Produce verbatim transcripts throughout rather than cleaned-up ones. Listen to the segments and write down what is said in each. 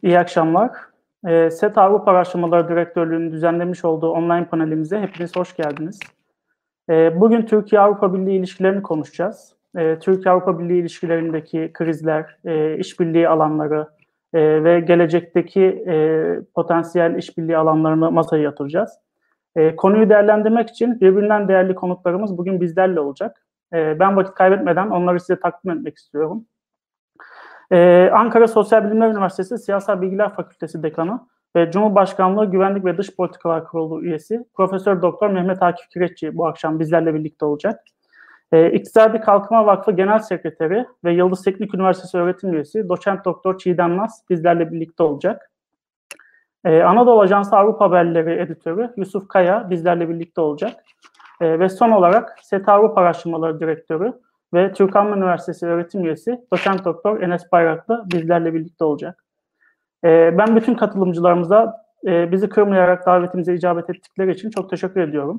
İyi akşamlar. E, SET Avrupa Araştırmaları Direktörlüğü'nün düzenlemiş olduğu online panelimize hepiniz hoş geldiniz. E, bugün Türkiye-Avrupa Birliği ilişkilerini konuşacağız. E, Türkiye-Avrupa Birliği ilişkilerindeki krizler, e, işbirliği alanları e, ve gelecekteki e, potansiyel işbirliği alanlarını masaya yatıracağız. E, konuyu değerlendirmek için birbirinden değerli konuklarımız bugün bizlerle olacak. E, ben vakit kaybetmeden onları size takdim etmek istiyorum. Ee, Ankara Sosyal Bilimler Üniversitesi Siyasal Bilgiler Fakültesi Dekanı ve Cumhurbaşkanlığı Güvenlik ve Dış Politikalar Kurulu üyesi Profesör Doktor Mehmet Akif Kireççi bu akşam bizlerle birlikte olacak. Ee, İktisadi Kalkınma Vakfı Genel Sekreteri ve Yıldız Teknik Üniversitesi öğretim üyesi Doçent Doktor Çiğdem Naz bizlerle birlikte olacak. Ee, Anadolu Ajansı Avrupa Haberleri Editörü Yusuf Kaya bizlerle birlikte olacak. Ee, ve son olarak SET Avrupa Araştırmaları Direktörü ve Türk Alman Üniversitesi öğretim üyesi Doçent Doktor Enes Bayraklı bizlerle birlikte olacak. Ee, ben bütün katılımcılarımıza e, bizi kırmayarak davetimize icabet ettikleri için çok teşekkür ediyorum.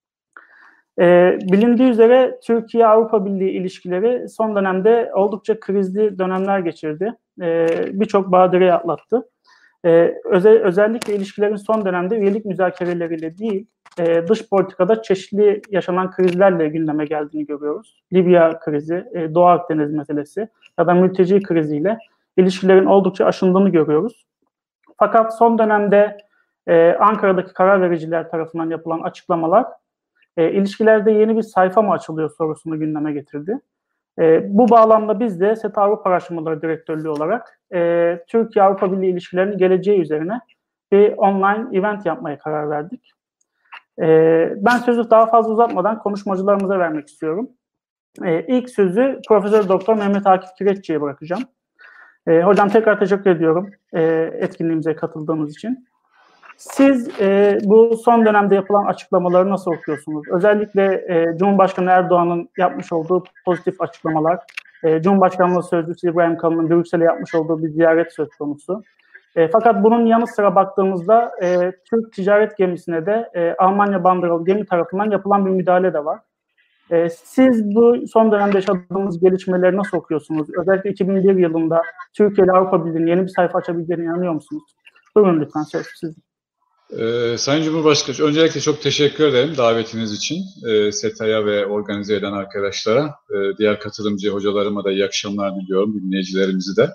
Ee, bilindiği üzere Türkiye-Avrupa Birliği ilişkileri son dönemde oldukça krizli dönemler geçirdi. Ee, Birçok badireyi atlattı. Ee, özel, özellikle ilişkilerin son dönemde üyelik müzakereleriyle değil, e, dış politikada çeşitli yaşanan krizlerle gündeme geldiğini görüyoruz. Libya krizi, e, Doğu Akdeniz meselesi ya da mülteci kriziyle ilişkilerin oldukça aşındığını görüyoruz. Fakat son dönemde e, Ankara'daki karar vericiler tarafından yapılan açıklamalar e, ilişkilerde yeni bir sayfa mı açılıyor sorusunu gündeme getirdi. E, bu bağlamda biz de SET Avrupa Araştırmaları Direktörlüğü olarak e, Türkiye-Avrupa Birliği ilişkilerinin geleceği üzerine bir online event yapmaya karar verdik. E, ben sözü daha fazla uzatmadan konuşmacılarımıza vermek istiyorum. E, ilk sözü Profesör Doktor Mehmet Akif Kireççi'ye bırakacağım. E, hocam tekrar teşekkür ediyorum e, etkinliğimize katıldığınız için. Siz e, bu son dönemde yapılan açıklamaları nasıl okuyorsunuz? Özellikle e, Cumhurbaşkanı Erdoğan'ın yapmış olduğu pozitif açıklamalar, e, Cumhurbaşkanlığı Sözcüsü İbrahim Kalın'ın Brüksel'e yapmış olduğu bir ziyaret söz konusu. E, fakat bunun yanı sıra baktığımızda e, Türk ticaret gemisine de e, Almanya bandıralı gemi tarafından yapılan bir müdahale de var. E, siz bu son dönemde yaşadığımız gelişmeleri nasıl okuyorsunuz? Özellikle iki bin bir yılında Türkiye ile Avrupa Birliği'nin yeni bir sayfa açabileceğine inanıyor musunuz? Buyurun lütfen söz sizin. Ee, Sayın Cumhurbaşkanı, öncelikle çok teşekkür ederim davetiniz için. Ee, SETA'ya ve organize eden arkadaşlara, e, diğer katılımcı hocalarıma da iyi akşamlar diliyorum, dinleyicilerimizi de.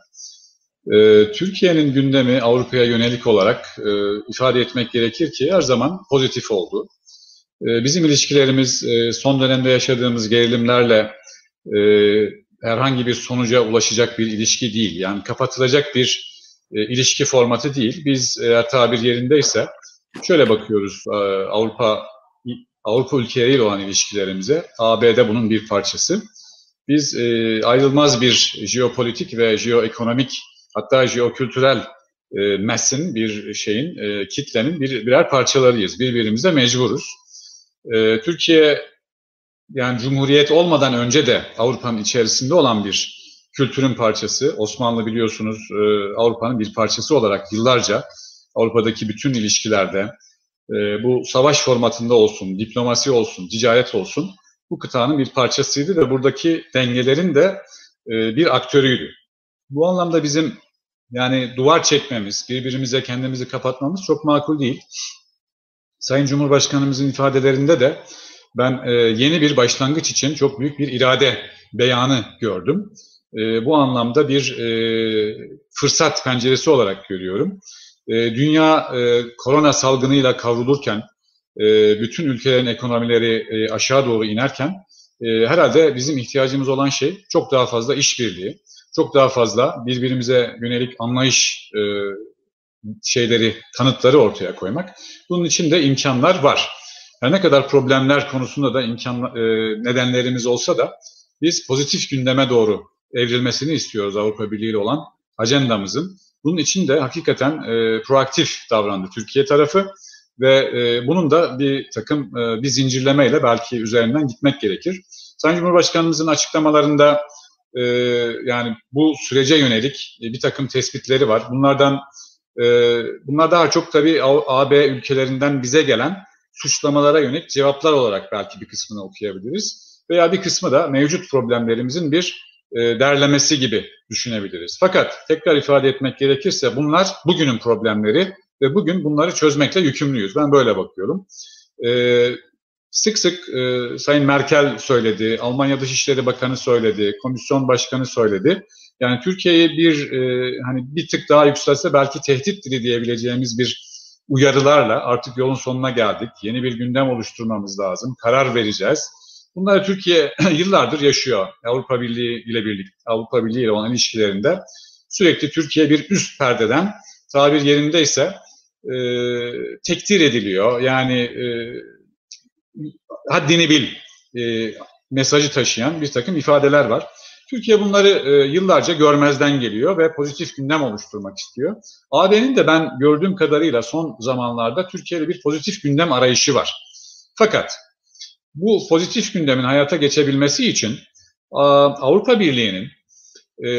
Ee, Türkiye'nin gündemi Avrupa'ya yönelik olarak e, ifade etmek gerekir ki her zaman pozitif oldu. E, bizim ilişkilerimiz e, son dönemde yaşadığımız gerilimlerle e, herhangi bir sonuca ulaşacak bir ilişki değil. Yani kapatılacak bir e, ilişki formatı değil. Biz eğer tabir yerindeyse şöyle bakıyoruz e, Avrupa Avrupa ülkeleriyle olan ilişkilerimize. A B D bunun bir parçası. Biz e, ayrılmaz bir jeopolitik ve jeoekonomik, hatta jeokültürel e, mesin, bir şeyin, e, kitlenin bir, birer parçalarıyız. Birbirimize mecburuz. E, Türkiye, yani Cumhuriyet olmadan önce de Avrupa'nın içerisinde olan bir kültürün parçası. Osmanlı biliyorsunuz e, Avrupa'nın bir parçası olarak yıllarca Avrupa'daki bütün ilişkilerde e, bu savaş formatında olsun, diplomasi olsun, ticaret olsun bu kıtanın bir parçasıydı ve buradaki dengelerin de e, bir aktörüydü. Bu anlamda bizim yani duvar çekmemiz, birbirimize kendimizi kapatmamız çok makul değil. Sayın Cumhurbaşkanımızın ifadelerinde de ben e, yeni bir başlangıç için çok büyük bir irade beyanı gördüm. E, bu anlamda bir e, fırsat penceresi olarak görüyorum. E, dünya e, korona salgınıyla kavrulurken, e, bütün ülkelerin ekonomileri e, aşağı doğru inerken, e, herhalde bizim ihtiyacımız olan şey çok daha fazla işbirliği, çok daha fazla birbirimize yönelik anlayış e, şeyleri, kanıtları ortaya koymak. Bunun için de imkanlar var. Her ne kadar problemler konusunda da imkan e, nedenlerimiz olsa da biz pozitif gündeme doğru evrilmesini istiyoruz Avrupa Birliği ile olan ajandamızın. Bunun için de hakikaten e, proaktif davrandı Türkiye tarafı ve e, bunun da bir takım e, bir zincirlemeyle belki üzerinden gitmek gerekir. Sayın Cumhurbaşkanımızın açıklamalarında e, yani bu sürece yönelik e, bir takım tespitleri var. Bunlardan e, bunlar daha çok tabii A B ülkelerinden bize gelen suçlamalara yönelik cevaplar olarak belki bir kısmını okuyabiliriz. Veya bir kısmı da mevcut problemlerimizin bir e, derlemesi gibi düşünebiliriz. Fakat tekrar ifade etmek gerekirse bunlar bugünün problemleri ve bugün bunları çözmekle yükümlüyüz. Ben böyle bakıyorum. E, sık sık e, Sayın Merkel söyledi, Almanya Dışişleri Bakanı söyledi, Komisyon Başkanı söyledi. Yani Türkiye'yi bir e, hani bir tık daha yükselse belki tehdit dili diyebileceğimiz bir uyarılarla artık yolun sonuna geldik. Yeni bir gündem oluşturmamız lazım. Karar vereceğiz. Bunları Türkiye yıllardır yaşıyor. Avrupa Birliği ile birlikte, Avrupa Birliği ile olan ilişkilerinde sürekli Türkiye bir üst perdeden, tabir yerindeyse e, tekdir ediliyor. Yani e, haddini bil e, mesajı taşıyan bir takım ifadeler var. Türkiye bunları e, yıllarca görmezden geliyor ve pozitif gündem oluşturmak istiyor. A B'nin de ben gördüğüm kadarıyla son zamanlarda Türkiye'de bir pozitif gündem arayışı var. Fakat bu pozitif gündemin hayata geçebilmesi için Avrupa Birliği'nin e,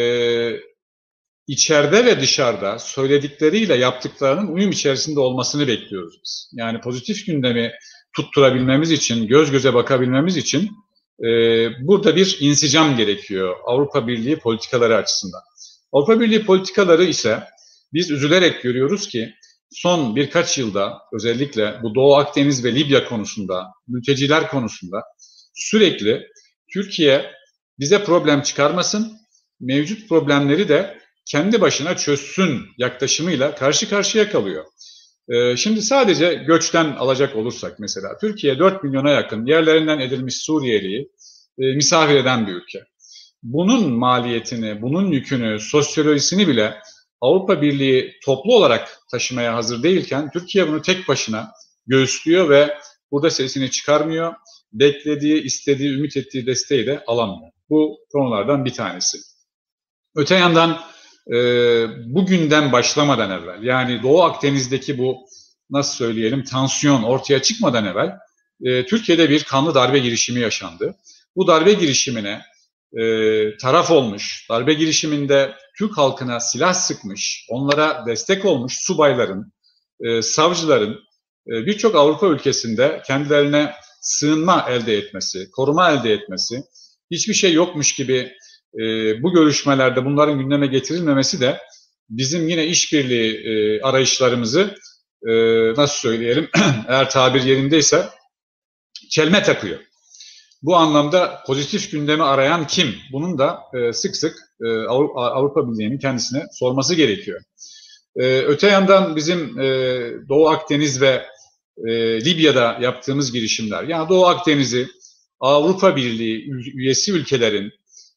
içeride ve dışarıda söyledikleriyle yaptıklarının uyum içerisinde olmasını bekliyoruz biz. Yani pozitif gündemi tutturabilmemiz için, göz göze bakabilmemiz için e, burada bir insicam gerekiyor Avrupa Birliği politikaları açısından. Avrupa Birliği politikaları ise biz üzülerek görüyoruz ki son birkaç yılda özellikle bu Doğu Akdeniz ve Libya konusunda, mülteciler konusunda sürekli Türkiye bize problem çıkarmasın, mevcut problemleri de kendi başına çözsün yaklaşımıyla karşı karşıya kalıyor. Ee, şimdi sadece göçten alacak olursak mesela Türkiye dört milyona yakın yerlerinden edilmiş Suriyeliyi e, misafir eden bir ülke. Bunun maliyetini, bunun yükünü, sosyolojisini bile Avrupa Birliği toplu olarak taşımaya hazır değilken Türkiye bunu tek başına göğüslüyor ve burada sesini çıkarmıyor. Beklediği, istediği, ümit ettiği desteği de alamıyor. Bu konulardan bir tanesi. Öte yandan e, bugünden başlamadan evvel, yani Doğu Akdeniz'deki bu nasıl söyleyelim tansiyon ortaya çıkmadan evvel e, Türkiye'de bir kanlı darbe girişimi yaşandı. Bu darbe girişimine e, taraf olmuş, darbe girişiminde Türk halkına silah sıkmış, onlara destek olmuş subayların, e, savcıların e, birçok Avrupa ülkesinde kendilerine sığınma elde etmesi, koruma elde etmesi, hiçbir şey yokmuş gibi e, bu görüşmelerde bunların gündeme getirilmemesi de bizim yine işbirliği e, arayışlarımızı e, nasıl söyleyelim eğer tabir yerindeyse çelme takıyor. Bu anlamda pozitif gündemi arayan kim? Bunun da e, sık sık e, Avrupa, Avrupa Birliği'nin kendisine sorması gerekiyor. E, öte yandan bizim e, Doğu Akdeniz ve e, Libya'da yaptığımız girişimler, yani Doğu Akdeniz'i Avrupa Birliği üyesi ülkelerin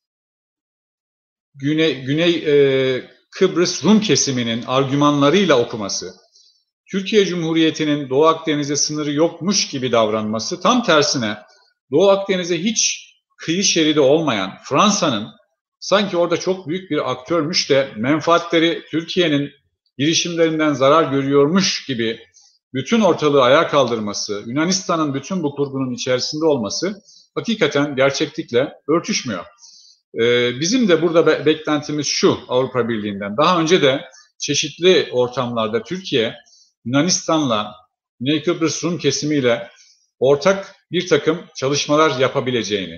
Güney, Güney e, Kıbrıs Rum kesiminin argümanlarıyla okuması, Türkiye Cumhuriyeti'nin Doğu Akdeniz'e sınırı yokmuş gibi davranması, tam tersine Doğu Akdeniz'e hiç kıyı şeridi olmayan Fransa'nın sanki orada çok büyük bir aktörmüş de menfaatleri Türkiye'nin girişimlerinden zarar görüyormuş gibi bütün ortalığı ayağa kaldırması, Yunanistan'ın bütün bu kurgunun içerisinde olması hakikaten gerçeklikle örtüşmüyor. Ee, bizim de burada be- beklentimiz şu Avrupa Birliği'nden. Daha önce de çeşitli ortamlarda Türkiye, Yunanistan'la, Güney Kıbrıs Rum kesimiyle ortak bir takım çalışmalar yapabileceğini,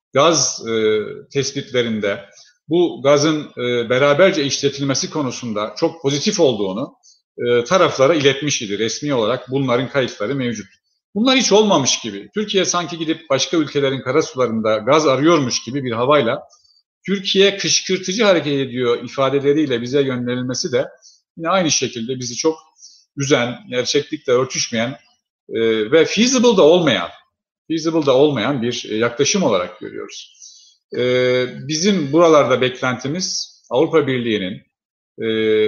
gaz e, tespitlerinde bu gazın e, beraberce işletilmesi konusunda çok pozitif olduğunu e, taraflara iletmiş idi. Resmi olarak bunların kayıtları mevcut. Bunlar hiç olmamış gibi, Türkiye sanki gidip başka ülkelerin karasularında gaz arıyormuş gibi bir havayla Türkiye kışkırtıcı hareket ediyor ifadeleriyle bize yönlenilmesi de yine aynı şekilde bizi çok üzen, gerçeklikle örtüşmeyen e, ve feasible da olmayan, feasible da olmayan bir yaklaşım olarak görüyoruz. E, bizim buralarda beklentimiz Avrupa Birliği'nin e,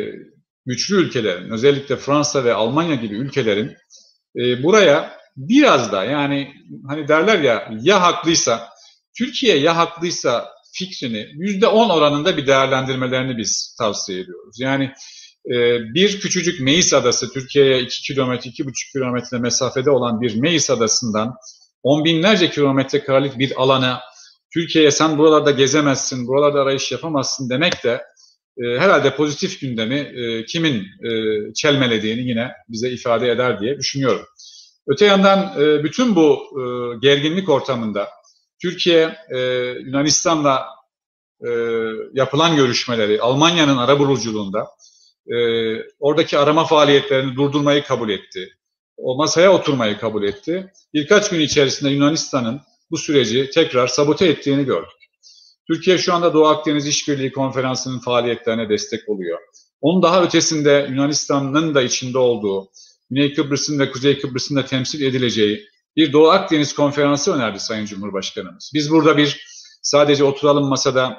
güçlü ülkelerin, özellikle Fransa ve Almanya gibi ülkelerin e, buraya biraz da, yani hani derler ya, ya haklıysa, Türkiye ya haklıysa fikrini yüzde on oranında bir değerlendirmelerini biz tavsiye ediyoruz. Yani e, bir küçücük Meis Adası, Türkiye'ye iki kilometre, iki buçuk kilometre mesafede olan bir Meis Adası'ndan on binlerce kilometre karelik bir alana Türkiye'ye sen buralarda gezemezsin, buralarda arayış yapamazsın demek de e, herhalde pozitif gündemi e, kimin e, çelmelediğini yine bize ifade eder diye düşünüyorum. Öte yandan e, bütün bu e, gerginlik ortamında Türkiye e, Yunanistan'la e, yapılan görüşmeleri, Almanya'nın arabuluculuğunda e, oradaki arama faaliyetlerini durdurmayı kabul etti. O masaya oturmayı kabul etti. Birkaç gün içerisinde Yunanistan'ın bu süreci tekrar sabote ettiğini gördük. Türkiye şu anda Doğu Akdeniz İşbirliği Konferansı'nın faaliyetlerine destek oluyor. Onun daha ötesinde Yunanistan'ın da içinde olduğu, Güney Kıbrıs'ın ve Kuzey Kıbrıs'ın da temsil edileceği bir Doğu Akdeniz Konferansı önerdi Sayın Cumhurbaşkanımız. Biz burada bir sadece oturalım masada,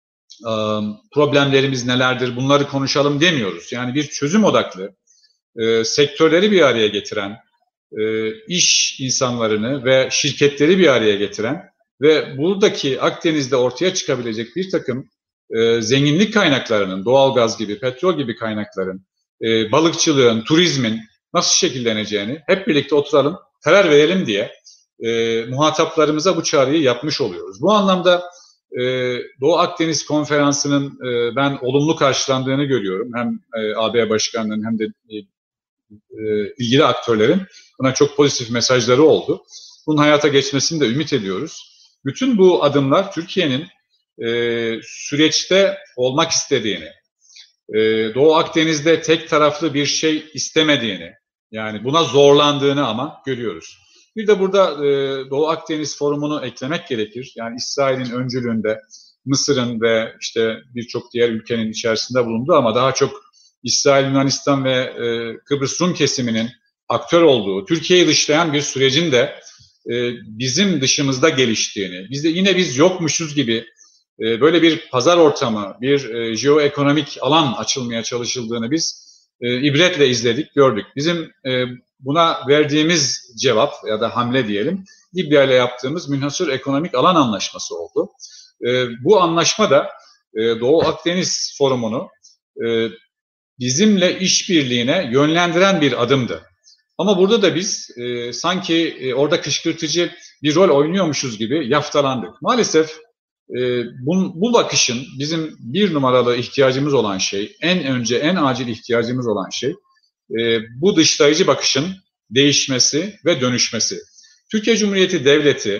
problemlerimiz nelerdir, bunları konuşalım demiyoruz. Yani bir çözüm odaklı, e, sektörleri bir araya getiren, e, iş insanlarını ve şirketleri bir araya getiren ve buradaki Akdeniz'de ortaya çıkabilecek bir takım e, zenginlik kaynaklarının, doğalgaz gibi, petrol gibi kaynakların, e, balıkçılığın, turizmin nasıl şekilleneceğini hep birlikte oturalım, karar verelim diye e, muhataplarımıza bu çağrıyı yapmış oluyoruz. Bu anlamda e, Doğu Akdeniz Konferansı'nın e, ben olumlu karşılandığını görüyorum. Hem e, A B Başkanlığı'nın hem de e, e, ilgili aktörlerin buna çok pozitif mesajları oldu. Bunun hayata geçmesini de ümit ediyoruz. Bütün bu adımlar Türkiye'nin e, süreçte olmak istediğini, e, Doğu Akdeniz'de tek taraflı bir şey istemediğini, yani buna zorlandığını ama görüyoruz. Bir de burada e, Doğu Akdeniz Forumu'nu eklemek gerekir. Yani İsrail'in öncülüğünde Mısır'ın ve işte birçok diğer ülkenin içerisinde bulunduğu ama daha çok İsrail, Yunanistan ve e, Kıbrıs Rum kesiminin aktör olduğu, Türkiye'yi dışlayan bir sürecin de e, bizim dışımızda geliştiğini, biz de yine biz yokmuşuz gibi e, böyle bir pazar ortamı, bir e, jeoekonomik alan açılmaya çalışıldığını biz e, ibretle izledik, gördük. Bizim e, buna verdiğimiz cevap ya da hamle diyelim, Libya ile yaptığımız münhasır ekonomik alan anlaşması oldu. E, bu anlaşma da e, Doğu Akdeniz Forumu'nu e, bizimle işbirliğine yönlendiren bir adımdı. Ama burada da biz e, sanki e, orada kışkırtıcı bir rol oynuyormuşuz gibi yaftalandık. Maalesef e, bu, bu bakışın bizim bir numaralı ihtiyacımız olan şey, en önce en acil ihtiyacımız olan şey, e, bu dışlayıcı bakışın değişmesi ve dönüşmesi. Türkiye Cumhuriyeti Devleti,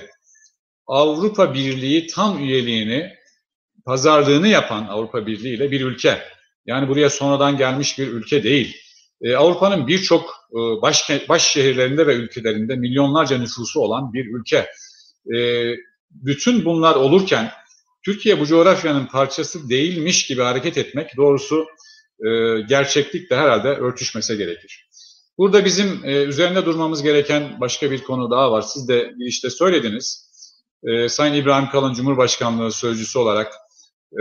Avrupa Birliği tam üyeliğini, pazarlığını yapan Avrupa Birliği ile bir ülke. Yani buraya sonradan gelmiş bir ülke değil. Ee, Avrupa'nın birçok e, baş, baş şehirlerinde ve ülkelerinde milyonlarca nüfusu olan bir ülke. Ee, bütün bunlar olurken Türkiye bu coğrafyanın parçası değilmiş gibi hareket etmek doğrusu e, gerçeklikle herhalde örtüşmese gerekir. Burada bizim e, üzerinde durmamız gereken başka bir konu daha var. Siz de işte söylediniz. E, Sayın İbrahim Kalın Cumhurbaşkanlığı Sözcüsü olarak e,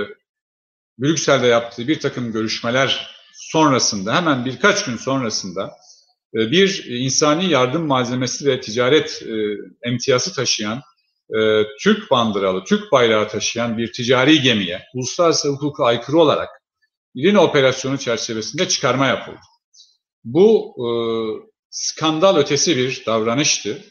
Brüksel'de yaptığı bir takım görüşmeler sonrasında, hemen birkaç gün sonrasında bir insani yardım malzemesi ve ticaret emtiyası taşıyan, Türk bandıralı, Türk bayrağı taşıyan bir ticari gemiye uluslararası hukuka aykırı olarak İRINA operasyonu çerçevesinde çıkarma yapıldı. Bu skandal ötesi bir davranıştı.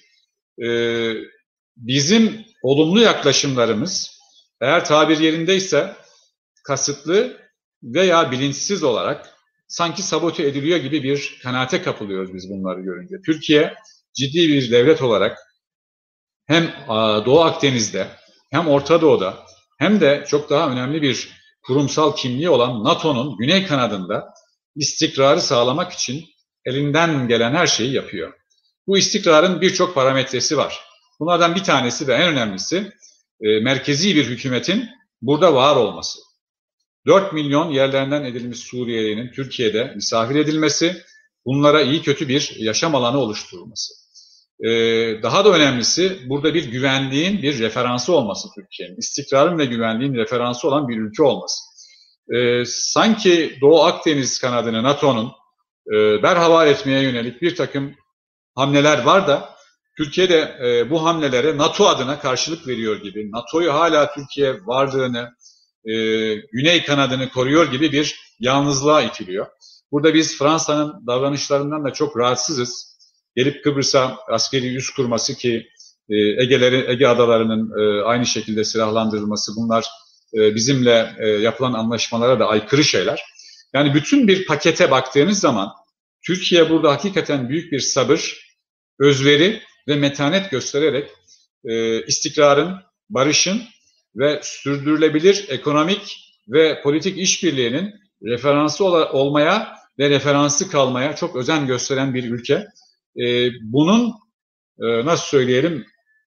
Bizim olumlu yaklaşımlarımız, eğer tabir yerindeyse, kasıtlı veya bilinçsiz olarak sanki sabote ediliyor gibi bir kanaate kapılıyoruz biz bunları görünce. Türkiye ciddi bir devlet olarak hem Doğu Akdeniz'de hem Orta Doğu'da hem de çok daha önemli bir kurumsal kimliği olan NATO'nun güney kanadında istikrarı sağlamak için elinden gelen her şeyi yapıyor. Bu istikrarın birçok parametresi var. Bunlardan bir tanesi ve en önemlisi e, merkezi bir hükümetin burada var olması. dört milyon yerlerinden edilmiş Suriyelinin Türkiye'de misafir edilmesi, bunlara iyi kötü bir yaşam alanı oluşturulması. Ee, daha da önemlisi burada bir güvenliğin bir referansı olması Türkiye'nin. İstikrarın ve güvenliğin referansı olan bir ülke olması. Ee, sanki Doğu Akdeniz kanadını NATO'nun e, berhavar etmeye yönelik bir takım hamleler var da Türkiye de e, bu hamlelere NATO adına karşılık veriyor gibi, NATO'yu hala Türkiye varlığını, e, Güney kanadını koruyor gibi bir yalnızlığa itiliyor. Burada biz Fransa'nın davranışlarından da çok rahatsızız. Gelip Kıbrıs'a askeri üs kurması ki e, Ege'leri, Ege adalarının e, aynı şekilde silahlandırılması, bunlar e, bizimle e, yapılan anlaşmalara da aykırı şeyler. Yani bütün bir pakete baktığınız zaman Türkiye burada hakikaten büyük bir sabır, özveri ve metanet göstererek e, istikrarın, barışın ve sürdürülebilir ekonomik ve politik işbirliğinin referansı ol olmaya ve referansı kalmaya çok özen gösteren bir ülke. E, bunun e, nasıl söyleyelim,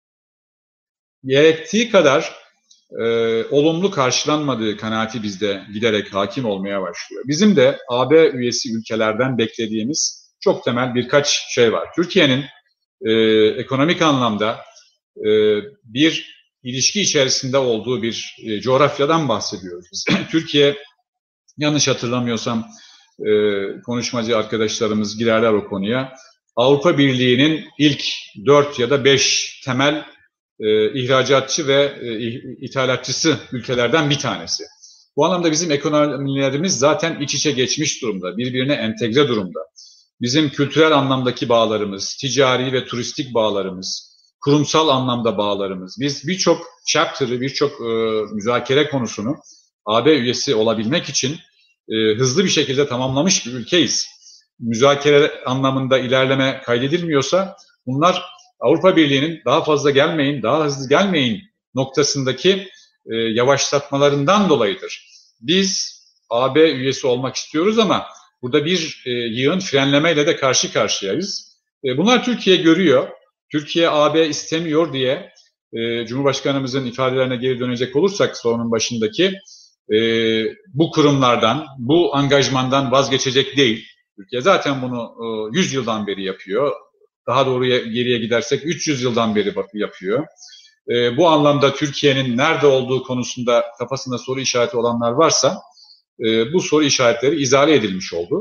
gerektiği kadar e, olumlu karşılanmadığı kanaati bizde giderek hakim olmaya başlıyor. Bizim de A B üyesi ülkelerden beklediğimiz çok temel birkaç şey var. Türkiye'nin e, ekonomik anlamda e, bir ilişki içerisinde olduğu bir e, coğrafyadan bahsediyoruz biz. Türkiye, yanlış hatırlamıyorsam e, konuşmacı arkadaşlarımız girerler o konuya, Avrupa Birliği'nin ilk dört ya da beş temel e, ihracatçı ve e, ithalatçısı ülkelerden bir tanesi. Bu anlamda bizim ekonomilerimiz zaten iç içe geçmiş durumda, birbirine entegre durumda. Bizim kültürel anlamdaki bağlarımız, ticari ve turistik bağlarımız, kurumsal anlamda bağlarımız. Biz birçok chapter'ı, birçok e, müzakere konusunu A B üyesi olabilmek için e, hızlı bir şekilde tamamlamış bir ülkeyiz. Müzakere anlamında ilerleme kaydedilmiyorsa bunlar Avrupa Birliği'nin daha fazla gelmeyin, daha hızlı gelmeyin noktasındaki e, yavaşlatmalarından dolayıdır. Biz A B üyesi olmak istiyoruz ama burada bir e, yığın frenlemeyle de karşı karşıyayız. E, bunlar Türkiye görüyor. Türkiye A B istemiyor diye e, Cumhurbaşkanımızın ifadelerine geri dönecek olursak sorunun başındaki e, bu kurumlardan, bu angajmandan vazgeçecek değil. Türkiye zaten bunu e, yüz yıldan beri yapıyor. Daha doğru geriye gidersek üç yüz yıldan beri yapıyor. E, bu anlamda Türkiye'nin nerede olduğu konusunda kafasında soru işareti olanlar varsa e, bu soru işaretleri izale edilmiş oldu.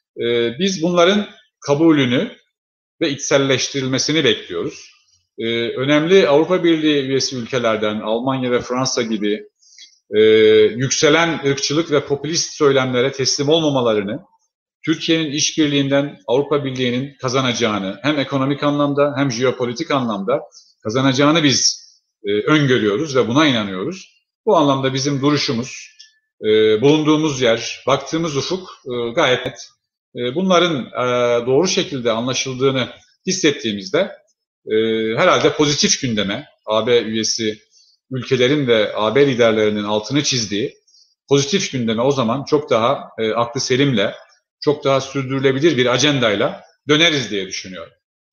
E, biz bunların kabulünü ve içselleştirilmesini bekliyoruz. Ee, önemli Avrupa Birliği üyesi ülkelerden Almanya ve Fransa gibi e, yükselen ırkçılık ve popülist söylemlere teslim olmamalarını, Türkiye'nin işbirliğinden Avrupa Birliği'nin kazanacağını, hem ekonomik anlamda hem jeopolitik anlamda kazanacağını biz e, öngörüyoruz ve buna inanıyoruz. Bu anlamda bizim duruşumuz, e, bulunduğumuz yer, baktığımız ufuk e, gayet net. Bunların e, doğru şekilde anlaşıldığını hissettiğimizde e, herhalde pozitif gündeme, A B üyesi ülkelerin ve A B liderlerinin altını çizdiği pozitif gündeme o zaman çok daha e, aklı selimle, çok daha sürdürülebilir bir ajandayla döneriz diye düşünüyorum.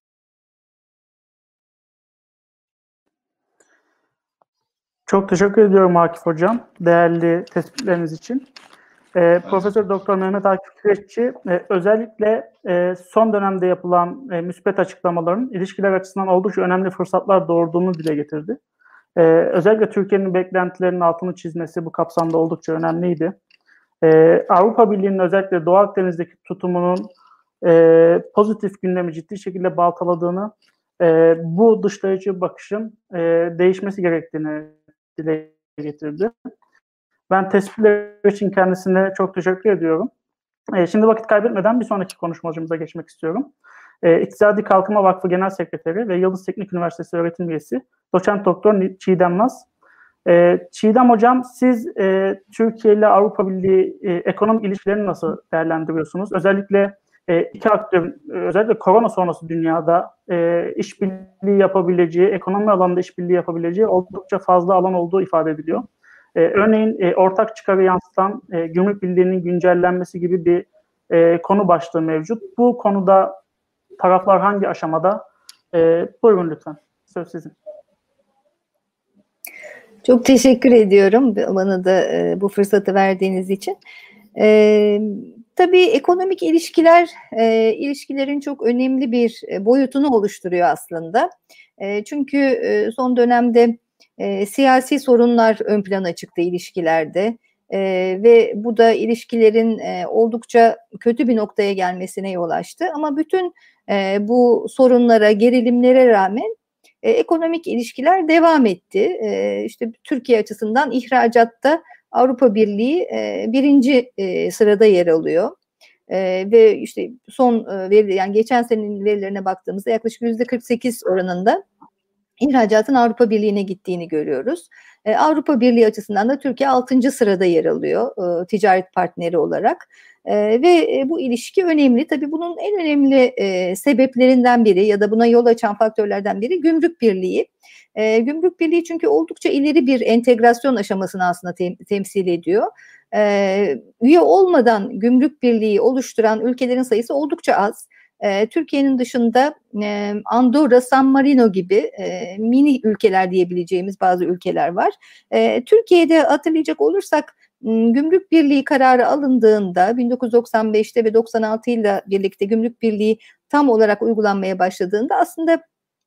Çok teşekkür ediyorum Akif Hocam, değerli tespitleriniz için. E, Profesör Doktor Mehmet Akif Kireççi e, özellikle e, son dönemde yapılan e, müspet açıklamaların ilişkiler açısından oldukça önemli fırsatlar doğurduğunu dile getirdi. E, özellikle Türkiye'nin beklentilerinin altını çizmesi bu kapsamda oldukça önemliydi. E, Avrupa Birliği'nin özellikle Doğu Akdeniz'deki tutumunun e, pozitif gündemi ciddi şekilde baltaladığını, e, bu dışlayıcı bakışın e, değişmesi gerektiğini dile getirdi. Ben tespitler için kendisine çok teşekkür ediyorum. E, şimdi vakit kaybetmeden bir sonraki konuşmacımıza geçmek istiyorum. E, İktisadi Kalkınma Vakfı Genel Sekreteri ve Yıldız Teknik Üniversitesi öğretim üyesi Doçent Doktor Çiğdem Naz. E, Çiğdem Hocam, siz e, Türkiye ile Avrupa Birliği e, ekonomik ilişkilerini nasıl değerlendiriyorsunuz? Özellikle e, iki aktörün, özellikle korona sonrası dünyada e, işbirliği yapabileceği, ekonomi alanında işbirliği yapabileceği oldukça fazla alan olduğu ifade ediliyor. Ee, örneğin e, ortak çıkarı yansıtan e, gümrük birliğinin güncellenmesi gibi bir e, konu başlığı mevcut. Bu konuda taraflar hangi aşamada? E, buyurun lütfen. Söz sizin. Çok teşekkür ediyorum bana da e, bu fırsatı verdiğiniz için. E, tabii ekonomik ilişkiler, e, ilişkilerin çok önemli bir boyutunu oluşturuyor aslında. E, çünkü e, son dönemde E, siyasi sorunlar ön plana çıktı ilişkilerde e, ve bu da ilişkilerin e, oldukça kötü bir noktaya gelmesine yol açtı. Ama bütün e, bu sorunlara, gerilimlere rağmen e, ekonomik ilişkiler devam etti. E, işte Türkiye açısından ihracatta Avrupa Birliği e, birinci e, sırada yer alıyor. E, ve işte son e, veri, yani geçen senenin verilerine baktığımızda yaklaşık yüzde kırk sekiz oranında İhracatın Avrupa Birliği'ne gittiğini görüyoruz. Ee, Avrupa Birliği açısından da Türkiye altıncı sırada yer alıyor e, ticaret partneri olarak. E, ve e, bu ilişki önemli. Tabii bunun en önemli e, sebeplerinden biri ya da buna yol açan faktörlerden biri gümrük birliği. E, Gümrük Birliği çünkü oldukça ileri bir entegrasyon aşamasını aslında tem temsil ediyor. E, üye olmadan Gümrük Birliği oluşturan ülkelerin sayısı oldukça az. E, Türkiye'nin dışında e, Andorra, San Marino gibi e, mini ülkeler diyebileceğimiz bazı ülkeler var. E, Türkiye'de hatırlayacak olursak Gümrük Birliği kararı alındığında bin dokuz yüz doksan beşte ve doksan altı ile birlikte Gümrük Birliği tam olarak uygulanmaya başladığında aslında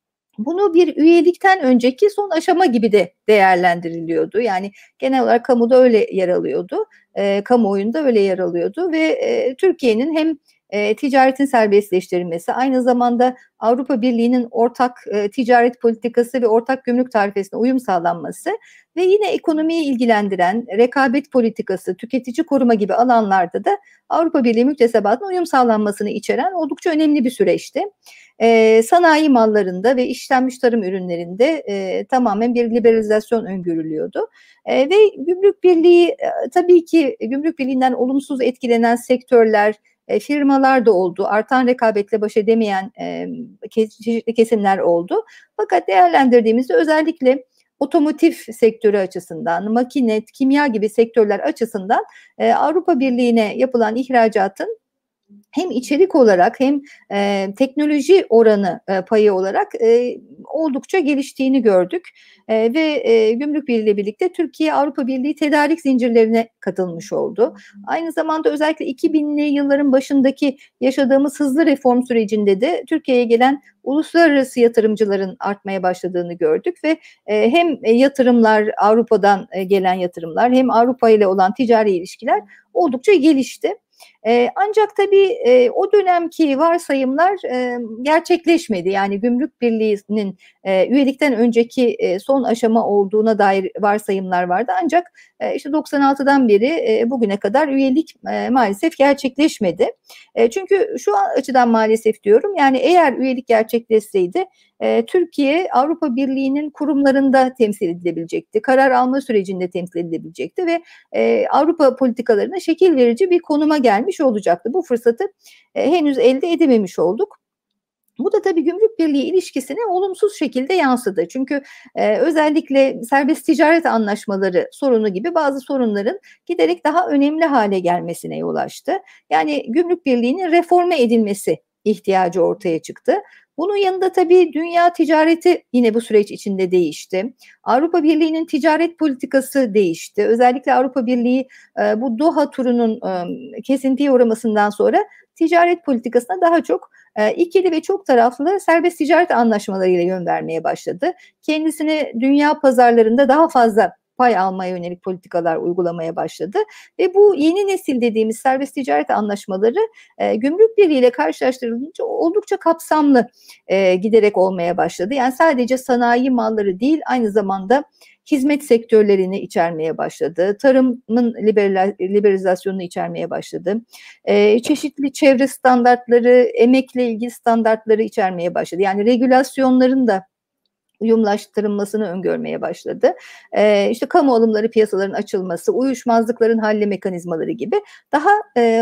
bunu bir üyelikten önceki son aşama gibi de değerlendiriliyordu. Yani genel olarak kamuda öyle yer alıyordu, e, kamuoyunda öyle yer alıyordu ve e, Türkiye'nin hem e, ticaretin serbestleştirilmesi, aynı zamanda Avrupa Birliği'nin ortak e, ticaret politikası ve ortak gümrük tarifesine uyum sağlanması ve yine ekonomiyi ilgilendiren rekabet politikası, tüketici koruma gibi alanlarda da Avrupa Birliği müktesebatına uyum sağlanmasını içeren oldukça önemli bir süreçti. Ee, sanayi mallarında ve işlenmiş tarım ürünlerinde e, tamamen bir liberalizasyon öngörülüyordu. E, ve Gümrük Birliği e, tabii ki Gümrük Birliği'nden olumsuz etkilenen sektörler, e, firmalar da oldu. Artan rekabetle baş edemeyen e, çeşitli kesimler oldu. Fakat değerlendirdiğimizde özellikle otomotiv sektörü açısından, makinet, kimya gibi sektörler açısından e, Avrupa Birliği'ne yapılan ihracatın hem içerik olarak hem e, teknoloji oranı e, payı olarak e, oldukça geliştiğini gördük. E, ve e, Gümrük Birliği ile birlikte Türkiye Avrupa Birliği tedarik zincirlerine katılmış oldu. Aynı zamanda özellikle iki binli yılların başındaki yaşadığımız hızlı reform sürecinde de Türkiye'ye gelen uluslararası yatırımcıların artmaya başladığını gördük ve e, hem yatırımlar, Avrupa'dan e, gelen yatırımlar, hem Avrupa ile olan ticari ilişkiler oldukça gelişti. Ee, ancak tabii e, o dönemki varsayımlar e, gerçekleşmedi. Yani Gümrük Birliği'nin e, üyelikten önceki e, son aşama olduğuna dair varsayımlar vardı. Ancak e, işte doksan altıdan beri e, bugüne kadar üyelik e, maalesef gerçekleşmedi. E, çünkü şu açıdan maalesef diyorum, yani eğer üyelik gerçekleşseydi e, Türkiye Avrupa Birliği'nin kurumlarında temsil edilebilecekti. Karar alma sürecinde temsil edilebilecekti ve e, Avrupa politikalarına şekil verici bir konuma gelmiş olacaktı. Bu fırsatı e, henüz elde edememiş olduk. Bu da tabii Gümrük Birliği ilişkisine olumsuz şekilde yansıdı. Çünkü e, özellikle serbest ticaret anlaşmaları sorunu gibi bazı sorunların giderek daha önemli hale gelmesine yol açtı. Yani Gümrük Birliği'nin reforme edilmesi ihtiyacı ortaya çıktı. Bunun yanında tabii dünya ticareti yine bu süreç içinde değişti. Avrupa Birliği'nin ticaret politikası değişti. Özellikle Avrupa Birliği e, bu Doha turunun e, kesintiye uğramasından sonra ticaret politikasına daha çok e, ikili ve çok taraflı serbest ticaret anlaşmalarıyla yön vermeye başladı. Kendisini dünya pazarlarında daha fazla pay almaya yönelik politikalar uygulamaya başladı ve bu yeni nesil dediğimiz serbest ticaret anlaşmaları e, Gümrük Birliği ile karşılaştırılınca oldukça kapsamlı e, giderek olmaya başladı. Yani sadece sanayi malları değil, aynı zamanda hizmet sektörlerini içermeye başladı. Tarımın liberalizasyonunu içermeye başladı. E, çeşitli çevre standartları, emekle ilgili standartları içermeye başladı. Yani regülasyonların da uyumlaştırılmasını öngörmeye başladı. Ee, işte kamu alımları piyasaların açılması, uyuşmazlıkların halle mekanizmaları gibi daha e,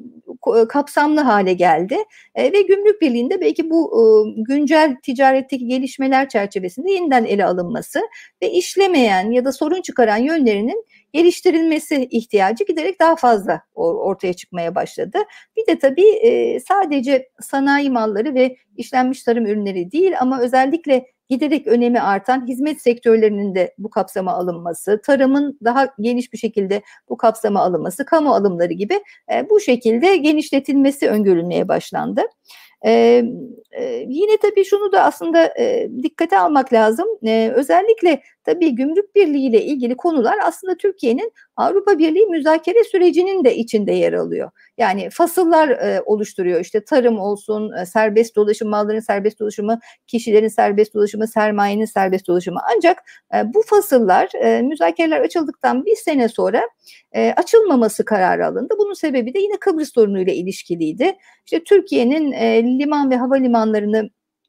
kapsamlı hale geldi. E, ve Gümrük Birliği'nde belki bu e, güncel ticaretteki gelişmeler çerçevesinde yeniden ele alınması ve işlemeyen ya da sorun çıkaran yönlerinin geliştirilmesi ihtiyacı giderek daha fazla ortaya çıkmaya başladı. Bir de tabii e, sadece sanayi malları ve işlenmiş tarım ürünleri değil, ama özellikle giderek önemi artan hizmet sektörlerinin de bu kapsama alınması, tarımın daha geniş bir şekilde bu kapsama alınması, kamu alımları gibi e, bu şekilde genişletilmesi öngörülmeye başlandı. Ee, e, yine tabii şunu da aslında e, dikkate almak lazım. E, özellikle tabii Gümrük Birliği ile ilgili konular aslında Türkiye'nin Avrupa Birliği müzakere sürecinin de içinde yer alıyor. Yani fasıllar e, oluşturuyor. İşte tarım olsun, e, serbest dolaşım, malların serbest dolaşımı, kişilerin serbest dolaşımı, sermayenin serbest dolaşımı. Ancak e, bu fasıllar e, müzakereler açıldıktan bir sene sonra e, açılmaması kararı alındı. Bunun sebebi de yine Kıbrıs sorunuyla ilişkiliydi. İşte Türkiye'nin e, liman ve havalimanlarını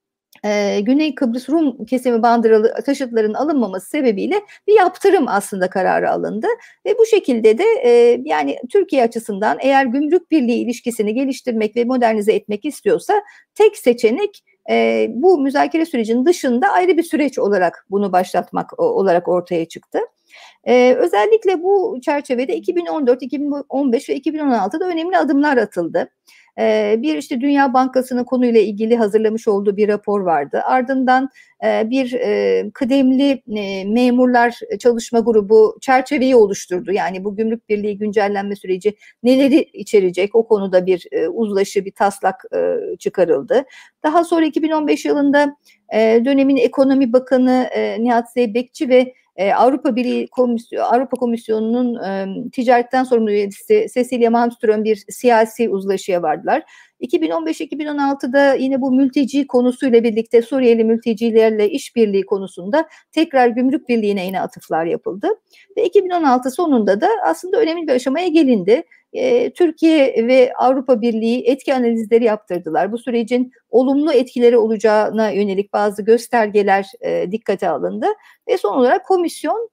Ee, Güney Kıbrıs Rum kesimi bandıralı taşıtların alınmaması sebebiyle bir yaptırım aslında kararı alındı ve bu şekilde de e, yani Türkiye açısından eğer Gümrük Birliği ilişkisini geliştirmek ve modernize etmek istiyorsa tek seçenek e, bu müzakere sürecinin dışında ayrı bir süreç olarak bunu başlatmak olarak ortaya çıktı. Ee, özellikle bu çerçevede iki bin on dört, iki bin on beş ve iki bin on altıda önemli adımlar atıldı. Ee, bir işte Dünya Bankası'nın konuyla ilgili hazırlamış olduğu bir rapor vardı. Ardından e, bir e, kıdemli e, memurlar çalışma grubu çerçeveyi oluşturdu. Yani bu gümrük birliği güncellenme süreci neleri içerecek, o konuda bir e, uzlaşı, bir taslak e, çıkarıldı. Daha sonra iki bin on beş yılında e, dönemin Ekonomi Bakanı e, Nihat Zeybekçi ve Ee, Avrupa Birliği Komisyonu, Avrupa Komisyonu'nun e, ticaretten sorumlu üyesi Cecilia Malmström bir siyasi uzlaşıya vardılar. iki bin on beş iki bin on altıda yine bu mülteci konusuyla birlikte Suriyeli mültecilerle işbirliği konusunda tekrar gümrük birliğine yine atıflar yapıldı. Ve iki bin on altı sonunda da aslında önemli bir aşamaya gelindi. E, Türkiye ve Avrupa Birliği etki analizleri yaptırdılar. Bu sürecin olumlu etkileri olacağına yönelik bazı göstergeler e, dikkate alındı. Ve son olarak komisyon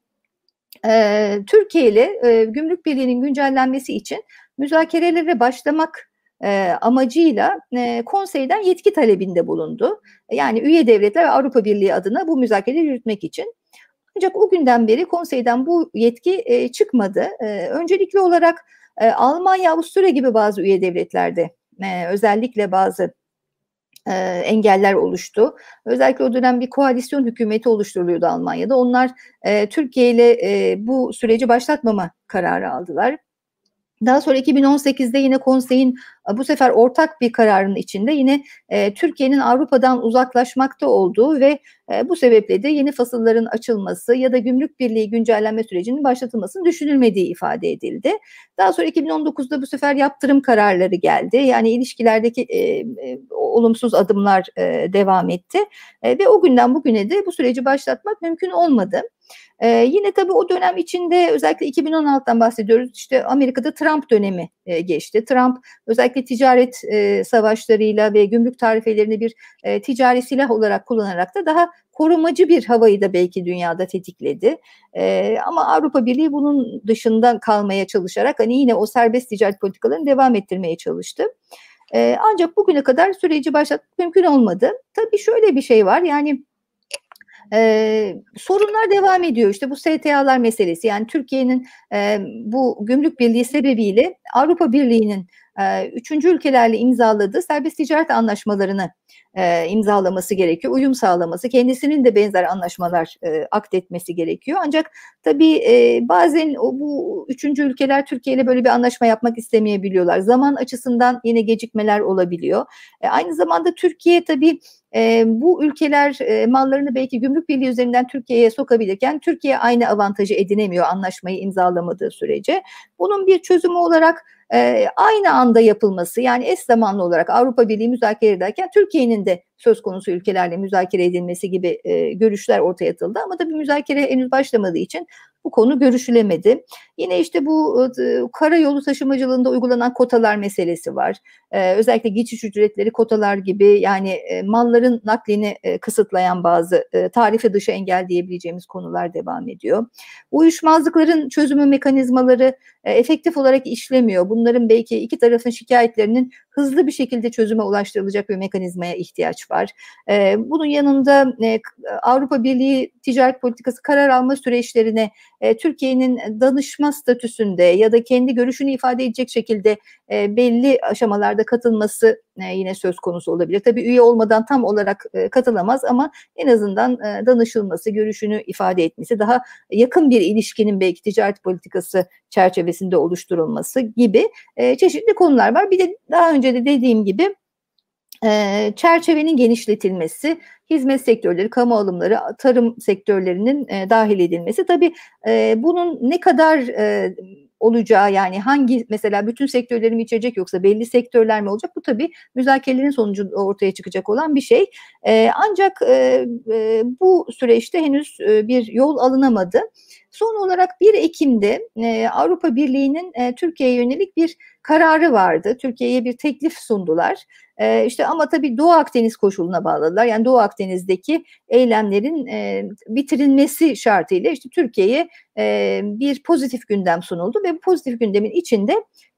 e, Türkiye ile e, gümrük birliğinin güncellenmesi için müzakerelere başlamak e, amacıyla e, konseyden yetki talebinde bulundu. Yani üye devletler ve Avrupa Birliği adına bu müzakereleri yürütmek için. Ancak o günden beri konseyden bu yetki e, çıkmadı. E, öncelikli olarak e, Almanya, Avusturya gibi bazı üye devletlerde e, özellikle bazı e, engeller oluştu. Özellikle o dönem bir koalisyon hükümeti oluşturuluyordu Almanya'da. Onlar e, Türkiye ile e, bu süreci başlatmama kararı aldılar. Daha sonra iki bin on sekizde yine konseyin bu sefer ortak bir kararın içinde yine e, Türkiye'nin Avrupa'dan uzaklaşmakta olduğu ve e, bu sebeple de yeni fasılların açılması ya da gümrük birliği güncellenme sürecinin başlatılmasının düşünülmediği ifade edildi. Daha sonra iki bin on dokuzda bu sefer yaptırım kararları geldi. Yani ilişkilerdeki e, e, olumsuz adımlar e, devam etti e, ve o günden bugüne de bu süreci başlatmak mümkün olmadı. Ee, yine tabii o dönem içinde özellikle iki bin on altıdan bahsediyoruz. İşte Amerika'da Trump dönemi e, geçti. Trump özellikle ticaret e, savaşlarıyla ve gümrük tarifelerini bir e, ticari silah olarak kullanarak da daha korumacı bir havayı da belki dünyada tetikledi. E, ama Avrupa Birliği bunun dışında kalmaya çalışarak hani yine o serbest ticaret politikalarını devam ettirmeye çalıştı. E, ancak bugüne kadar süreci başlatmak mümkün olmadı. Tabii şöyle bir şey var, yani Ee, sorunlar devam ediyor. İşte bu S T A'lar meselesi, yani Türkiye'nin e, bu gümrük birliği sebebiyle Avrupa Birliği'nin e, üçüncü ülkelerle imzaladığı serbest ticaret anlaşmalarını e, imzalaması gerekiyor, uyum sağlaması, kendisinin de benzer anlaşmalar e, akdetmesi gerekiyor. Ancak tabii e, bazen o, bu üçüncü ülkeler Türkiye ile böyle bir anlaşma yapmak istemeyebiliyorlar. Zaman açısından yine gecikmeler olabiliyor. E, aynı zamanda Türkiye tabii E, bu ülkeler e, mallarını belki gümrük birliği üzerinden Türkiye'ye sokabilirken Türkiye aynı avantajı edinemiyor anlaşmayı imzalamadığı sürece. Bunun bir çözümü olarak e, aynı anda yapılması, yani eş zamanlı olarak Avrupa Birliği müzakere ederken Türkiye'nin de söz konusu ülkelerle müzakere edilmesi gibi e, görüşler ortaya atıldı. Ama tabii müzakere henüz başlamadığı için bu konu görüşülemedi. Yine işte bu e, karayolu taşımacılığında uygulanan kotalar meselesi var. E, özellikle geçiş ücretleri, kotalar gibi, yani e, malların naklini e, kısıtlayan bazı e, tarife dışı engel diyebileceğimiz konular devam ediyor. Uyuşmazlıkların çözümü mekanizmaları e, efektif olarak işlemiyor. Bunların belki iki tarafın şikayetlerinin hızlı bir şekilde çözüme ulaştırılacak bir mekanizmaya ihtiyaç var. E, bunun yanında e, Avrupa Birliği ticaret politikası karar alma süreçlerine e, Türkiye'nin danışma statüsünde ya da kendi görüşünü ifade edecek şekilde e, belli aşamalarda katılması e, yine söz konusu olabilir. Tabii üye olmadan tam olarak e, katılamaz ama en azından e, danışılması, görüşünü ifade etmesi, daha yakın bir ilişkinin belki ticaret politikası çerçevesinde oluşturulması gibi e, çeşitli konular var. Bir de daha önce de dediğim gibi e, çerçevenin genişletilmesi, hizmet sektörleri, kamu alımları, tarım sektörlerinin e, dahil edilmesi. Tabii e, bunun ne kadar e, olacağı, yani hangi, mesela bütün sektörleri mi içecek yoksa belli sektörler mi olacak, bu tabii müzakerelerin sonucu ortaya çıkacak olan bir şey. E, ancak e, e, bu süreçte henüz e, bir yol alınamadı. Son olarak bir Ekim'de e, Avrupa Birliği'nin e, Türkiye'ye yönelik bir kararı vardı. Türkiye'ye bir teklif sundular. E, işte ama tabii Doğu Akdeniz koşuluna bağladılar. Yani Doğu Akdeniz'deki eylemlerin e, bitirilmesi şartıyla işte Türkiye'ye e, bir pozitif gündem sunuldu ve bu pozitif gündemin içinde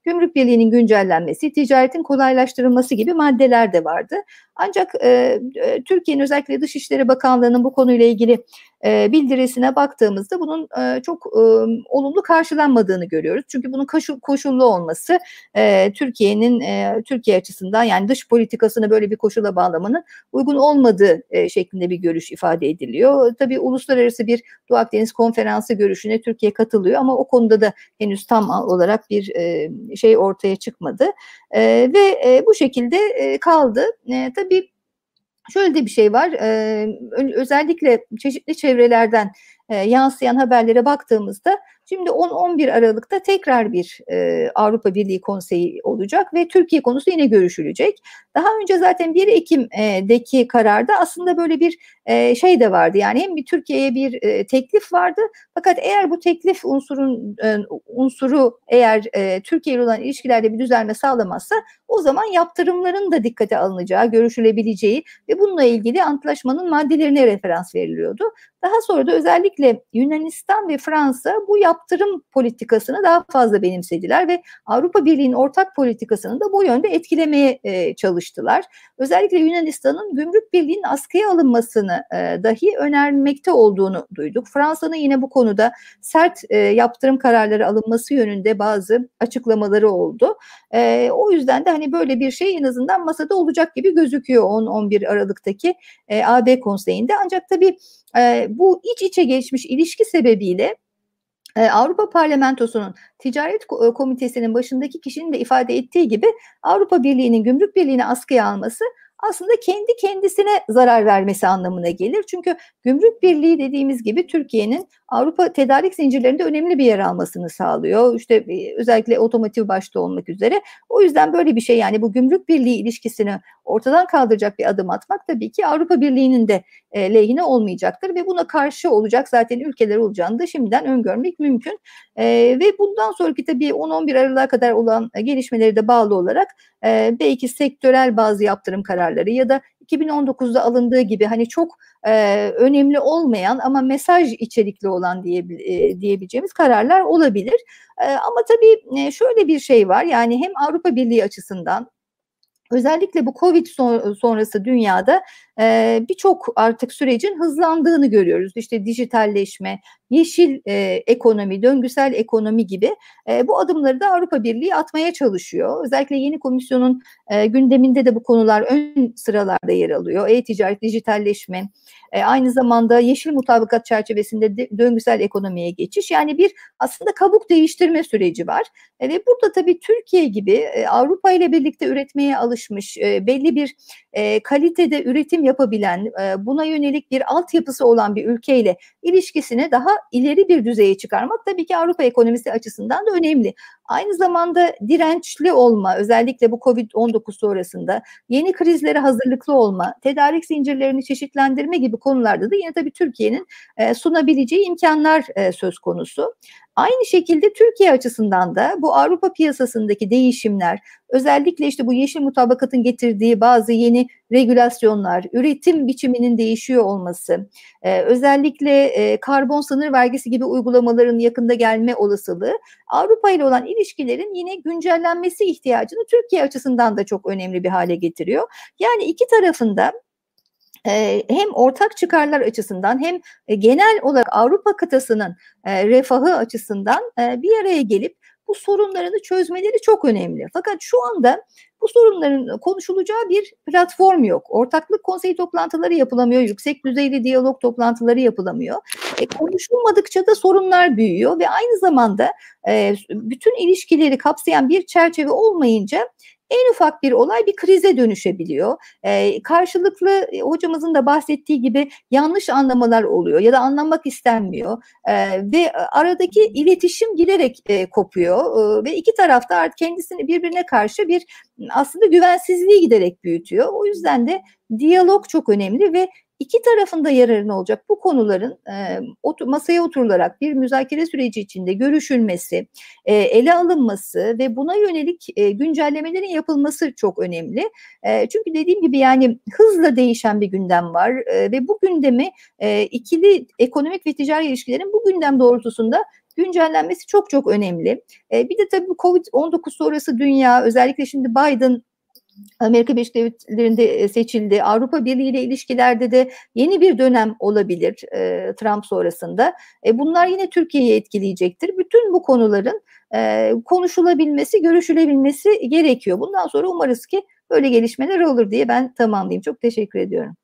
gümrük birliğinin güncellenmesi, ticaretin kolaylaştırılması gibi maddeler de vardı. Ancak e, Türkiye'nin özellikle Dışişleri Bakanlığı'nın bu konuyla ilgili e, bildirisine baktığımızda bunun e, çok e, olumlu karşılanmadığını görüyoruz. Çünkü bunun koşul, koşullu olması e, Türkiye'nin e, Türkiye açısından, yani dış politikasını böyle bir koşula bağlamanın uygun olmadığı e, şeklinde bir görüş ifade ediliyor. Tabii uluslararası bir Doğu Akdeniz Konferansı görüşüne Türkiye katılıyor ama o konuda da henüz tam olarak bir e, şey ortaya çıkmadı. E, ve e, bu şekilde e, kaldı. E, tabii şöyle de bir şey var. E, özellikle çeşitli çevrelerden e, yansıyan haberlere baktığımızda şimdi on on bir Aralık'ta tekrar bir e, Avrupa Birliği Konseyi olacak ve Türkiye konusu yine görüşülecek. Daha önce zaten bir Ekim'deki kararda aslında böyle bir e, şey de vardı. Yani hem bir Türkiye'ye bir e, teklif vardı. Fakat eğer bu teklif unsurun e, unsuru eğer e, Türkiye ile olan ilişkilerde bir düzelme sağlamazsa o zaman yaptırımların da dikkate alınacağı, görüşülebileceği ve bununla ilgili antlaşmanın maddelerine referans veriliyordu. Daha sonra da özellikle Yunanistan ve Fransa bu yaptırım politikasını daha fazla benimsediler ve Avrupa Birliği'nin ortak politikasını da bu yönde etkilemeye e, çalıştılar. Özellikle Yunanistan'ın gümrük birliğinin askıya alınmasını e, dahi önermekte olduğunu duyduk. Fransa'nın yine bu konuda sert e, yaptırım kararları alınması yönünde bazı açıklamaları oldu. E, o yüzden de hani böyle bir şey en azından masada olacak gibi gözüküyor on on bir Aralık'taki e, A B Konseyi'nde. Ancak tabii e, bu iç içe geçmiş ilişki sebebiyle Avrupa Parlamentosu'nun Ticaret Komitesi'nin başındaki kişinin de ifade ettiği gibi Avrupa Birliği'nin gümrük birliğini askıya alması aslında kendi kendisine zarar vermesi anlamına gelir. Çünkü gümrük birliği dediğimiz gibi Türkiye'nin Avrupa tedarik zincirlerinde önemli bir yer almasını sağlıyor. İşte özellikle otomotiv başta olmak üzere. O yüzden böyle bir şey, yani bu gümrük birliği ilişkisini ortadan kaldıracak bir adım atmak tabii ki Avrupa Birliği'nin de e, lehine olmayacaktır ve buna karşı olacak zaten ülkeler olacağını da şimdiden öngörmek mümkün. E, ve bundan sonraki tabii on on bir Aralık'a kadar olan gelişmeleri de bağlı olarak e, belki sektörel bazı yaptırım kararları ya da iki bin on dokuzda alındığı gibi hani çok e, önemli olmayan ama mesaj içerikli olan diye, e, diyebileceğimiz kararlar olabilir. E, ama tabii e, şöyle bir şey var, yani hem Avrupa Birliği açısından özellikle bu Covid sonrası dünyada e, birçok artık sürecin hızlandığını görüyoruz. İşte dijitalleşme, yeşil e, ekonomi, döngüsel ekonomi gibi e, bu adımları da Avrupa Birliği atmaya çalışıyor. Özellikle yeni komisyonun e, gündeminde de bu konular ön sıralarda yer alıyor. E-ticaret, dijitalleşme, e, aynı zamanda yeşil mutabakat çerçevesinde de, döngüsel ekonomiye geçiş. Yani bir aslında kabuk değiştirme süreci var. E, ve burada tabii Türkiye gibi e, Avrupa ile birlikte üretmeye alışmış, e, belli bir e, kalitede üretim yapabilen, e, buna yönelik bir altyapısı olan bir ülkeyle ilişkisini daha ileri bir düzeye çıkarmak tabii ki Avrupa ekonomisi açısından da önemli. Aynı zamanda dirençli olma, özellikle bu Covid on dokuz sonrasında yeni krizlere hazırlıklı olma, tedarik zincirlerini çeşitlendirme gibi konularda da yine tabii Türkiye'nin e, sunabileceği imkanlar e, söz konusu. Aynı şekilde Türkiye açısından da bu Avrupa piyasasındaki değişimler, özellikle işte bu yeşil mutabakatın getirdiği bazı yeni regülasyonlar, üretim biçiminin değişiyor olması, e, özellikle e, karbon sınır vergisi gibi uygulamaların yakında gelme olasılığı, Avrupa ile olan ilişkilerin yine güncellenmesi ihtiyacını Türkiye açısından da çok önemli bir hale getiriyor. Yani iki tarafında hem ortak çıkarlar açısından hem genel olarak Avrupa kıtasının refahı açısından bir araya gelip bu sorunlarını çözmeleri çok önemli. Fakat şu anda bu sorunların konuşulacağı bir platform yok. Ortaklık konseyi toplantıları yapılamıyor, yüksek düzeyli diyalog toplantıları yapılamıyor. E, konuşulmadıkça da sorunlar büyüyor ve aynı zamanda e, bütün ilişkileri kapsayan bir çerçeve olmayınca en ufak bir olay bir krize dönüşebiliyor. Ee, karşılıklı hocamızın da bahsettiği gibi yanlış anlamalar oluyor ya da anlamak istenmiyor ee, ve aradaki iletişim giderek e, kopuyor ee, ve iki tarafta artık kendisini birbirine karşı bir aslında güvensizliği giderek büyütüyor. O yüzden de diyalog çok önemli ve İki tarafın da yararına olacak bu konuların e, otur, masaya oturularak bir müzakere süreci içinde görüşülmesi, e, ele alınması ve buna yönelik e, güncellemelerin yapılması çok önemli. E, çünkü dediğim gibi yani hızla değişen bir gündem var e, ve bu gündemi e, ikili ekonomik ve ticari ilişkilerin bu gündem doğrultusunda güncellenmesi çok çok önemli. E, bir de tabii Covid on dokuz sonrası dünya, özellikle şimdi Biden Amerika Birleşik Devletleri'nde seçildi. Avrupa Birliği ile ilişkilerde de yeni bir dönem olabilir e, Trump sonrasında. E, bunlar yine Türkiye'yi etkileyecektir. Bütün bu konuların e, konuşulabilmesi, görüşülebilmesi gerekiyor. Bundan sonra umarız ki böyle gelişmeler olur diye ben tamamlayayım. Çok teşekkür ediyorum.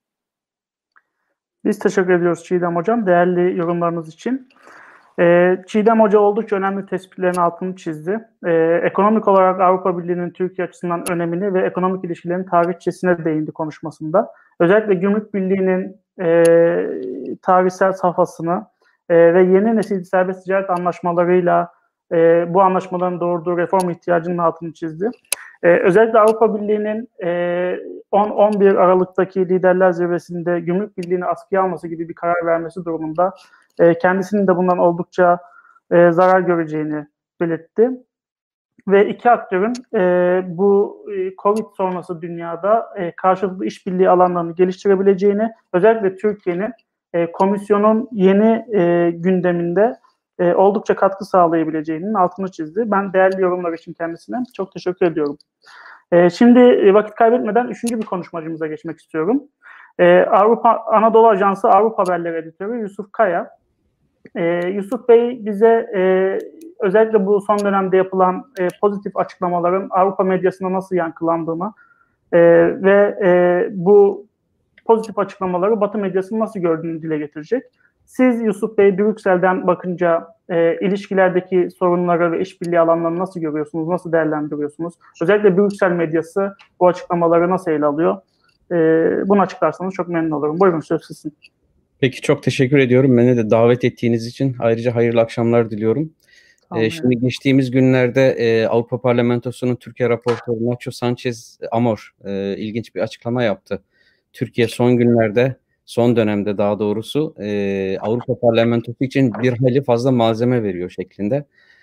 Biz teşekkür ediyoruz Çiğdem Hocam değerli yorumlarınız için. Ee, Çiğdem Hoca oldukça önemli tespitlerin altını çizdi. Ee, ekonomik olarak Avrupa Birliği'nin Türkiye açısından önemini ve ekonomik ilişkilerin tarihçesine değindi konuşmasında. Özellikle Gümrük Birliği'nin e, tarihsel safhasını e, ve yeni nesil serbest ticaret anlaşmalarıyla e, bu anlaşmaların doğurduğu reform ihtiyacının altını çizdi. Ee, özellikle Avrupa Birliği'nin e, on on bir Aralık'taki Liderler Zirvesi'nde Gümrük Birliği'ni askıya alması gibi bir karar vermesi durumunda e, kendisinin de bundan oldukça e, zarar göreceğini belirtti. Ve iki aktörün e, bu e, Covid sonrası dünyada e, karşılıklı işbirliği alanlarını geliştirebileceğini, özellikle Türkiye'nin e, komisyonun yeni e, gündeminde e, oldukça katkı sağlayabileceğinin altını çizdi. Ben değerli yorumlar için kendisine çok teşekkür ediyorum. E, şimdi e, vakit kaybetmeden üçüncü bir konuşmacımıza geçmek istiyorum. E, Avrupa Anadolu Ajansı Avrupa Haberleri Editörü Yusuf Kaya. E, Yusuf Bey bize e, özellikle bu son dönemde yapılan e, pozitif açıklamaların Avrupa medyasında nasıl yankılandığını e, ve e, bu pozitif açıklamaları Batı medyasının nasıl gördüğünü dile getirecek. Siz Yusuf Bey Brüksel'den bakınca e, ilişkilerdeki sorunları ve işbirliği alanlarını nasıl görüyorsunuz, nasıl değerlendiriyorsunuz? Özellikle Brüksel medyası bu açıklamaları nasıl ele alıyor? E, bunu açıklarsanız çok memnun olurum. Buyurun söz sizin. Peki çok teşekkür ediyorum. Beni de davet ettiğiniz için ayrıca hayırlı akşamlar diliyorum. Tamam, ee, şimdi geçtiğimiz günlerde e, Avrupa Parlamentosu'nun Türkiye raportörü Nacho Sanchez Amor e, ilginç bir açıklama yaptı. Türkiye son günlerde, son dönemde daha doğrusu e, Avrupa Parlamentosu için bir hayli fazla malzeme veriyor şeklinde.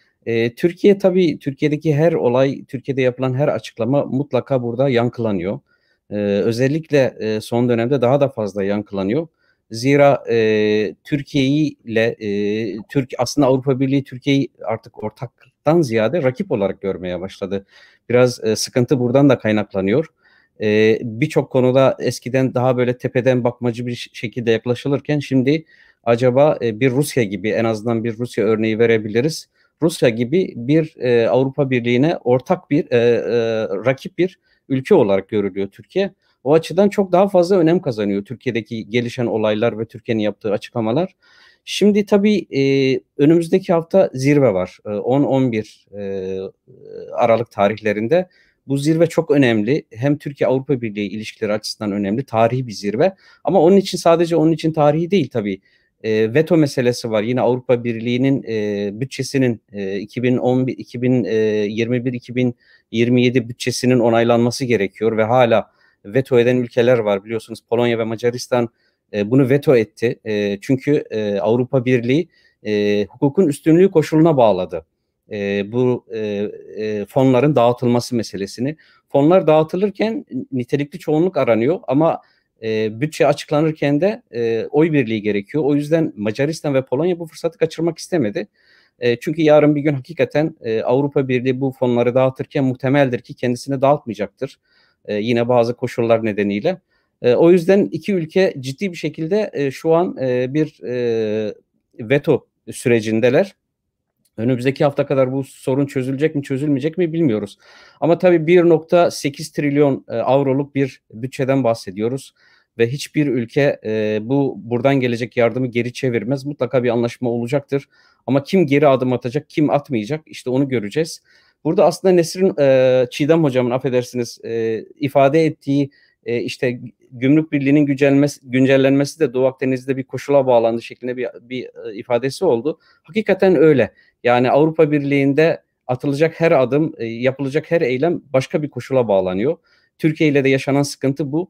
E, Türkiye tabii, Türkiye'deki her olay, Türkiye'de yapılan her açıklama mutlaka burada yankılanıyor. E, özellikle e, son dönemde daha da fazla yankılanıyor. Zira e, Türkiye'yi ile e, Türk aslında Avrupa Birliği Türkiye'yi artık ortaktan ziyade rakip olarak görmeye başladı. Biraz e, sıkıntı buradan da kaynaklanıyor. E, Birçok konuda eskiden daha böyle tepeden bakmacı bir şekilde yaklaşılırken şimdi acaba e, bir Rusya gibi, en azından bir Rusya örneği verebiliriz. Rusya gibi bir e, Avrupa Birliği'ne ortak bir e, e, rakip bir ülke olarak görülüyor Türkiye. O açıdan çok daha fazla önem kazanıyor Türkiye'deki gelişen olaylar ve Türkiye'nin yaptığı açıklamalar. Şimdi tabii e, önümüzdeki hafta zirve var. E, on on bir e, Aralık tarihlerinde. Bu zirve çok önemli. Hem Türkiye-Avrupa Birliği ilişkileri açısından önemli. Tarihi bir zirve. Ama onun için, sadece onun için tarihi değil tabii. E, veto meselesi var. Yine Avrupa Birliği'nin e, bütçesinin e, iki bin on bir, iki bin yirmi bir iki bin yirmi yedi bütçesinin onaylanması gerekiyor ve hala veto eden ülkeler var. Biliyorsunuz Polonya ve Macaristan e, bunu veto etti. E, çünkü e, Avrupa Birliği e, hukukun üstünlüğü koşuluna bağladı. E, bu e, e, fonların dağıtılması meselesini. Fonlar dağıtılırken nitelikli çoğunluk aranıyor ama e, bütçe açıklanırken de e, oy birliği gerekiyor. O yüzden Macaristan ve Polonya bu fırsatı kaçırmak istemedi. E, çünkü yarın bir gün hakikaten e, Avrupa Birliği bu fonları dağıtırken muhtemeldir ki kendisine dağıtmayacaktır. Ee, yine bazı koşullar nedeniyle. Ee, o yüzden iki ülke ciddi bir şekilde e, şu an e, bir e, veto sürecindeler. Önümüzdeki hafta kadar bu sorun çözülecek mi çözülmeyecek mi bilmiyoruz. Ama tabii bir nokta sekiz trilyon e, avroluk bir bütçeden bahsediyoruz. Ve hiçbir ülke e, bu buradan gelecek yardımı geri çevirmez. Mutlaka bir anlaşma olacaktır. Ama kim geri adım atacak, kim atmayacak, işte onu göreceğiz. Burada aslında Nesrin, e, Çiğdem hocamın affedersiniz e, ifade ettiği e, işte Gümrük Birliği'nin güncellenmesi, güncellenmesi de Doğu Akdeniz'de bir koşula bağlandı şeklinde bir, bir e, ifadesi oldu. Hakikaten öyle. Yani Avrupa Birliği'nde atılacak her adım, e, yapılacak her eylem başka bir koşula bağlanıyor. Türkiye ile de yaşanan sıkıntı bu.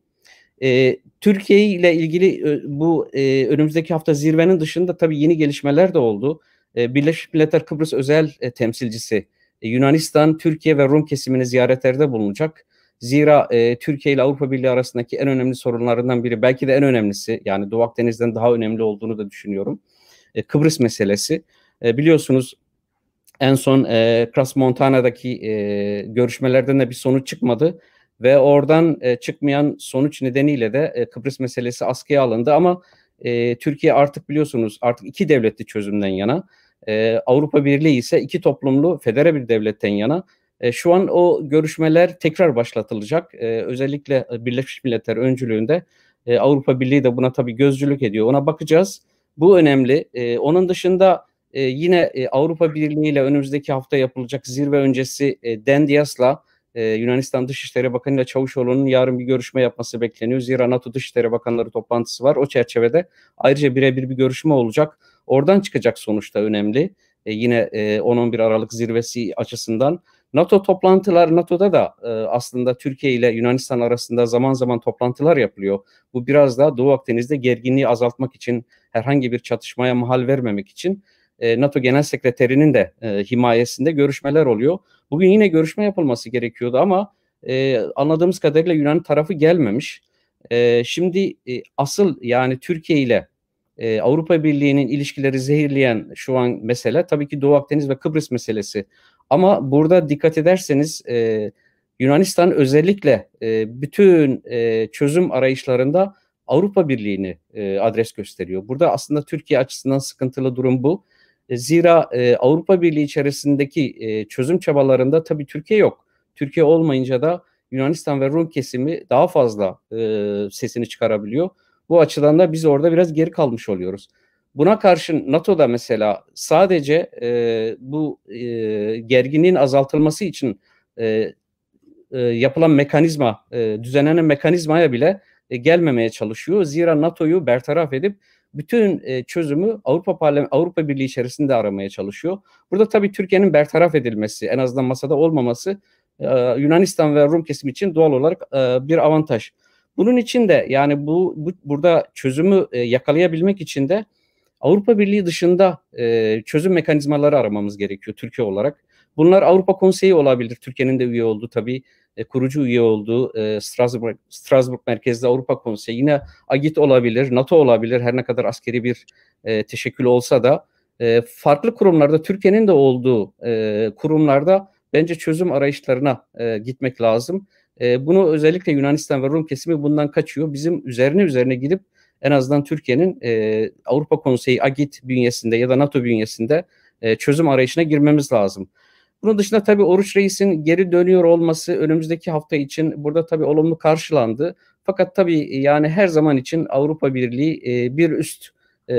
E, Türkiye ile ilgili e, bu e, önümüzdeki hafta zirvenin dışında tabii yeni gelişmeler de oldu. E, Birleşmiş Milletler Kıbrıs özel e, temsilcisi Yunanistan, Türkiye ve Rum kesimini ziyaretlerde bulunacak. Zira e, Türkiye ile Avrupa Birliği arasındaki en önemli sorunlarından biri, belki de en önemlisi, yani Doğu Akdeniz'den daha önemli olduğunu da düşünüyorum. E, Kıbrıs meselesi. E, biliyorsunuz en son e, Crans-Montana'daki e, görüşmelerden de bir sonuç çıkmadı ve oradan e, çıkmayan sonuç nedeniyle de e, Kıbrıs meselesi askıya alındı ama e, Türkiye artık biliyorsunuz artık iki devletli çözümden yana, e, Avrupa Birliği ise iki toplumlu federe bir devletten yana. E, şu an o görüşmeler tekrar başlatılacak. E, özellikle Birleşmiş Milletler öncülüğünde e, Avrupa Birliği de buna tabii gözcülük ediyor. Ona bakacağız. Bu önemli. E, onun dışında e, yine e, Avrupa Birliği ile önümüzdeki hafta yapılacak zirve öncesi e, Dendias'la e, Yunanistan Dışişleri Bakanı ile Çavuşoğlu'nun yarın bir görüşme yapması bekleniyor. Zira NATO Dışişleri Bakanları toplantısı var. O çerçevede ayrıca birebir bir görüşme olacak. Oradan çıkacak sonuç da önemli. E, yine e, on on bir Aralık zirvesi açısından. NATO toplantılar, NATO'da da e, aslında Türkiye ile Yunanistan arasında zaman zaman toplantılar yapılıyor. Bu biraz da Doğu Akdeniz'de gerginliği azaltmak için, herhangi bir çatışmaya mahal vermemek için e, NATO Genel Sekreterinin de e, himayesinde görüşmeler oluyor. Bugün yine görüşme yapılması gerekiyordu ama e, anladığımız kadarıyla Yunan tarafı gelmemiş. E, şimdi e, asıl yani Türkiye ile e, Avrupa Birliği'nin ilişkileri zehirleyen şu an mesele tabii ki Doğu Akdeniz ve Kıbrıs meselesi. Ama burada dikkat ederseniz e, Yunanistan özellikle e, bütün e, çözüm arayışlarında Avrupa Birliği'ni e, adres gösteriyor. Burada aslında Türkiye açısından sıkıntılı durum bu. E, zira e, Avrupa Birliği içerisindeki e, çözüm çabalarında tabii Türkiye yok. Türkiye olmayınca da Yunanistan ve Rum kesimi daha fazla e, sesini çıkarabiliyor. Bu açıdan da biz orada biraz geri kalmış oluyoruz. Buna karşın NATO'da mesela sadece e, bu e, gerginliğin azaltılması için e, e, yapılan mekanizma, e, düzenlenen mekanizmaya bile e, gelmemeye çalışıyor. Zira NATO'yu bertaraf edip bütün e, çözümü Avrupa Parlament Avrupa Birliği içerisinde aramaya çalışıyor. Burada tabii Türkiye'nin bertaraf edilmesi, en azından masada olmaması e, Yunanistan ve Rum kesimi için doğal olarak e, bir avantaj. Bunun için de yani bu, bu burada çözümü e, yakalayabilmek için de Avrupa Birliği dışında e, çözüm mekanizmaları aramamız gerekiyor Türkiye olarak. Bunlar Avrupa Konseyi olabilir. Türkiye'nin de üye olduğu tabii e, kurucu üye olduğu e, Strasbourg, Strasbourg merkezli Avrupa Konseyi. Yine AGİT olabilir, NATO olabilir. Her ne kadar askeri bir e, teşekkül olsa da e, farklı kurumlarda Türkiye'nin de olduğu e, kurumlarda bence çözüm arayışlarına e, gitmek lazım. E, bunu özellikle Yunanistan ve Rum kesimi bundan kaçıyor. Bizim üzerine üzerine gidip en azından Türkiye'nin e, Avrupa Konseyi AGİT bünyesinde ya da NATO bünyesinde e, çözüm arayışına girmemiz lazım. Bunun dışında tabii Oruç Reis'in geri dönüyor olması önümüzdeki hafta için burada tabii olumlu karşılandı. Fakat tabii yani her zaman için Avrupa Birliği e, bir üst e,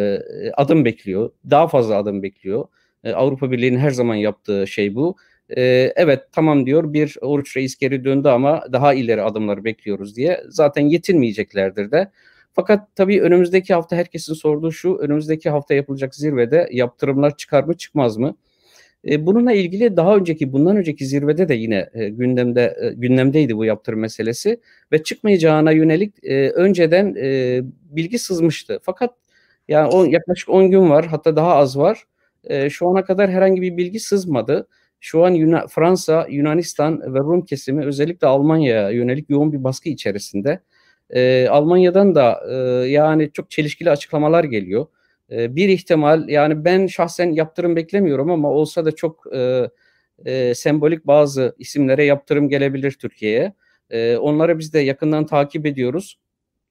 adım bekliyor. Daha fazla adım bekliyor. E, Avrupa Birliği'nin her zaman yaptığı şey bu. E, evet tamam diyor, bir Oruç Reis geri döndü ama daha ileri adımları bekliyoruz diye. Zaten yetinmeyeceklerdir de. Fakat tabii önümüzdeki hafta herkesin sorduğu şu, önümüzdeki hafta yapılacak zirvede yaptırımlar çıkar mı çıkmaz mı? E, bununla ilgili daha önceki, bundan önceki zirvede de yine e, gündemde e, gündemdeydi bu yaptırım meselesi ve çıkmayacağına yönelik e, önceden e, bilgi sızmıştı. Fakat yani on, yaklaşık on gün var, hatta daha az var. E, şu ana kadar herhangi bir bilgi sızmadı. Şu an Yuna, Fransa, Yunanistan ve Rum kesimi özellikle Almanya'ya yönelik yoğun bir baskı içerisinde. E, Almanya'dan da e, yani çok çelişkili açıklamalar geliyor. E, bir ihtimal, yani ben şahsen yaptırım beklemiyorum ama olsa da çok e, e, sembolik bazı isimlere yaptırım gelebilir Türkiye'ye. E, onları biz de yakından takip ediyoruz.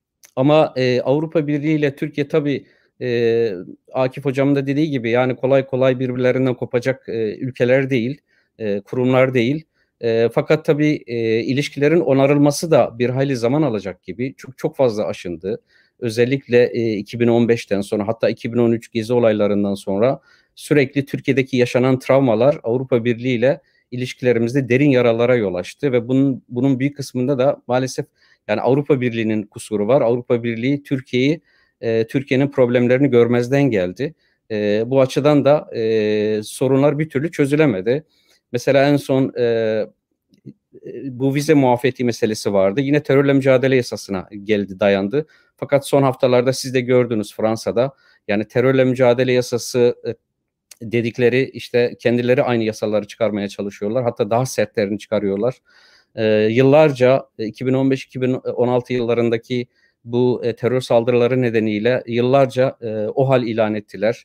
Ama e, Avrupa Birliği ile Türkiye tabii e, Akif Hocam'ın da dediği gibi yani kolay kolay birbirlerinden kopacak e, ülkeler değil, e, kurumlar değil. E, fakat tabii e, ilişkilerin onarılması da bir hayli zaman alacak gibi. Çok çok fazla aşındı. Özellikle e, iki bin on beşten sonra, hatta iki bin on üç Gezi olaylarından sonra sürekli Türkiye'deki yaşanan travmalar Avrupa Birliği ile ilişkilerimizde derin yaralara yol açtı ve bunun bunun büyük kısmında da maalesef yani Avrupa Birliği'nin kusuru var. Avrupa Birliği Türkiye'yi e, Türkiye'nin problemlerini görmezden geldi. E, bu açıdan da e, sorunlar bir türlü çözülemedi. Mesela en son e, bu vize muafiyeti meselesi vardı. Yine terörle mücadele yasasına geldi, dayandı. Fakat son haftalarda siz de gördünüz Fransa'da yani terörle mücadele yasası e, dedikleri işte kendileri aynı yasaları çıkarmaya çalışıyorlar. Hatta daha sertlerini çıkarıyorlar. E, yıllarca iki bin on beş iki bin on altı yıllarındaki bu e, terör saldırıları nedeniyle yıllarca e, OHAL ilan ettiler.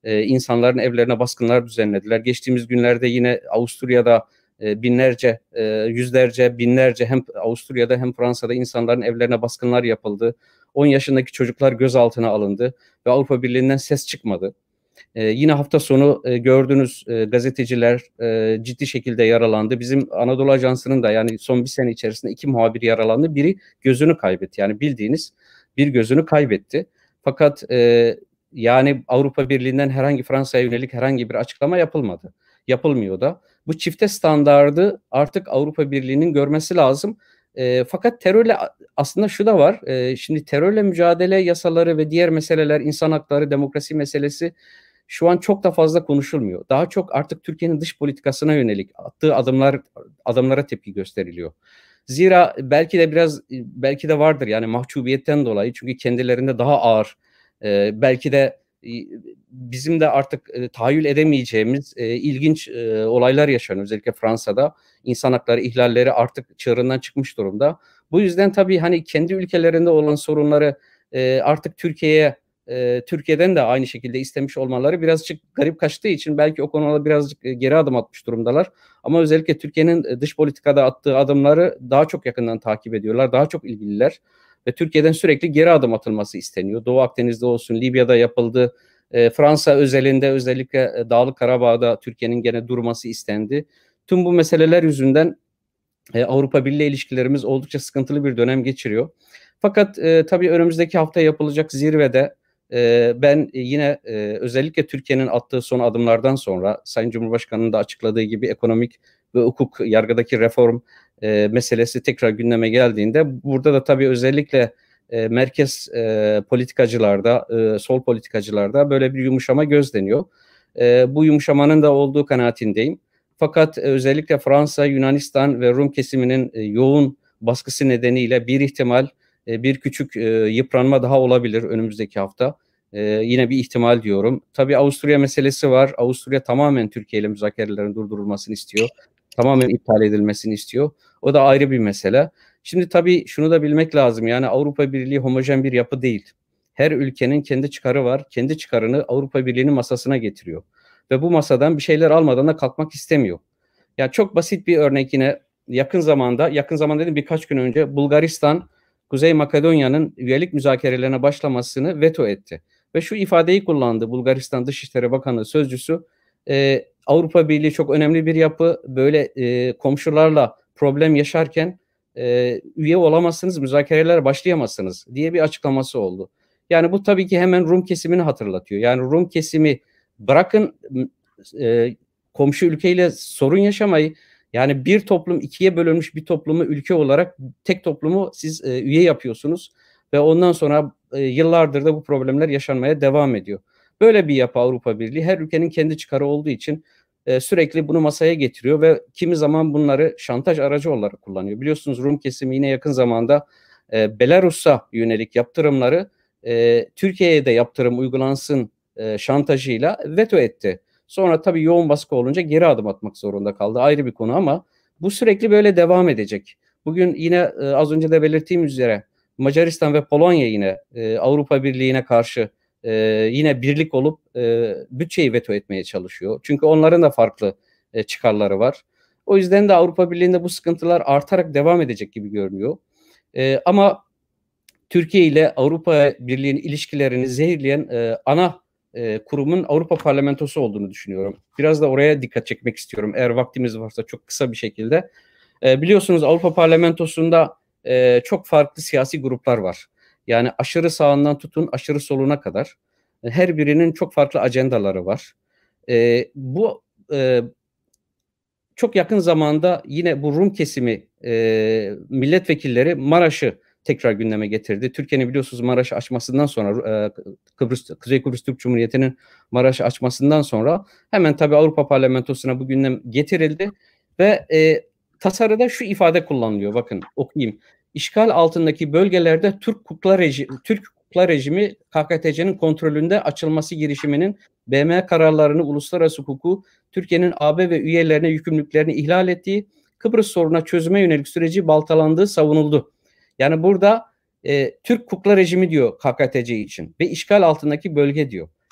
e, insanların evlerine baskınlar düzenlediler. Geçtiğimiz günlerde yine Avusturya'da e, binlerce, e, yüzlerce, binlerce hem Avusturya'da hem Fransa'da insanların evlerine baskınlar yapıldı. on yaşındaki çocuklar gözaltına alındı ve Avrupa Birliği'nden ses çıkmadı. Ee, yine hafta sonu e, gördüğünüz e, gazeteciler e, ciddi şekilde yaralandı. Bizim Anadolu Ajansı'nın da yani son bir sene içerisinde iki muhabir yaralandı. Biri gözünü kaybetti. Yani bildiğiniz bir gözünü kaybetti. Fakat e, yani Avrupa Birliği'nden herhangi Fransa'ya yönelik herhangi bir açıklama yapılmadı. Yapılmıyor da. Bu çifte standardı artık Avrupa Birliği'nin görmesi lazım. E, fakat terörle aslında şu da var. E, şimdi terörle mücadele yasaları ve diğer meseleler, insan hakları, demokrasi meselesi şu an çok da fazla konuşulmuyor. Daha çok artık Türkiye'nin dış politikasına yönelik attığı adımlar adımlara tepki gösteriliyor. Zira belki de biraz belki de vardır yani mahcubiyetten dolayı, çünkü kendilerinde daha ağır e, belki de e, bizim de artık e, tahayyül edemeyeceğimiz e, ilginç e, olaylar yaşanıyor. Özellikle Fransa'da insan hakları ihlalleri artık çığırından çıkmış durumda. Bu yüzden tabii hani kendi ülkelerinde olan sorunları e, artık Türkiye'ye e, Türkiye'den de aynı şekilde istemiş olmaları birazcık garip kaçtığı için belki o konuda birazcık geri adım atmış durumdalar. Ama özellikle Türkiye'nin dış politikada attığı adımları daha çok yakından takip ediyorlar, daha çok ilgililer ve Türkiye'den sürekli geri adım atılması isteniyor. Doğu Akdeniz'de olsun, Libya'da yapıldı, e, Fransa özelinde özellikle e, Dağlık Karabağ'da Türkiye'nin gene durması istendi. Tüm bu meseleler yüzünden e, Avrupa Birliği ilişkilerimiz oldukça sıkıntılı bir dönem geçiriyor. Fakat e, tabii önümüzdeki hafta yapılacak zirvede e, ben yine e, özellikle Türkiye'nin attığı son adımlardan sonra Sayın Cumhurbaşkanı'nın da açıkladığı gibi ekonomik ve hukuk yargıdaki reform e, meselesi tekrar gündeme geldiğinde burada da tabii özellikle e, merkez e, politikacılarda, e, sol politikacılarda böyle bir yumuşama gözleniyor. E, bu yumuşamanın da olduğu kanaatindeyim. Fakat özellikle Fransa, Yunanistan ve Rum kesiminin e, yoğun baskısı nedeniyle bir ihtimal e, bir küçük e, yıpranma daha olabilir önümüzdeki hafta. E, yine bir ihtimal diyorum. Tabii Avusturya meselesi var. Avusturya tamamen Türkiye ile müzakerelerin durdurulmasını istiyor. Tamamen iptal edilmesini istiyor. O da ayrı bir mesele. Şimdi tabii şunu da bilmek lazım. Yani Avrupa Birliği homojen bir yapı değil. Her ülkenin kendi çıkarı var. Kendi çıkarını Avrupa Birliği'nin masasına getiriyor. Ve bu masadan bir şeyler almadan da kalkmak istemiyor. Yani çok basit bir örnek yine yakın zamanda, yakın zaman dedim birkaç gün önce Bulgaristan, Kuzey Makedonya'nın üyelik müzakerelerine başlamasını veto etti. Ve şu ifadeyi kullandı Bulgaristan Dışişleri Bakanı sözcüsü, e, Avrupa Birliği çok önemli bir yapı, böyle e, komşularla problem yaşarken e, üye olamazsınız, müzakerelere başlayamazsınız diye bir açıklaması oldu. Yani bu tabii ki hemen Rum kesimini hatırlatıyor. Yani Rum kesimi bırakın e, komşu ülkeyle sorun yaşamayı, yani bir toplum ikiye bölünmüş bir toplumu ülke olarak tek toplumu siz e, üye yapıyorsunuz ve ondan sonra e, yıllardır da bu problemler yaşanmaya devam ediyor. Böyle bir yapı Avrupa Birliği, her ülkenin kendi çıkarı olduğu için e, sürekli bunu masaya getiriyor ve kimi zaman bunları şantaj aracı olarak kullanıyor. Biliyorsunuz Rum kesimi yine yakın zamanda e, Belarus'a yönelik yaptırımları e, Türkiye'ye de yaptırım uygulansın e, şantajıyla veto etti. Sonra tabii yoğun baskı olunca geri adım atmak zorunda kaldı. Ayrı bir konu ama bu sürekli böyle devam edecek. Bugün yine e, az önce de belirttiğim üzere Macaristan ve Polonya yine e, Avrupa Birliği'ne karşı e, yine birlik olup e, bütçeyi veto etmeye çalışıyor. Çünkü onların da farklı e, çıkarları var. O yüzden de Avrupa Birliği'nde bu sıkıntılar artarak devam edecek gibi görünüyor. E, ama Türkiye ile Avrupa Birliği'nin ilişkilerini zehirleyen e, ana e, kurumun Avrupa Parlamentosu olduğunu düşünüyorum. Biraz da oraya dikkat çekmek istiyorum. Eğer vaktimiz varsa çok kısa bir şekilde. E, biliyorsunuz Avrupa Parlamentosu'nda e, çok farklı siyasi gruplar var. Yani aşırı sağından tutun aşırı soluna kadar. E, her birinin çok farklı ajendaları var. E, bu e, çok yakın zamanda yine bu Rum kesimi e, milletvekilleri Maraş'ı tekrar gündeme getirdi. Türkiye'nin biliyorsunuz Maraş'ı açmasından sonra e, Kıbrıs, Kuzey Kıbrıs Türk Cumhuriyeti'nin Maraş'ı açmasından sonra hemen tabii Avrupa Parlamentosu'na bu gündem getirildi ve e, tasarıda şu ifade kullanılıyor. Bakın okuyayım. İşgal altındaki bölgelerde Türk kukla rejimi, Türk kukla rejimi K K T C'nin kontrolünde açılması girişiminin B M kararlarını, uluslararası hukuku, Türkiye'nin A B ve üyelerine yükümlülüklerini ihlal ettiği, Kıbrıs sorununa çözüme yönelik süreci baltalandığı savunuldu. Yani burada e, Türk kukla rejimi diyor K K T C için ve işgal altındaki bölge diyor.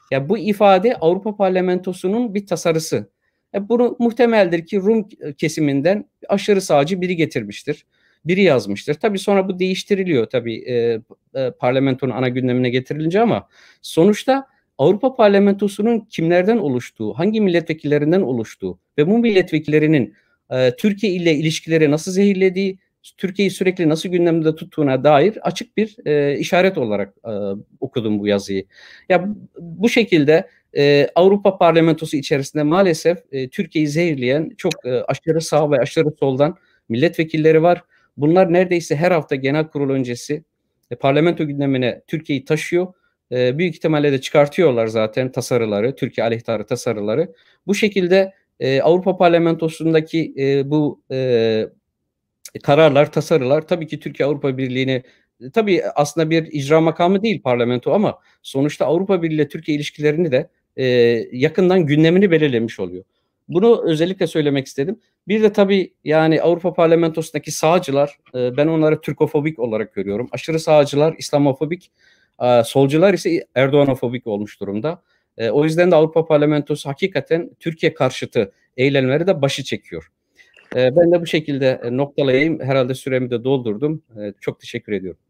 Ya bu ifade Avrupa Parlamentosu'nun bir tasarısı. E bunu muhtemeldir ki Rum kesiminden aşırı sağcı biri getirmiştir. Biri yazmıştır. Tabii sonra bu değiştiriliyor tabii e, e, parlamentonun ana gündemine getirilince ama sonuçta Avrupa Parlamentosu'nun kimlerden oluştuğu, hangi milletvekillerinden oluştuğu ve bu milletvekillerinin e, Türkiye ile ilişkileri nasıl zehirlediği, Türkiye'yi sürekli nasıl gündemde tuttuğuna dair açık bir e, işaret olarak e, okudum bu yazıyı. Ya bu şekilde e, Avrupa Parlamentosu içerisinde maalesef e, Türkiye'yi zehirleyen çok e, aşırı sağ ve aşırı soldan milletvekilleri var. Bunlar neredeyse her hafta genel kurul öncesi e, parlamento gündemine Türkiye'yi taşıyor. E, büyük ihtimalle de çıkartıyorlar zaten tasarıları, Türkiye aleyhtarı tasarıları. Bu şekilde e, Avrupa Parlamentosu'ndaki e, bu e, kararlar, tasarılar tabii ki Türkiye Avrupa Birliği'ni, tabii aslında bir icra makamı değil parlamento ama sonuçta Avrupa Birliği ile Türkiye ilişkilerini de e, yakından gündemini belirlemiş oluyor. Bunu özellikle söylemek istedim. Bir de tabii yani Avrupa Parlamentosu'ndaki sağcılar, e, ben onları Türkofobik olarak görüyorum. Aşırı sağcılar İslamofobik, e, solcular ise Erdoğanofobik olmuş durumda. E, o yüzden de Avrupa Parlamentosu hakikaten Türkiye karşıtı eylemleri de başı çekiyor. E, ben de bu şekilde noktalayayım. Herhalde süremi de doldurdum. E, çok teşekkür ediyorum.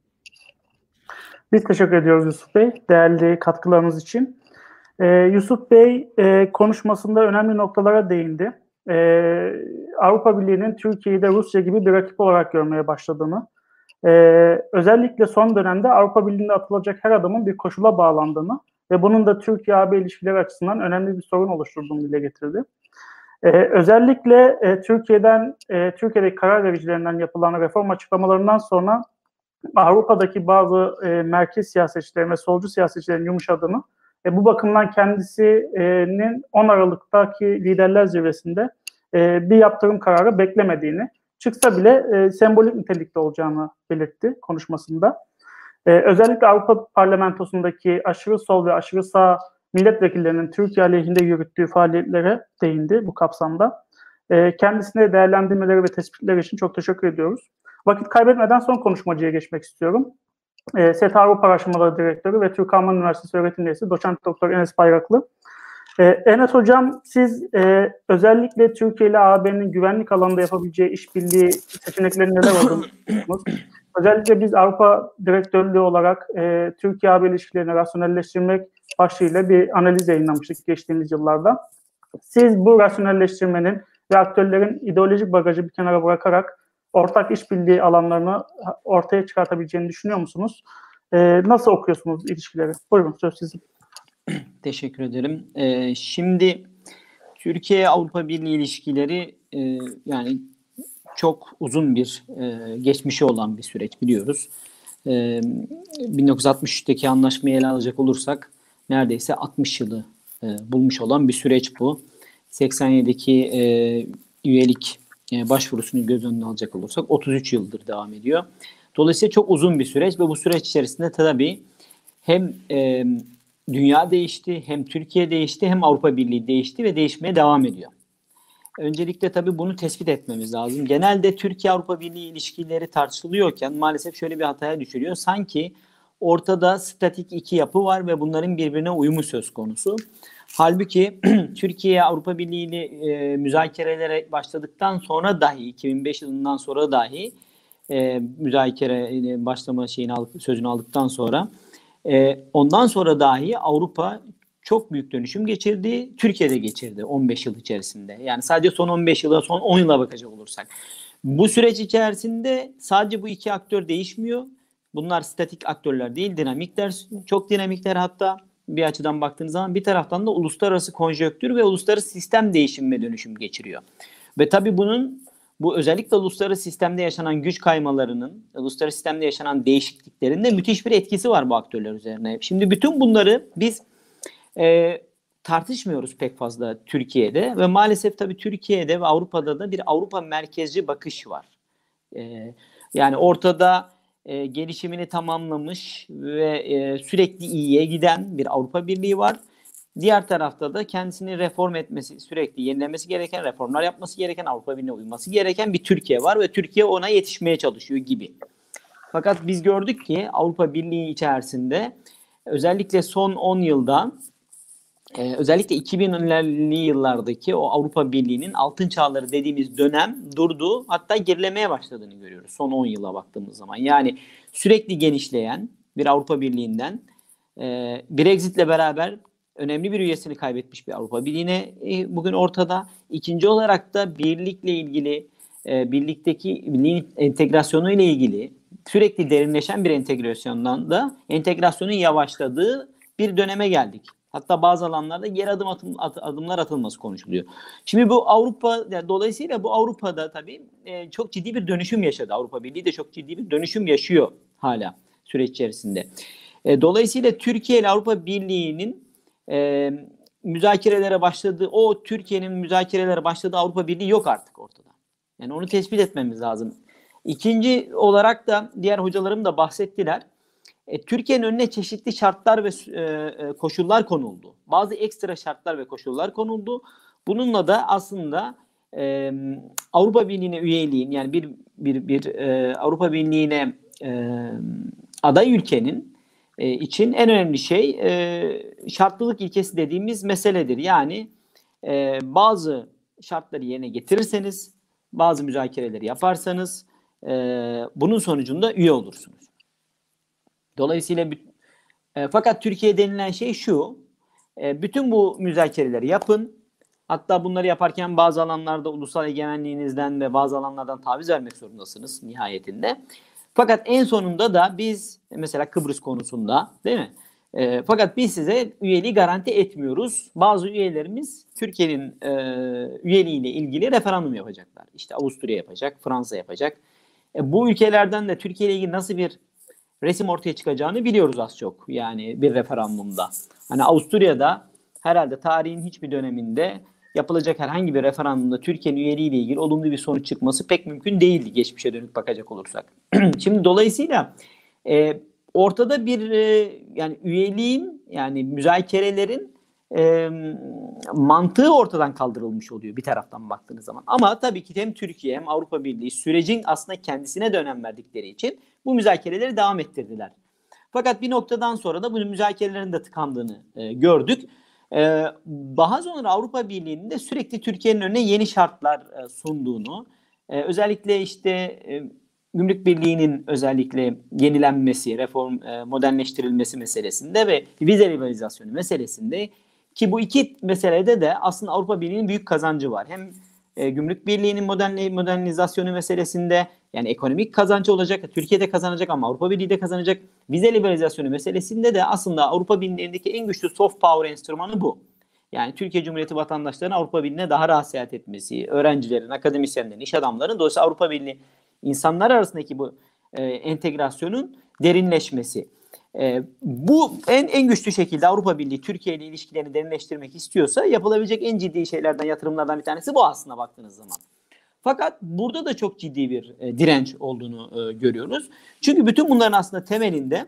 Biz teşekkür ediyoruz Yusuf Bey, değerli katkılarınız için. Ee, Yusuf Bey e, konuşmasında önemli noktalara değindi. Ee, Avrupa Birliği'nin Türkiye'yi de Rusya gibi bir rakip olarak görmeye başladığını, e, özellikle son dönemde Avrupa Birliği'nde atılacak her adımın bir koşula bağlandığını ve bunun da Türkiye-A B ilişkileri açısından önemli bir sorun oluşturduğunu dile getirdi. Ee, özellikle e, Türkiye'den, e, Türkiye'deki karar vericilerinden yapılan reform açıklamalarından sonra Avrupa'daki bazı e, merkez siyasetçilerin ve solcu siyasetçilerin yumuşadığını ve bu bakımdan kendisinin on Aralık'taki liderler zirvesinde e, bir yaptırım kararı beklemediğini, çıksa bile e, sembolik nitelikte olacağını belirtti konuşmasında. E, özellikle Avrupa Parlamentosu'ndaki aşırı sol ve aşırı sağ milletvekillerinin Türkiye aleyhinde yürüttüğü faaliyetlere değindi bu kapsamda. E, kendisine değerlendirmeleri ve tespitleri için çok teşekkür ediyoruz. Vakit kaybetmeden son konuşmacıya geçmek istiyorum. E, SETA Avrupa Araştırmaları Direktörü ve Türk Alman Üniversitesi öğretim üyesi Doçent Doktor Enes Bayraklı. E, Enes Hocam, siz e, özellikle Türkiye ile A B'nin güvenlik alanında yapabileceği işbirliği seçenekleri neler olduğunu düşünüyorsunuz? Özellikle biz Avrupa Direktörlüğü olarak e, Türkiye-A B ilişkilerini rasyonelleştirmek başlığıyla bir analiz yayınlamıştık geçtiğimiz yıllarda. Siz bu rasyonelleştirmenin ve aktörlerin ideolojik bagajı bir kenara bırakarak ortak işbirliği alanlarını ortaya çıkartabileceğini düşünüyor musunuz? Ee, nasıl okuyorsunuz ilişkileri? Buyurun, söz sizin. Teşekkür ederim. Ee, şimdi Türkiye-Avrupa Birliği ilişkileri e, yani çok uzun bir e, geçmişi olan bir süreç biliyoruz. E, bin dokuz yüz altmış üçteki anlaşmayı ele alacak olursak neredeyse altmış yılı e, bulmuş olan bir süreç bu. seksen yedideki e, üyelik e, başvurusunu göz önüne alacak olursak otuz üç yıldır devam ediyor. Dolayısıyla çok uzun bir süreç ve bu süreç içerisinde tabii hem e, dünya değişti, hem Türkiye değişti, hem Avrupa Birliği değişti ve değişmeye devam ediyor. Öncelikle tabii bunu tespit etmemiz lazım. Genelde Türkiye-Avrupa Birliği ilişkileri tartışılıyorken maalesef şöyle bir hataya düşürüyor. Sanki ortada statik iki yapı var ve bunların birbirine uyumu söz konusu. Halbuki Türkiye Avrupa Birliği ile e, müzakerelere başladıktan sonra dahi, iki bin beş yılından sonra dahi e, müzakere başlama şeyini aldık, sözünü aldıktan sonra e, ondan sonra dahi Avrupa çok büyük dönüşüm geçirdi. Türkiye'de geçirdi on beş yıl içerisinde. Yani sadece son on beş yıla, son on yıla bakacak olursak. Bu süreç içerisinde sadece bu iki aktör değişmiyor. Bunlar statik aktörler değil, dinamikler, çok dinamikler hatta bir açıdan baktığınız zaman. Bir taraftan da uluslararası konjonktür ve uluslararası sistem değişim ve dönüşüm geçiriyor. Ve tabii bunun, bu özellikle uluslararası sistemde yaşanan güç kaymalarının, uluslararası sistemde yaşanan değişikliklerin de müthiş bir etkisi var bu aktörler üzerine. Şimdi bütün bunları biz e, tartışmıyoruz pek fazla Türkiye'de ve maalesef tabii Türkiye'de ve Avrupa'da da bir Avrupa merkezci bakış var. E, yani ortada e, gelişimini tamamlamış ve e, sürekli iyiye giden bir Avrupa Birliği var. Diğer tarafta da kendisini reform etmesi, sürekli yenilemesi gereken, reformlar yapması gereken, Avrupa Birliği'ne uyması gereken bir Türkiye var ve Türkiye ona yetişmeye çalışıyor gibi. Fakat biz gördük ki Avrupa Birliği içerisinde özellikle son on yılda e, özellikle iki binli yıllardaki o Avrupa Birliği'nin altın çağları dediğimiz dönem durdu. Hatta gerilemeye başladığını görüyoruz son on yıla baktığımız zaman. Yani sürekli genişleyen bir Avrupa Birliği'nden e, Brexit'le beraber önemli bir üyesini kaybetmiş bir Avrupa Birliği'ne e, bugün ortada. İkinci olarak da birlikle ilgili, e, birlikteki birliğin entegrasyonu ile ilgili sürekli derinleşen bir entegrasyondan da entegrasyonun yavaşladığı bir döneme geldik. Hatta bazı alanlarda geri adım atım, at, adımlar atılması konuşuluyor. Şimdi bu Avrupa, yani dolayısıyla bu Avrupa'da tabii e, çok ciddi bir dönüşüm yaşadı. Avrupa Birliği de çok ciddi bir dönüşüm yaşıyor hala süreç içerisinde. E, dolayısıyla Türkiye ile Avrupa Birliği'nin e, müzakerelere başladığı, o Türkiye'nin müzakerelere başladığı Avrupa Birliği yok artık ortada. Yani onu tespit etmemiz lazım. İkinci olarak da diğer hocalarım da bahsettiler. E, Türkiye'nin önüne çeşitli şartlar ve e, koşullar konuldu. Bazı ekstra şartlar ve koşullar konuldu. Bununla da aslında e, Avrupa Birliği'ne üyeliğin, yani bir bir bir e, Avrupa Birliği'ne e, aday ülkenin e, için en önemli şey e, şartlılık ilkesi dediğimiz meseledir. Yani e, bazı şartları yerine getirirseniz, bazı müzakereleri yaparsanız e, bunun sonucunda üye olursunuz. Dolayısıyla e, fakat Türkiye denilen şey şu, e, bütün bu müzakereleri yapın. Hatta bunları yaparken bazı alanlarda ulusal egemenliğinizden ve bazı alanlardan taviz vermek zorundasınız nihayetinde. Fakat en sonunda da biz mesela Kıbrıs konusunda, değil mi? E, fakat biz size üyeliği garanti etmiyoruz. Bazı üyelerimiz Türkiye'nin e, üyeliğiyle ilgili referandum yapacaklar. İşte Avusturya yapacak, Fransa yapacak. E, bu ülkelerden de Türkiye ile ilgili nasıl bir resim ortaya çıkacağını biliyoruz az çok. Yani bir referandumda. Hani Avusturya'da herhalde tarihin hiçbir döneminde yapılacak herhangi bir referandumda Türkiye'nin üyeliğiyle ilgili olumlu bir sonuç çıkması pek mümkün değildi geçmişe dönük bakacak olursak. Şimdi dolayısıyla e, ortada bir e, yani üyeliğin, yani müzakerelerin e, mantığı ortadan kaldırılmış oluyor bir taraftan baktığınız zaman. Ama tabii ki hem Türkiye hem Avrupa Birliği sürecin aslında kendisine de önem verdikleri için bu müzakereleri devam ettirdiler. Fakat bir noktadan sonra da bu müzakerelerin de tıkandığını e, gördük. E, daha sonra Avrupa Birliği'nin de sürekli Türkiye'nin önüne yeni şartlar e, sunduğunu, e, özellikle işte e, Gümrük Birliği'nin özellikle yenilenmesi, reform, e, modernleştirilmesi meselesinde ve vize liberalizasyonu meselesinde, ki bu iki meselede de aslında Avrupa Birliği'nin büyük kazancı var. Hem e, Gümrük Birliği'nin modern, modernizasyonu meselesinde, yani ekonomik kazancı olacak, Türkiye'de kazanacak ama Avrupa Birliği de kazanacak. Vize liberalizasyonu meselesinde de aslında Avrupa Birliği'ndeki en güçlü soft power enstrümanı bu. Yani Türkiye Cumhuriyeti vatandaşlarının Avrupa Birliği'ne daha rahat seyahat etmesi, öğrencilerin, akademisyenlerin, iş adamlarının, dolayısıyla Avrupa Birliği insanlar arasındaki bu e, entegrasyonun derinleşmesi. E, bu en en güçlü şekilde Avrupa Birliği Türkiye ile ilişkilerini derinleştirmek istiyorsa yapılabilecek en ciddi şeylerden, yatırımlardan bir tanesi bu aslında baktığınız zaman. Fakat burada da çok ciddi bir e, direnç olduğunu e, görüyoruz. Çünkü bütün bunların aslında temelinde,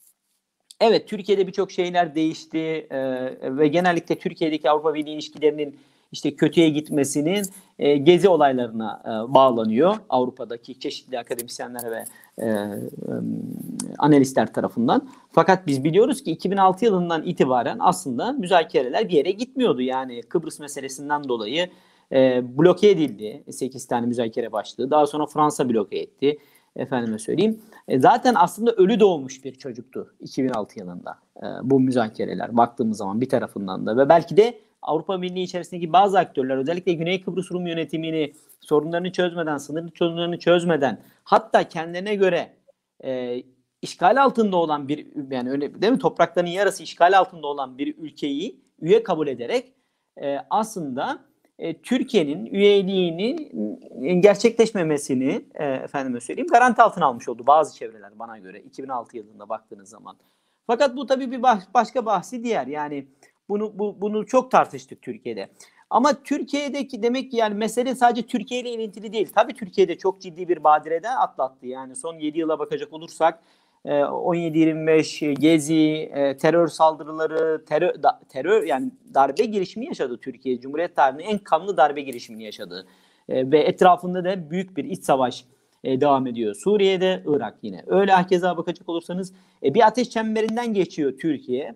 evet, Türkiye'de birçok şeyler değişti e, ve genellikle Türkiye'deki Avrupa Birliği ilişkilerinin işte kötüye gitmesinin e, gezi olaylarına e, bağlanıyor Avrupa'daki çeşitli akademisyenler ve e, e, analistler tarafından. Fakat biz biliyoruz ki iki bin altı yılından itibaren aslında müzakereler bir yere gitmiyordu. Yani Kıbrıs meselesinden dolayı e, bloke edildi. sekiz tane müzakere başlığı. Daha sonra Fransa bloke etti. Efendime söyleyeyim. E, zaten aslında ölü doğmuş bir çocuktu iki bin altı yılında e, bu müzakereler baktığımız zaman bir tarafından da, ve belki de Avrupa Birliği içerisindeki bazı aktörler özellikle Güney Kıbrıs Rum yönetimini sorunlarını çözmeden, sınır sorunlarını çözmeden, hatta kendilerine göre e, işgal altında olan bir, yani öyle değil mi, topraklarının yarısı işgal altında olan bir ülkeyi üye kabul ederek e, aslında e, Türkiye'nin üyeliğinin gerçekleşmemesini e, efendime söyleyeyim garanti altına almış oldu bazı çevreler bana göre iki bin altı yılında baktığınız zaman. Fakat bu tabii bir baş, başka bahsi diğer, yani bunu bu, bunu çok tartıştık Türkiye'de. Ama Türkiye'deki demek ki yani mesele sadece Türkiye ile ilintili değil. Tabii Türkiye'de çok ciddi bir badireden atlattı. Yani son yedi yıla bakacak olursak on yedi yirmi beş Gezi, terör saldırıları, terör, terör yani darbe girişimi yaşadı Türkiye. Cumhuriyet tarihinin en kanlı darbe girişimini yaşadı. Ve etrafında da büyük bir iç savaş devam ediyor. Suriye'de, Irak yine. Öyle hakeza bakacak olursanız bir ateş çemberinden geçiyor Türkiye.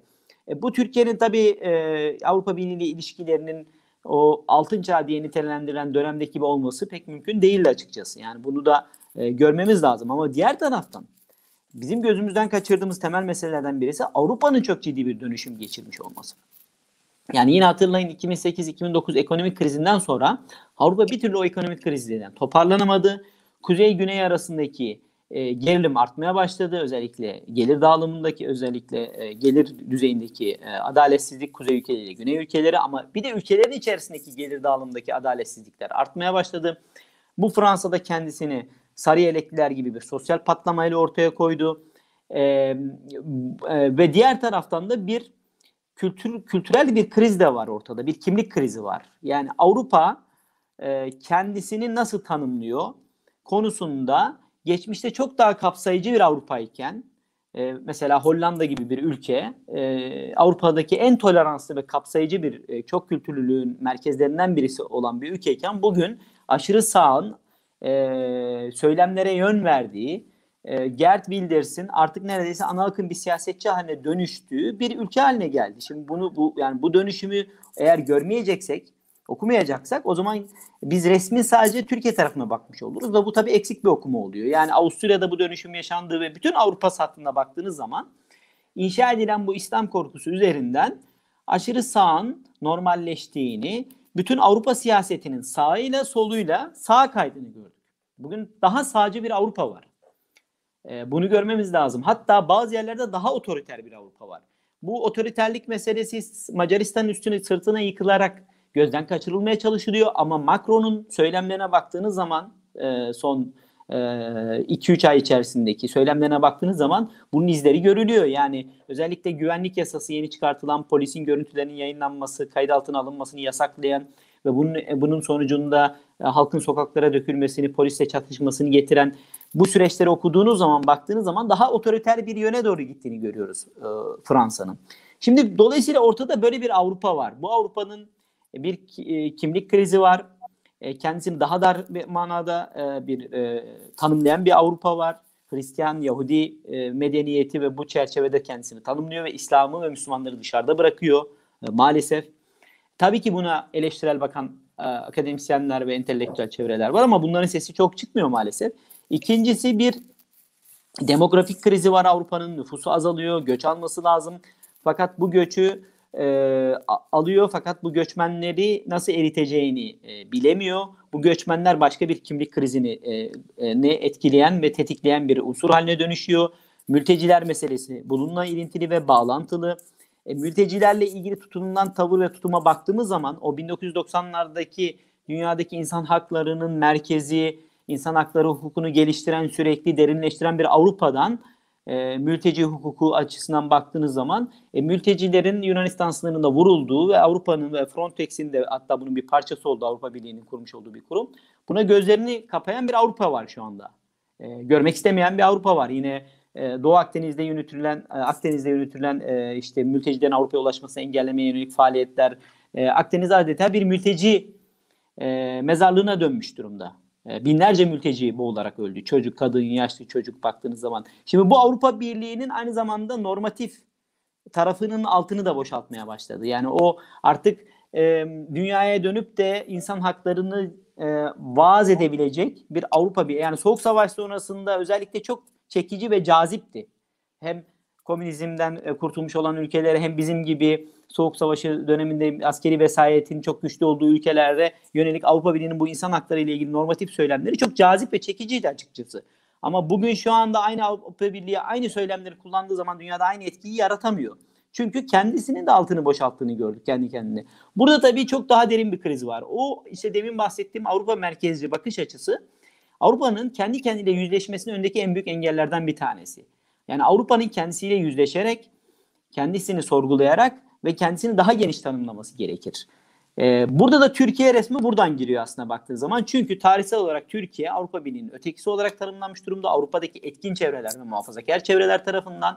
E, bu Türkiye'nin tabii e, Avrupa Birliği ile ilişkilerinin o altın çağı diye nitelendirilen dönemdeki gibi olması pek mümkün değildi açıkçası. Yani bunu da e, görmemiz lazım. Ama diğer taraftan bizim gözümüzden kaçırdığımız temel meselelerden birisi Avrupa'nın çok ciddi bir dönüşüm geçirmiş olması. Yani yine hatırlayın iki bin sekiz iki bin dokuz ekonomik krizinden sonra Avrupa bir türlü o ekonomik krizden toparlanamadı. Kuzey-Güney arasındaki e, gerilim artmaya başladı. Özellikle gelir dağılımındaki, özellikle e, gelir düzeyindeki e, adaletsizlik kuzey ülkeleri, güney ülkeleri, ama bir de ülkelerin içerisindeki gelir dağılımındaki adaletsizlikler artmaya başladı. Bu Fransa'da kendisini sarı yelekliler gibi bir sosyal patlamayla ortaya koydu. E, e, ve diğer taraftan da bir kültür kültürel bir kriz de var ortada. Bir kimlik krizi var. Yani Avrupa e, kendisini nasıl tanımlıyor konusunda geçmişte çok daha kapsayıcı bir Avrupa iken e, mesela Hollanda gibi bir ülke e, Avrupa'daki en toleranslı ve kapsayıcı bir e, çok kültürlülüğün merkezlerinden birisi olan bir ülkeyken bugün aşırı sağın e, söylemlere yön verdiği, e, Geert Wilders'in artık neredeyse ana akım bir siyasetçi haline dönüştüğü bir ülke haline geldi. Şimdi bunu bu yani bu dönüşümü eğer görmeyeceksek, okumayacaksak o zaman biz resmin sadece Türkiye tarafına bakmış oluruz ve bu tabii eksik bir okuma oluyor. Yani Avusturya'da bu dönüşüm yaşandığı ve bütün Avrupa hattına baktığınız zaman inşa edilen bu İslam korkusu üzerinden aşırı sağın normalleştiğini, bütün Avrupa siyasetinin sağıyla soluyla sağa kaydığını gördük. Bugün daha sağcı bir Avrupa var. Ee, bunu görmemiz lazım. Hatta bazı yerlerde daha otoriter bir Avrupa var. Bu otoriterlik meselesi Macaristan üstüne sırtına yıkılarak gözden kaçırılmaya çalışılıyor ama Macron'un söylemlerine baktığınız zaman e, son iki üç ay içerisindeki söylemlerine baktığınız zaman bunun izleri görülüyor. Yani özellikle güvenlik yasası yeni çıkartılan, polisin görüntülerinin yayınlanması, kayıt altına alınmasını yasaklayan ve bunun, bunun sonucunda e, halkın sokaklara dökülmesini, polisle çatışmasını getiren bu süreçleri okuduğunuz zaman, baktığınız zaman daha otoriter bir yöne doğru gittiğini görüyoruz e, Fransa'nın. Şimdi dolayısıyla ortada böyle bir Avrupa var. Bu Avrupa'nın bir e, kimlik krizi var. E, kendisini daha dar bir manada e, bir e, tanımlayan bir Avrupa var. Hristiyan, Yahudi e, medeniyeti ve bu çerçevede kendisini tanımlıyor ve İslam'ı ve Müslümanları dışarıda bırakıyor e, maalesef. Tabii ki buna eleştirel bakan e, akademisyenler ve entelektüel çevreler var ama bunların sesi çok çıkmıyor maalesef. İkincisi bir demografik krizi var. Avrupa'nın nüfusu azalıyor, göç alması lazım. Fakat bu göçü e, alıyor fakat bu göçmenleri nasıl eriteceğini e, bilemiyor. Bu göçmenler başka bir kimlik krizini e, e, ne etkileyen ve tetikleyen bir unsur haline dönüşüyor. Mülteciler meselesi bununla ilintili ve bağlantılı. E, mültecilerle ilgili tutunulan tavır ve tutuma baktığımız zaman o bin dokuz yüz doksanlardaki dünyadaki insan haklarının merkezi, insan hakları hukukunu geliştiren, sürekli derinleştiren bir Avrupa'dan e, mülteci hukuku açısından baktığınız zaman e, mültecilerin Yunanistan sınırında vurulduğu ve Avrupa'nın ve Frontex'in de hatta bunun bir parçası oldu, Avrupa Birliği'nin kurmuş olduğu bir kurum. Buna gözlerini kapayan bir Avrupa var şu anda. E, görmek istemeyen bir Avrupa var. Yine e, Doğu Akdeniz'de yürütülen, e, Akdeniz'de yürütülen e, işte mültecilerin Avrupa'ya ulaşmasını engellemeye yönelik faaliyetler. E, Akdeniz adeta bir mülteci e, mezarlığına dönmüş durumda. Binlerce mülteci boğularak öldü. Çocuk, kadın, yaşlı çocuk baktığınız zaman. Şimdi bu Avrupa Birliği'nin aynı zamanda normatif tarafının altını da boşaltmaya başladı. Yani o artık e, dünyaya dönüp de insan haklarını e, vaaz edebilecek bir Avrupa Birliği. Yani Soğuk Savaş sonrasında özellikle çok çekici ve cazipti. Hem komünizmden e, kurtulmuş olan ülkelere hem bizim gibi Soğuk Savaşı döneminde askeri vesayetin çok güçlü olduğu ülkelerde yönelik Avrupa Birliği'nin bu insan hakları ile ilgili normatif söylemleri çok cazip ve çekiciydi açıkçası. Ama bugün şu anda aynı Avrupa Birliği aynı söylemleri kullandığı zaman dünyada aynı etkiyi yaratamıyor. Çünkü kendisinin de altını boşalttığını gördük kendi kendine. Burada tabii çok daha derin bir kriz var. O işte demin bahsettiğim Avrupa merkezci bakış açısı Avrupa'nın kendi kendiyle yüzleşmesinin önündeki en büyük engellerden bir tanesi. Yani Avrupa'nın kendisiyle yüzleşerek, kendisini sorgulayarak ve kendisini daha geniş tanımlaması gerekir. Ee, burada da Türkiye resmi buradan giriyor aslında baktığı zaman. Çünkü tarihsel olarak Türkiye Avrupa Birliği'nin ötekisi olarak tanımlanmış durumda. Avrupa'daki etkin çevreler ve muhafazakar çevreler tarafından.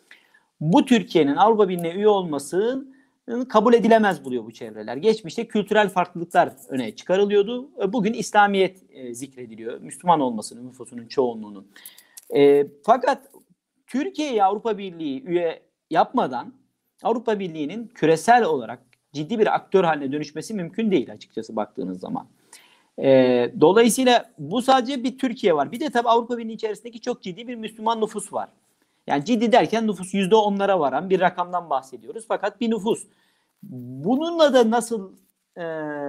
Bu Türkiye'nin Avrupa Birliği'ne üye olmasını kabul edilemez buluyor bu çevreler. Geçmişte kültürel farklılıklar öne çıkarılıyordu. Bugün İslamiyet e, zikrediliyor. Müslüman olmasının, nüfusunun çoğunluğunun. E, fakat Türkiye'yi Avrupa Birliği üye yapmadan Avrupa Birliği'nin küresel olarak ciddi bir aktör haline dönüşmesi mümkün değil açıkçası baktığınız zaman. E, dolayısıyla bu sadece bir Türkiye var. Bir de tabii Avrupa Birliği içerisindeki çok ciddi bir Müslüman nüfus var. Yani ciddi derken nüfus yüzde onlara varan bir rakamdan bahsediyoruz. Fakat bir nüfus. Bununla da nasıl e,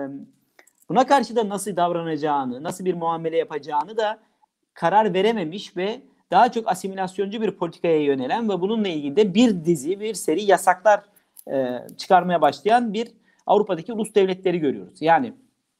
buna karşı da nasıl davranacağını, nasıl bir muamele yapacağını da karar verememiş ve daha çok asimilasyoncu bir politikaya yönelen ve bununla ilgili de bir dizi, bir seri yasaklar e, çıkarmaya başlayan bir Avrupa'daki ulus devletleri görüyoruz. Yani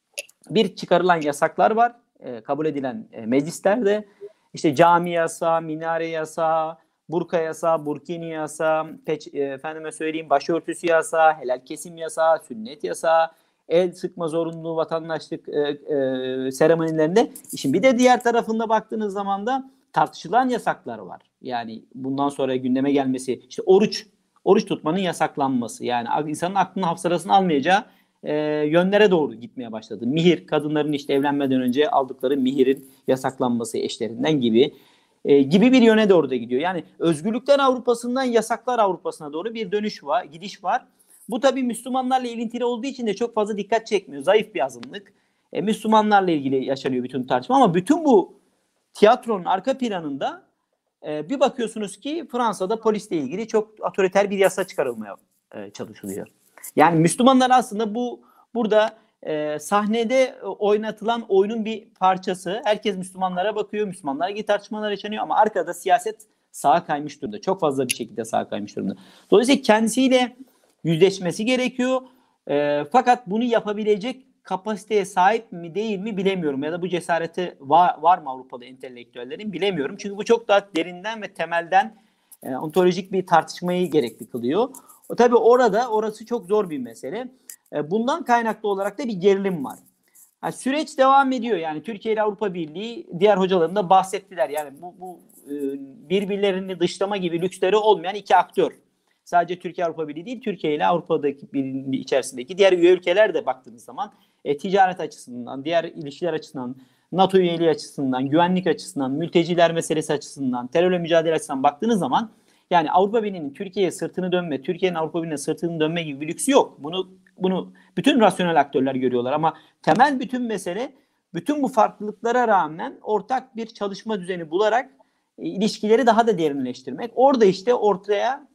bir çıkarılan yasaklar var, e, kabul edilen e, meclislerde. İşte cami yasağı, minare yasağı, burka yasağı, burkini yasağı, peç, e, efendime söyleyeyim başörtüsü yasağı, helal kesim yasağı, sünnet yasağı, el sıkma zorunluluğu vatandaşlık e, e, seremonilerinde. Şimdi bir de diğer tarafında baktığınız zaman da tartışılan yasaklar var. Yani bundan sonra gündeme gelmesi, işte oruç, oruç tutmanın yasaklanması. Yani insanın aklını hafızasını almayacağı e, yönlere doğru gitmeye başladı. Mihir, kadınların işte evlenmeden önce aldıkları mihirin yasaklanması eşlerinden gibi e, gibi bir yöne doğru da gidiyor. Yani özgürlükler Avrupa'sından yasaklar Avrupa'sına doğru bir dönüş var, gidiş var. Bu tabii Müslümanlarla ilintili olduğu için de çok fazla dikkat çekmiyor. Zayıf bir azınlık. E, Müslümanlarla ilgili yaşanıyor bütün tartışma ama bütün bu tiyatronun arka planında e, bir bakıyorsunuz ki Fransa'da polisle ilgili çok otoriter bir yasa çıkarılmaya e, çalışılıyor. Yani Müslümanlar aslında bu burada e, sahnede oynatılan oyunun bir parçası. Herkes Müslümanlara bakıyor, Müslümanlarla ilgili tartışmalar yaşanıyor ama arkada siyaset sağa kaymış durumda. Çok fazla bir şekilde sağa kaymış durumda. Dolayısıyla kendisiyle yüzleşmesi gerekiyor. E, fakat bunu yapabilecek kapasiteye sahip mi değil mi bilemiyorum. Ya da bu cesareti var, var mı Avrupalı entelektüellerin bilemiyorum. Çünkü bu çok daha derinden ve temelden e, ontolojik bir tartışmayı gerekli kılıyor. O, tabii orada orası çok zor bir mesele. E, bundan kaynaklı olarak da bir gerilim var. Yani süreç devam ediyor. Yani Türkiye ile Avrupa Birliği diğer hocalarım da bahsettiler. Yani bu, bu e, birbirlerini dışlama gibi lüksleri olmayan iki aktör. Sadece Türkiye Avrupa Birliği değil, Türkiye ile Avrupa'daki Birliği içerisindeki diğer üye ülkeler de baktığınız zaman e, ticaret açısından, diğer ilişkiler açısından, NATO üyeliği açısından, güvenlik açısından, mülteciler meselesi açısından, terörle mücadele açısından baktığınız zaman yani Avrupa Birliği'nin Türkiye'ye sırtını dönme, Türkiye'nin Avrupa Birliği'ne sırtını dönme gibi bir lüksü yok. Bunu bunu bütün rasyonel aktörler görüyorlar ama temel bütün mesele bütün bu farklılıklara rağmen ortak bir çalışma düzeni bularak e, ilişkileri daha da derinleştirmek. Orada işte ortaya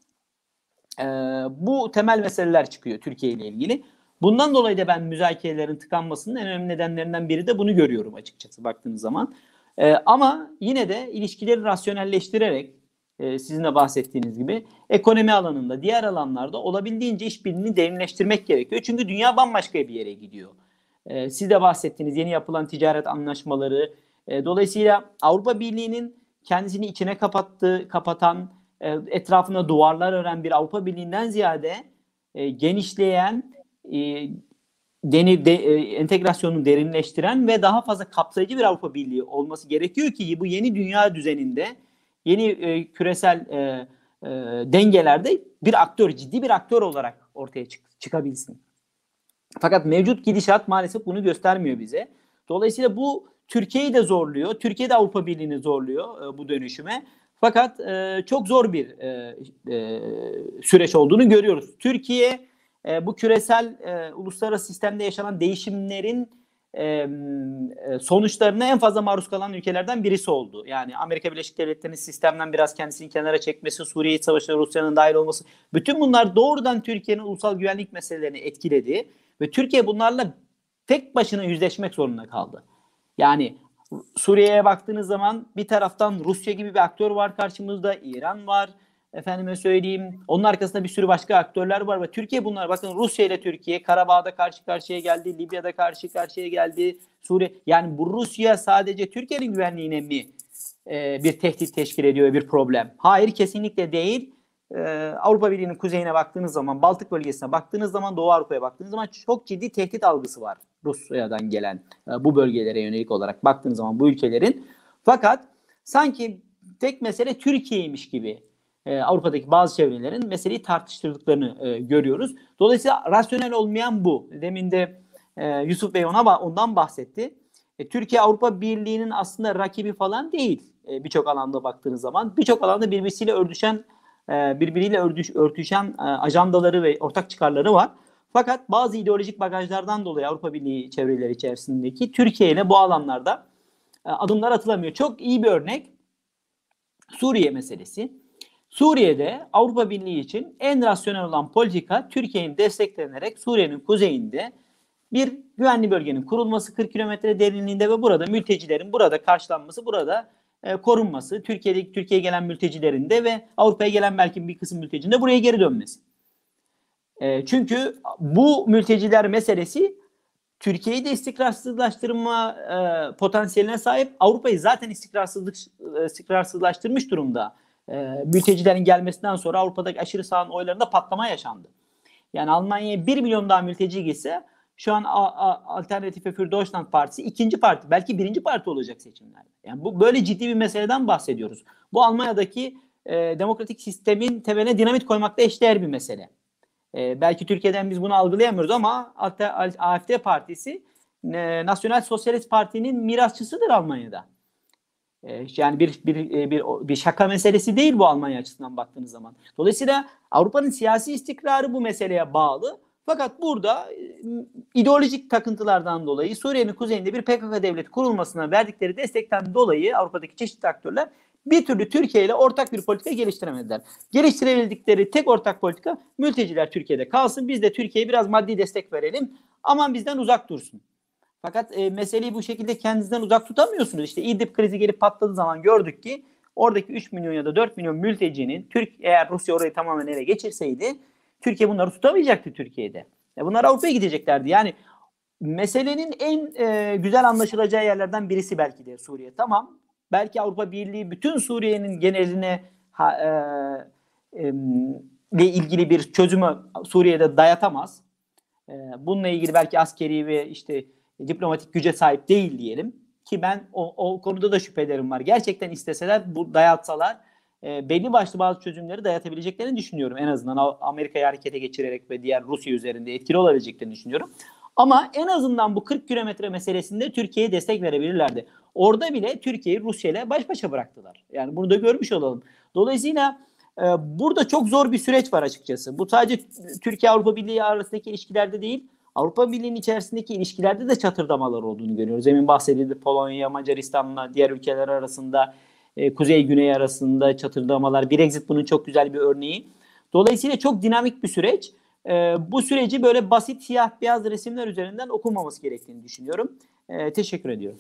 e, bu temel meseleler çıkıyor Türkiye ile ilgili. Bundan dolayı da ben müzakerelerin tıkanmasının en önemli nedenlerinden biri de bunu görüyorum açıkçası baktığınız zaman. E, ama yine de ilişkileri rasyonelleştirerek e, sizin de bahsettiğiniz gibi ekonomi alanında, diğer alanlarda olabildiğince işbirliğini derinleştirmek gerekiyor. Çünkü dünya bambaşka bir yere gidiyor. E, siz de bahsettiğiniz yeni yapılan ticaret anlaşmaları. E, dolayısıyla Avrupa Birliği'nin kendisini içine kapattığı, kapatan, e, etrafına duvarlar ören bir Avrupa Birliği'nden ziyade e, genişleyen, E, deni, de, e, entegrasyonunu derinleştiren ve daha fazla kapsayıcı bir Avrupa Birliği olması gerekiyor ki bu yeni dünya düzeninde, yeni e, küresel e, e, dengelerde bir aktör, ciddi bir aktör olarak ortaya çık, çıkabilsin. Fakat mevcut gidişat maalesef bunu göstermiyor bize. Dolayısıyla bu Türkiye'yi de zorluyor, Türkiye de Avrupa Birliği'ni zorluyor e, bu dönüşüme. Fakat e, çok zor bir e, e, süreç olduğunu görüyoruz. Türkiye E, bu küresel e, uluslararası sistemde yaşanan değişimlerin e, e, sonuçlarına en fazla maruz kalan ülkelerden birisi oldu. Yani Amerika Birleşik Devletleri'nin sistemden biraz kendisini kenara çekmesi, Suriye Savaşı'na Rusya'nın dahil olması, bütün bunlar doğrudan Türkiye'nin ulusal güvenlik meselelerini etkiledi ve Türkiye bunlarla tek başına yüzleşmek zorunda kaldı. Yani Suriye'ye baktığınız zaman bir taraftan Rusya gibi bir aktör var karşımızda, İran var. Efendime söyleyeyim, onun arkasında bir sürü başka aktörler var ve Türkiye bunlar, bakın Rusya ile Türkiye Karabağ'da karşı karşıya geldi, Libya'da karşı karşıya geldi, Suriye, yani bu Rusya sadece Türkiye'nin güvenliğine mi e, bir tehdit teşkil ediyor, bir problem? Hayır, kesinlikle değil. E, Avrupa Birliği'nin kuzeyine baktığınız zaman, Baltık bölgesine baktığınız zaman, Doğu Avrupa'ya baktığınız zaman çok ciddi tehdit algısı var Rusya'dan gelen e, bu bölgelere yönelik olarak baktığınız zaman bu ülkelerin. Fakat sanki tek mesele Türkiye'ymiş gibi Ee, Avrupa'daki bazı çevrelerin meseleyi tartıştırdıklarını e, görüyoruz. Dolayısıyla rasyonel olmayan bu. Demin de e, Yusuf Bey ona ondan bahsetti. E, Türkiye Avrupa Birliği'nin aslında rakibi falan değil. E, birçok alanda baktığınız zaman birçok alanda birbirisiyle örtüşen e, birbiriyle örtüş, örtüşen e, ajandaları ve ortak çıkarları var. Fakat bazı ideolojik bagajlardan dolayı Avrupa Birliği çevreleri içerisindeki Türkiye ile bu alanlarda e, adımlar atılamıyor. Çok iyi bir örnek Suriye meselesi. Suriye'de Avrupa Birliği için en rasyonel olan politika Türkiye'nin desteklenerek Suriye'nin kuzeyinde bir güvenli bölgenin kurulması, kırk kilometre derinliğinde ve burada mültecilerin burada karşılanması, burada e, korunması, Türkiye'deki Türkiye'ye gelen mültecilerin de ve Avrupa'ya gelen belki bir kısım mültecinin de buraya geri dönmesi. E, çünkü bu mülteciler meselesi Türkiye'yi de istikrarsızlaştırma e, potansiyeline sahip. Avrupa'yı zaten istikrarsızlık istikrarsızlaştırmış durumda. E, mültecilerin gelmesinden sonra Avrupa'daki aşırı sağın oylarında patlama yaşandı. Yani Almanya'ya bir milyon daha mülteci gitse şu an Alternative für Deutschland Partisi ikinci parti, belki birinci parti olacak seçimlerde. Yani bu böyle ciddi bir meseleden bahsediyoruz. Bu Almanya'daki e, demokratik sistemin temeline dinamit koymakla eşdeğer bir mesele. E, belki Türkiye'den biz bunu algılayamıyoruz ama A F D Partisi e, Nasyonel Sosyalist Parti'nin mirasçısıdır Almanya'da. E, yani bir, bir bir bir şaka meselesi değil bu Almanya açısından baktığınız zaman. Dolayısıyla Avrupa'nın siyasi istikrarı bu meseleye bağlı. Fakat burada e, ideolojik takıntılardan dolayı Suriye'nin kuzeyinde bir P K K devleti kurulmasına verdikleri destekten dolayı Avrupa'daki çeşitli aktörler bir türlü Türkiye ile ortak bir politika geliştiremediler. Geliştirebildikleri tek ortak politika mülteciler Türkiye'de kalsın, biz de Türkiye'ye biraz maddi destek verelim, aman bizden uzak dursun. Fakat e, meseleyi bu şekilde kendinizden uzak tutamıyorsunuz. İşte İdlib krizi gelip patladığı zaman gördük ki oradaki üç milyon ya da dört milyon mültecinin Türk eğer Rusya orayı tamamen ele geçirseydi Türkiye bunları tutamayacaktı Türkiye'de. E, bunlar Avrupa'ya gideceklerdi. Yani meselenin en e, güzel anlaşılacağı yerlerden birisi belki de Suriye. Tamam. Belki Avrupa Birliği bütün Suriye'nin geneline ha, e, e, ile ilgili bir çözümü Suriye'de dayatamaz. E, bununla ilgili belki askeri ve işte diplomatik güce sahip değil diyelim. Ki ben o, o konuda da şüphelerim var. Gerçekten isteseler, bu dayatsalar e, belli başlı bazı çözümleri dayatabileceklerini düşünüyorum. En azından Amerika'yı harekete geçirerek ve diğer Rusya üzerinde etkili olabileceklerini düşünüyorum. Ama en azından bu kırk kilometre meselesinde Türkiye'ye destek verebilirlerdi. Orada bile Türkiye'yi Rusya ile baş başa bıraktılar. Yani bunu da görmüş olalım. Dolayısıyla e, burada çok zor bir süreç var açıkçası. Bu sadece Türkiye-Avrupa Birliği arasındaki ilişkilerde değil, Avrupa Birliği'nin içerisindeki ilişkilerde de çatırdamalar olduğunu görüyoruz. Emin bahsedildi, Polonya, Macaristan'la diğer ülkeler arasında, e, Kuzey-Güney arasında çatırdamalar. Brexit bunun çok güzel bir örneği. Dolayısıyla çok dinamik bir süreç. E, bu süreci böyle basit siyah beyaz resimler üzerinden okunmaması gerektiğini düşünüyorum. E, teşekkür ediyorum.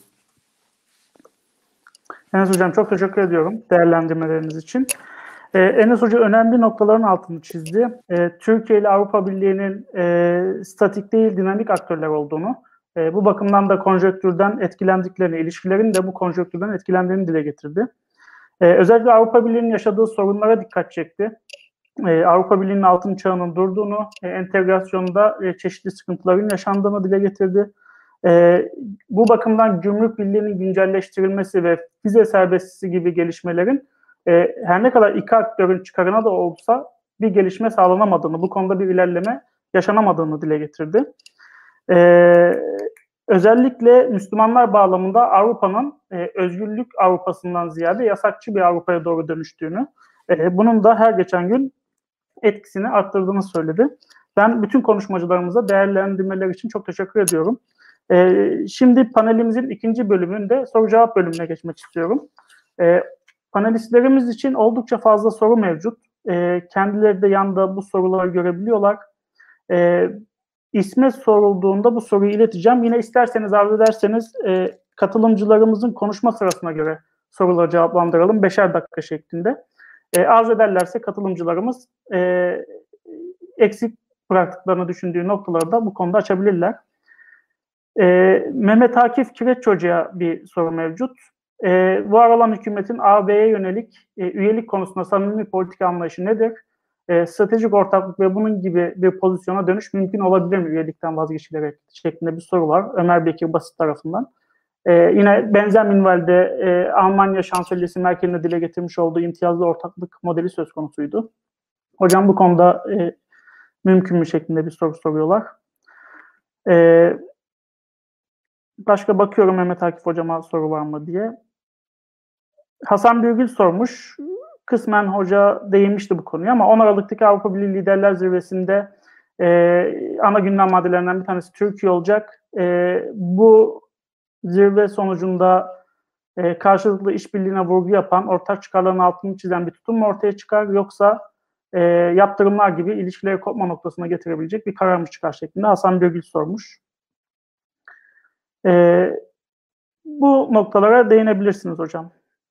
Enes Hocam çok teşekkür ediyorum değerlendirmeleriniz için. Ee, Enes Hoca önemli noktaların altını çizdi. Ee, Türkiye ile Avrupa Birliği'nin e, statik değil dinamik aktörler olduğunu, e, bu bakımdan da konjonktürden etkilendiklerini, ilişkilerin de bu konjonktürden etkilendiğini dile getirdi. Ee, özellikle Avrupa Birliği'nin yaşadığı sorunlara dikkat çekti. Ee, Avrupa Birliği'nin altın çağının durduğunu, e, entegrasyonda e, çeşitli sıkıntıların yaşandığını dile getirdi. Ee, bu bakımdan Gümrük Birliği'nin güncelleştirilmesi ve vize serbestisi gibi gelişmelerin e, her ne kadar iki aktörün çıkarına da olsa bir gelişme sağlanamadığını, bu konuda bir ilerleme yaşanamadığını dile getirdi. Ee, özellikle Müslümanlar bağlamında Avrupa'nın e, özgürlük Avrupa'sından ziyade yasakçı bir Avrupa'ya doğru dönüştüğünü, e, bunun da her geçen gün etkisini arttırdığını söyledi. Ben bütün konuşmacılarımıza değerlendirmeler için çok teşekkür ediyorum. Ee, şimdi panelimizin ikinci bölümünde soru-cevap bölümüne geçmek istiyorum. Ee, panelistlerimiz için oldukça fazla soru mevcut. Ee, kendileri de yanda bu soruları görebiliyorlar. Ee, isme sorulduğunda bu soruyu ileteceğim. Yine isterseniz, arzu ederseniz e, katılımcılarımızın konuşma sırasına göre soruları cevaplandıralım. Beşer dakika şeklinde. E, arzu ederlerse katılımcılarımız e, eksik bıraktıklarını düşündüğü noktaları da bu konuda açabilirler. E, Mehmet Akif Kireç Hoca'ya bir soru mevcut. E, var olan hükümetin A B'ye yönelik e, üyelik konusunda samimi politika anlayışı nedir? E, stratejik ortaklık ve bunun gibi bir pozisyona dönüş mümkün olabilir mi üyelikten vazgeçilerek şeklinde bir soru var Ömer Bekir Basit tarafından. E, yine benzer minvalde e, Almanya Şansölyesi Merkel'in dile getirmiş olduğu imtiyazlı ortaklık modeli söz konusuydu. Hocam bu konuda e, mümkün mü şeklinde bir soru soruyorlar. E, başka bakıyorum Mehmet Akif Hocama soru var mı diye. Hasan Bürgül sormuş. kısmen hoca değinmişti bu konuya ama on Aralık'taki Avrupa Birliği Liderler Zirvesi'nde e, ana gündem maddelerinden bir tanesi Türkiye olacak. E, bu zirve sonucunda e, karşılıklı işbirliğine vurgu yapan, ortak çıkarların altını çizen bir tutum mu ortaya çıkar, yoksa e, yaptırımlar gibi ilişkileri kopma noktasına getirebilecek bir karar mı çıkar şeklinde Hasan Birgül sormuş. E, bu noktalara değinebilirsiniz hocam.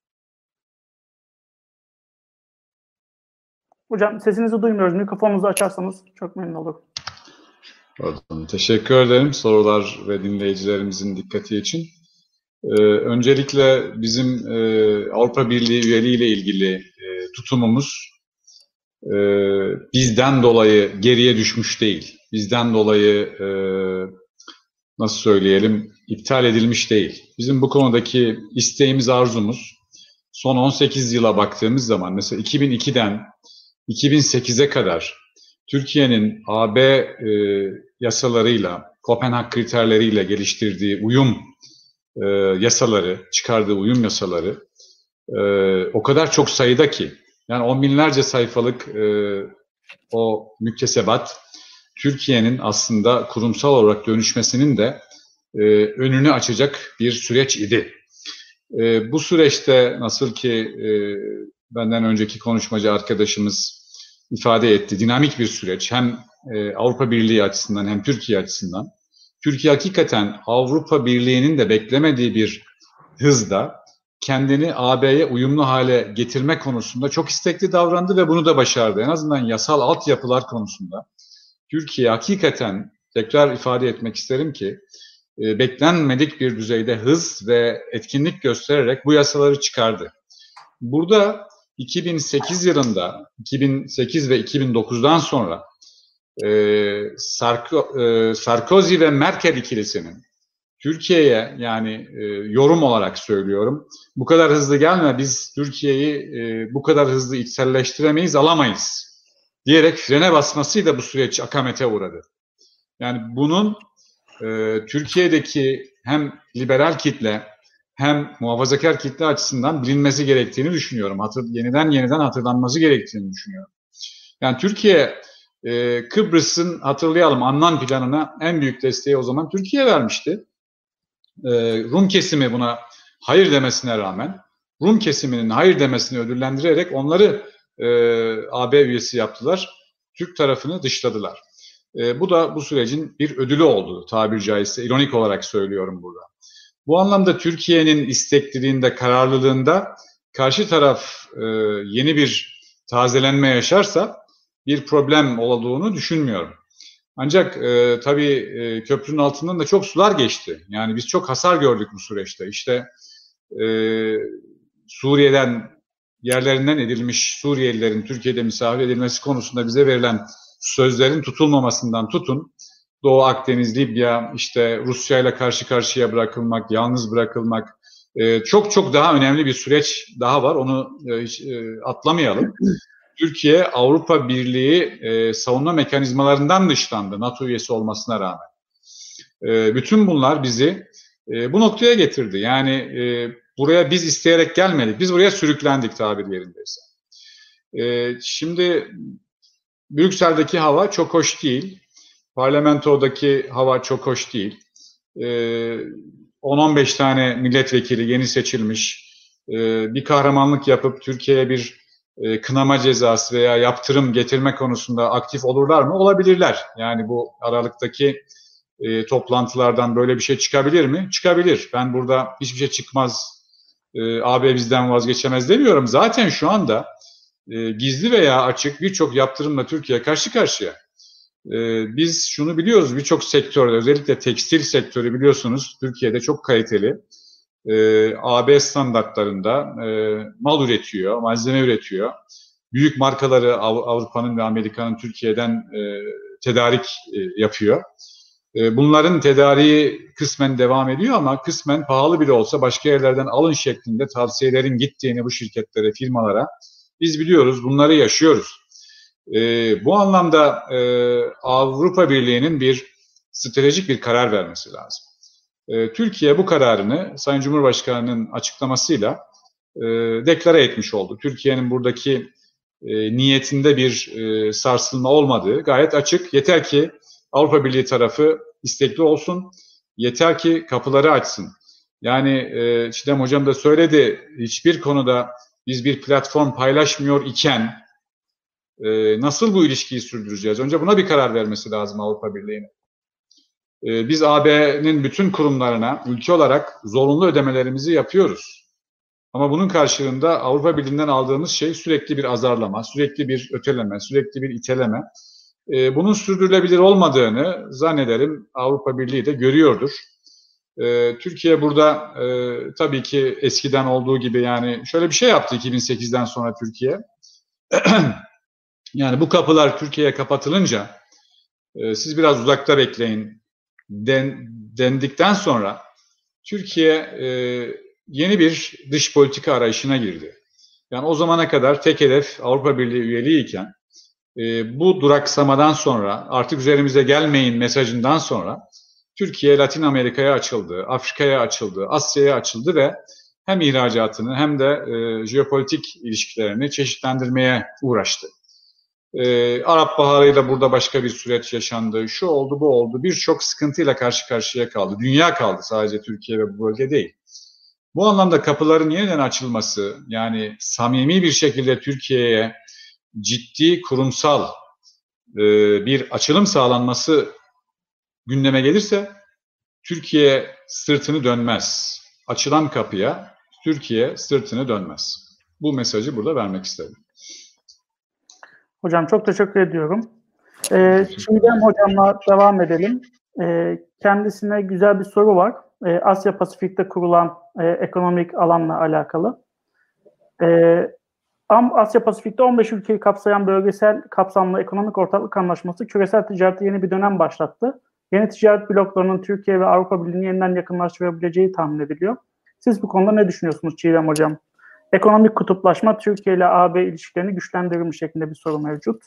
Hocam sesinizi duymuyoruz. Mikrofonunuzu açarsanız çok memnun olurum. Pardon, teşekkür ederim sorular ve dinleyicilerimizin dikkati için. Ee, öncelikle bizim e, Avrupa Birliği üyeliği ile ilgili e, tutumumuz e, bizden dolayı geriye düşmüş değil. Bizden dolayı e, nasıl söyleyelim iptal edilmiş değil. Bizim bu konudaki isteğimiz, arzumuz son on sekiz yıla baktığımız zaman mesela iki bin ikiden iki bin sekize kadar Türkiye'nin A B e, yasalarıyla, Kopenhag kriterleriyle geliştirdiği uyum e, yasaları, çıkardığı uyum yasaları e, o kadar çok sayıda ki, yani on binlerce sayfalık e, o müktesebat, Türkiye'nin aslında kurumsal olarak dönüşmesinin de e, önünü açacak bir süreç idi. E, bu süreçte nasıl ki e, benden önceki konuşmacı arkadaşımız ifade etti, dinamik bir süreç. Hem e, Avrupa Birliği açısından hem Türkiye açısından. Türkiye hakikaten Avrupa Birliği'nin de beklemediği bir hızda kendini A B'ye uyumlu hale getirme konusunda çok istekli davrandı ve bunu da başardı. En azından yasal altyapılar konusunda Türkiye hakikaten, tekrar ifade etmek isterim ki, e, beklenmedik bir düzeyde hız ve etkinlik göstererek bu yasaları çıkardı. Burada iki bin sekiz yılında, iki bin sekiz ve iki bin dokuzdan sonra e, Sarko, e, Sarkozy ve Merkel ikilisinin Türkiye'ye, yani e, yorum olarak söylüyorum, bu kadar hızlı gelme, biz Türkiye'yi e, bu kadar hızlı içselleştiremeyiz, alamayız diyerek frene basmasıyla bu süreç akamete uğradı. Yani bunun e, Türkiye'deki hem liberal kitle hem muhafazakar kitle açısından bilinmesi gerektiğini düşünüyorum. Hatır, yeniden yeniden hatırlanması gerektiğini düşünüyorum. Yani Türkiye, e, Kıbrıs'ın, hatırlayalım, Annan planına en büyük desteği o zaman Türkiye vermişti. E, Rum kesimi buna hayır demesine rağmen, Rum kesiminin hayır demesini ödüllendirerek onları e, A B üyesi yaptılar. Türk tarafını dışladılar. E, bu da bu sürecin bir ödülü oldu, tabiri caizse. İronik olarak söylüyorum burada. Bu anlamda Türkiye'nin istekliliğinde, kararlılığında karşı taraf e, yeni bir tazelenme yaşarsa bir problem olduğunu düşünmüyorum. Ancak e, tabii e, köprünün altından da çok sular geçti. Yani biz çok hasar gördük bu süreçte. İşte e, Suriye'den, yerlerinden edilmiş Suriyelilerin Türkiye'de misafir edilmesi konusunda bize verilen sözlerin tutulmamasından tutun, Doğu Akdeniz, Libya, işte Rusya ile karşı karşıya bırakılmak, yalnız bırakılmak, e, çok çok daha önemli bir süreç daha var. Onu e, e, atlamayalım. Türkiye, Avrupa Birliği e, savunma mekanizmalarından dışlandı, NATO üyesi olmasına rağmen. E, bütün bunlar bizi e, bu noktaya getirdi. Yani e, buraya biz isteyerek gelmedik, biz buraya sürüklendik, tabir yerindeyse. E, şimdi Brüksel'deki hava çok hoş değil. Parlamentodaki hava çok hoş değil. Ee, on on beş tane milletvekili yeni seçilmiş, ee, bir kahramanlık yapıp Türkiye'ye bir e, kınama cezası veya yaptırım getirme konusunda aktif olurlar mı? Olabilirler. Yani bu Aralık'taki e, toplantılardan böyle bir şey çıkabilir mi? Çıkabilir. Ben burada hiçbir şey çıkmaz, e, A B bizden vazgeçemez demiyorum. Zaten şu anda e, gizli veya açık birçok yaptırımla Türkiye karşı karşıya. Ee, biz şunu biliyoruz, birçok sektörde, özellikle tekstil sektörü biliyorsunuz Türkiye'de çok kaliteli, ee, A B standartlarında e, mal üretiyor, malzeme üretiyor. Büyük markaları Av- Avrupa'nın ve Amerika'nın Türkiye'den e, tedarik e, yapıyor. E, bunların tedariği kısmen devam ediyor ama kısmen pahalı bile olsa başka yerlerden alın şeklinde tavsiyelerin gittiğini bu şirketlere, firmalara biz biliyoruz, bunları yaşıyoruz. E, bu anlamda e, Avrupa Birliği'nin bir stratejik bir karar vermesi lazım. E, Türkiye bu kararını Sayın Cumhurbaşkanı'nın açıklamasıyla e, deklare etmiş oldu. Türkiye'nin buradaki e, niyetinde bir e, sarsılma olmadığı gayet açık. Yeter ki Avrupa Birliği tarafı istekli olsun, yeter ki kapıları açsın. Yani e, Çiğdem Hocam da söyledi, hiçbir konuda biz bir platform paylaşmıyor iken e, nasıl bu ilişkiyi sürdüreceğiz? Önce buna bir karar vermesi lazım Avrupa Birliği'nin. E, biz A B'nin bütün kurumlarına ülke olarak zorunlu ödemelerimizi yapıyoruz. Ama bunun karşılığında Avrupa Birliği'nden aldığımız şey sürekli bir azarlama, sürekli bir öteleme, sürekli bir iteleme. E, bunun sürdürülebilir olmadığını zannederim Avrupa Birliği de görüyordur. E, Türkiye burada e, tabii ki eskiden olduğu gibi, yani şöyle bir şey yaptı iki bin sekizden sonra Türkiye. Yani bu kapılar Türkiye'ye kapatılınca e, siz biraz uzakta bekleyin den, dendikten sonra Türkiye e, yeni bir dış politika arayışına girdi. Yani o zamana kadar tek hedef Avrupa Birliği üyeliği iken e, bu duraksamadan sonra, artık üzerimize gelmeyin mesajından sonra Türkiye Latin Amerika'ya açıldı, Afrika'ya açıldı, Asya'ya açıldı ve hem ihracatını hem de e, jeopolitik ilişkilerini çeşitlendirmeye uğraştı. E, Arap Baharı'yla burada başka bir süreç yaşandı, şu oldu bu oldu, birçok sıkıntıyla karşı karşıya kaldı. Dünya kaldı, sadece Türkiye ve bu bölge değil. Bu anlamda kapıların yeniden açılması, yani samimi bir şekilde Türkiye'ye ciddi kurumsal e, bir açılım sağlanması gündeme gelirse Türkiye sırtını dönmez. Açılan kapıya Türkiye sırtını dönmez. Bu mesajı burada vermek istedim. Hocam çok teşekkür ediyorum. Ee, Çiğdem Hocam'la devam edelim. Ee, kendisine güzel bir soru var. Ee, Asya Pasifik'te kurulan e, ekonomik alanla alakalı. Ee, Asya Pasifik'te on beş ülkeyi kapsayan bölgesel kapsamlı ekonomik ortaklık anlaşması küresel ticarette yeni bir dönem başlattı. Yeni ticaret bloklarının Türkiye ve Avrupa Birliği'ni yeniden yakınlaştırabileceği tahmin ediliyor. Siz bu konuda ne düşünüyorsunuz Çiğdem Hocam? Ekonomik kutuplaşma Türkiye ile A B ilişkilerini güçlendirir şeklinde bir soru mevcut.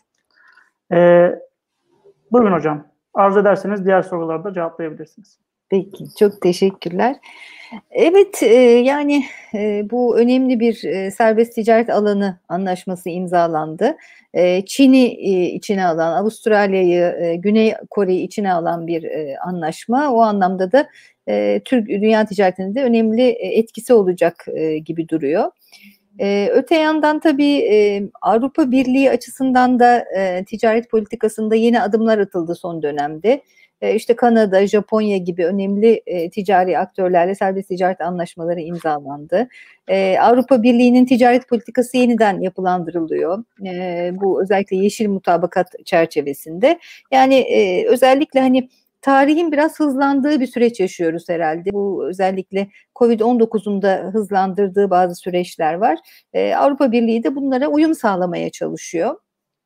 Ee, buyurun hocam. Arzu ederseniz diğer soruları da cevaplayabilirsiniz. Peki, çok teşekkürler. Evet, e, yani e, bu önemli bir e, serbest ticaret alanı anlaşması imzalandı. E, Çin'i e, içine alan, Avustralya'yı, e, Güney Kore'yi içine alan bir e, anlaşma. O anlamda da e, Türk dünya ticaretinde önemli e, etkisi olacak e, gibi duruyor. Ee, öte yandan tabii e, Avrupa Birliği açısından da e, ticaret politikasında yeni adımlar atıldı son dönemde. E, işte Kanada, Japonya gibi önemli e, ticari aktörlerle serbest ticaret anlaşmaları imzalandı. E, Avrupa Birliği'nin ticaret politikası yeniden yapılandırılıyor. E, bu özellikle yeşil mutabakat çerçevesinde. Yani e, özellikle hani tarihin biraz hızlandığı bir süreç yaşıyoruz herhalde. Bu özellikle kovid on dokuzun da hızlandırdığı bazı süreçler var. Ee, Avrupa Birliği de bunlara uyum sağlamaya çalışıyor.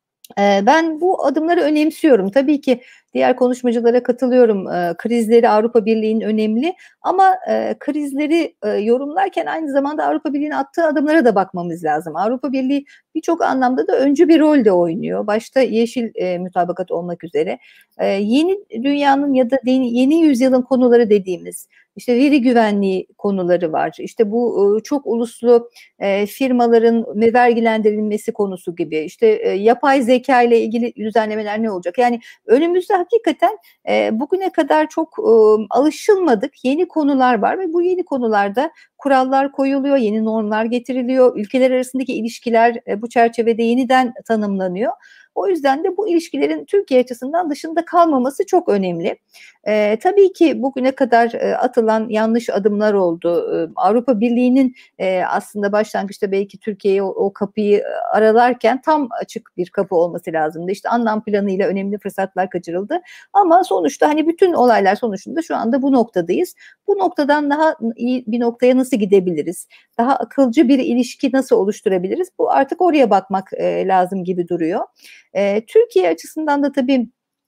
Ee, ben bu adımları önemsiyorum. Tabii ki diğer konuşmacılara katılıyorum. Ee, krizleri Avrupa Birliği'nin önemli ama e, krizleri e, yorumlarken aynı zamanda Avrupa Birliği'nin attığı adımlara da bakmamız lazım. Avrupa Birliği birçok anlamda da öncü bir rol de oynuyor. Başta yeşil e, mutabakat olmak üzere. E, yeni dünyanın ya da yeni yüzyılın konuları dediğimiz işte veri güvenliği konuları var. İşte bu e, çok uluslu e, firmaların vergilendirilmesi konusu gibi. İşte e, yapay zeka ile ilgili düzenlemeler ne olacak? Yani önümüzde hakikaten e, bugüne kadar çok e, alışılmadık yeni konular var ve bu yeni konularda kurallar koyuluyor, yeni normlar getiriliyor, ülkeler arasındaki ilişkiler e, bu çerçevede yeniden tanımlanıyor. O yüzden de bu ilişkilerin Türkiye açısından dışında kalmaması çok önemli. E, tabii ki bugüne kadar e, atılan yanlış adımlar oldu. E, Avrupa Birliği'nin e, aslında başlangıçta belki Türkiye'ye o, o kapıyı aralarken tam açık bir kapı olması lazımdı. İşte anlam planıyla önemli fırsatlar kaçırıldı. Ama sonuçta hani bütün olaylar sonucunda şu anda bu noktadayız. Bu noktadan daha iyi bir noktaya nasıl gidebiliriz? Daha akılcı bir ilişki nasıl oluşturabiliriz? Bu artık oraya bakmak e, lazım gibi duruyor. E, Türkiye açısından da tabii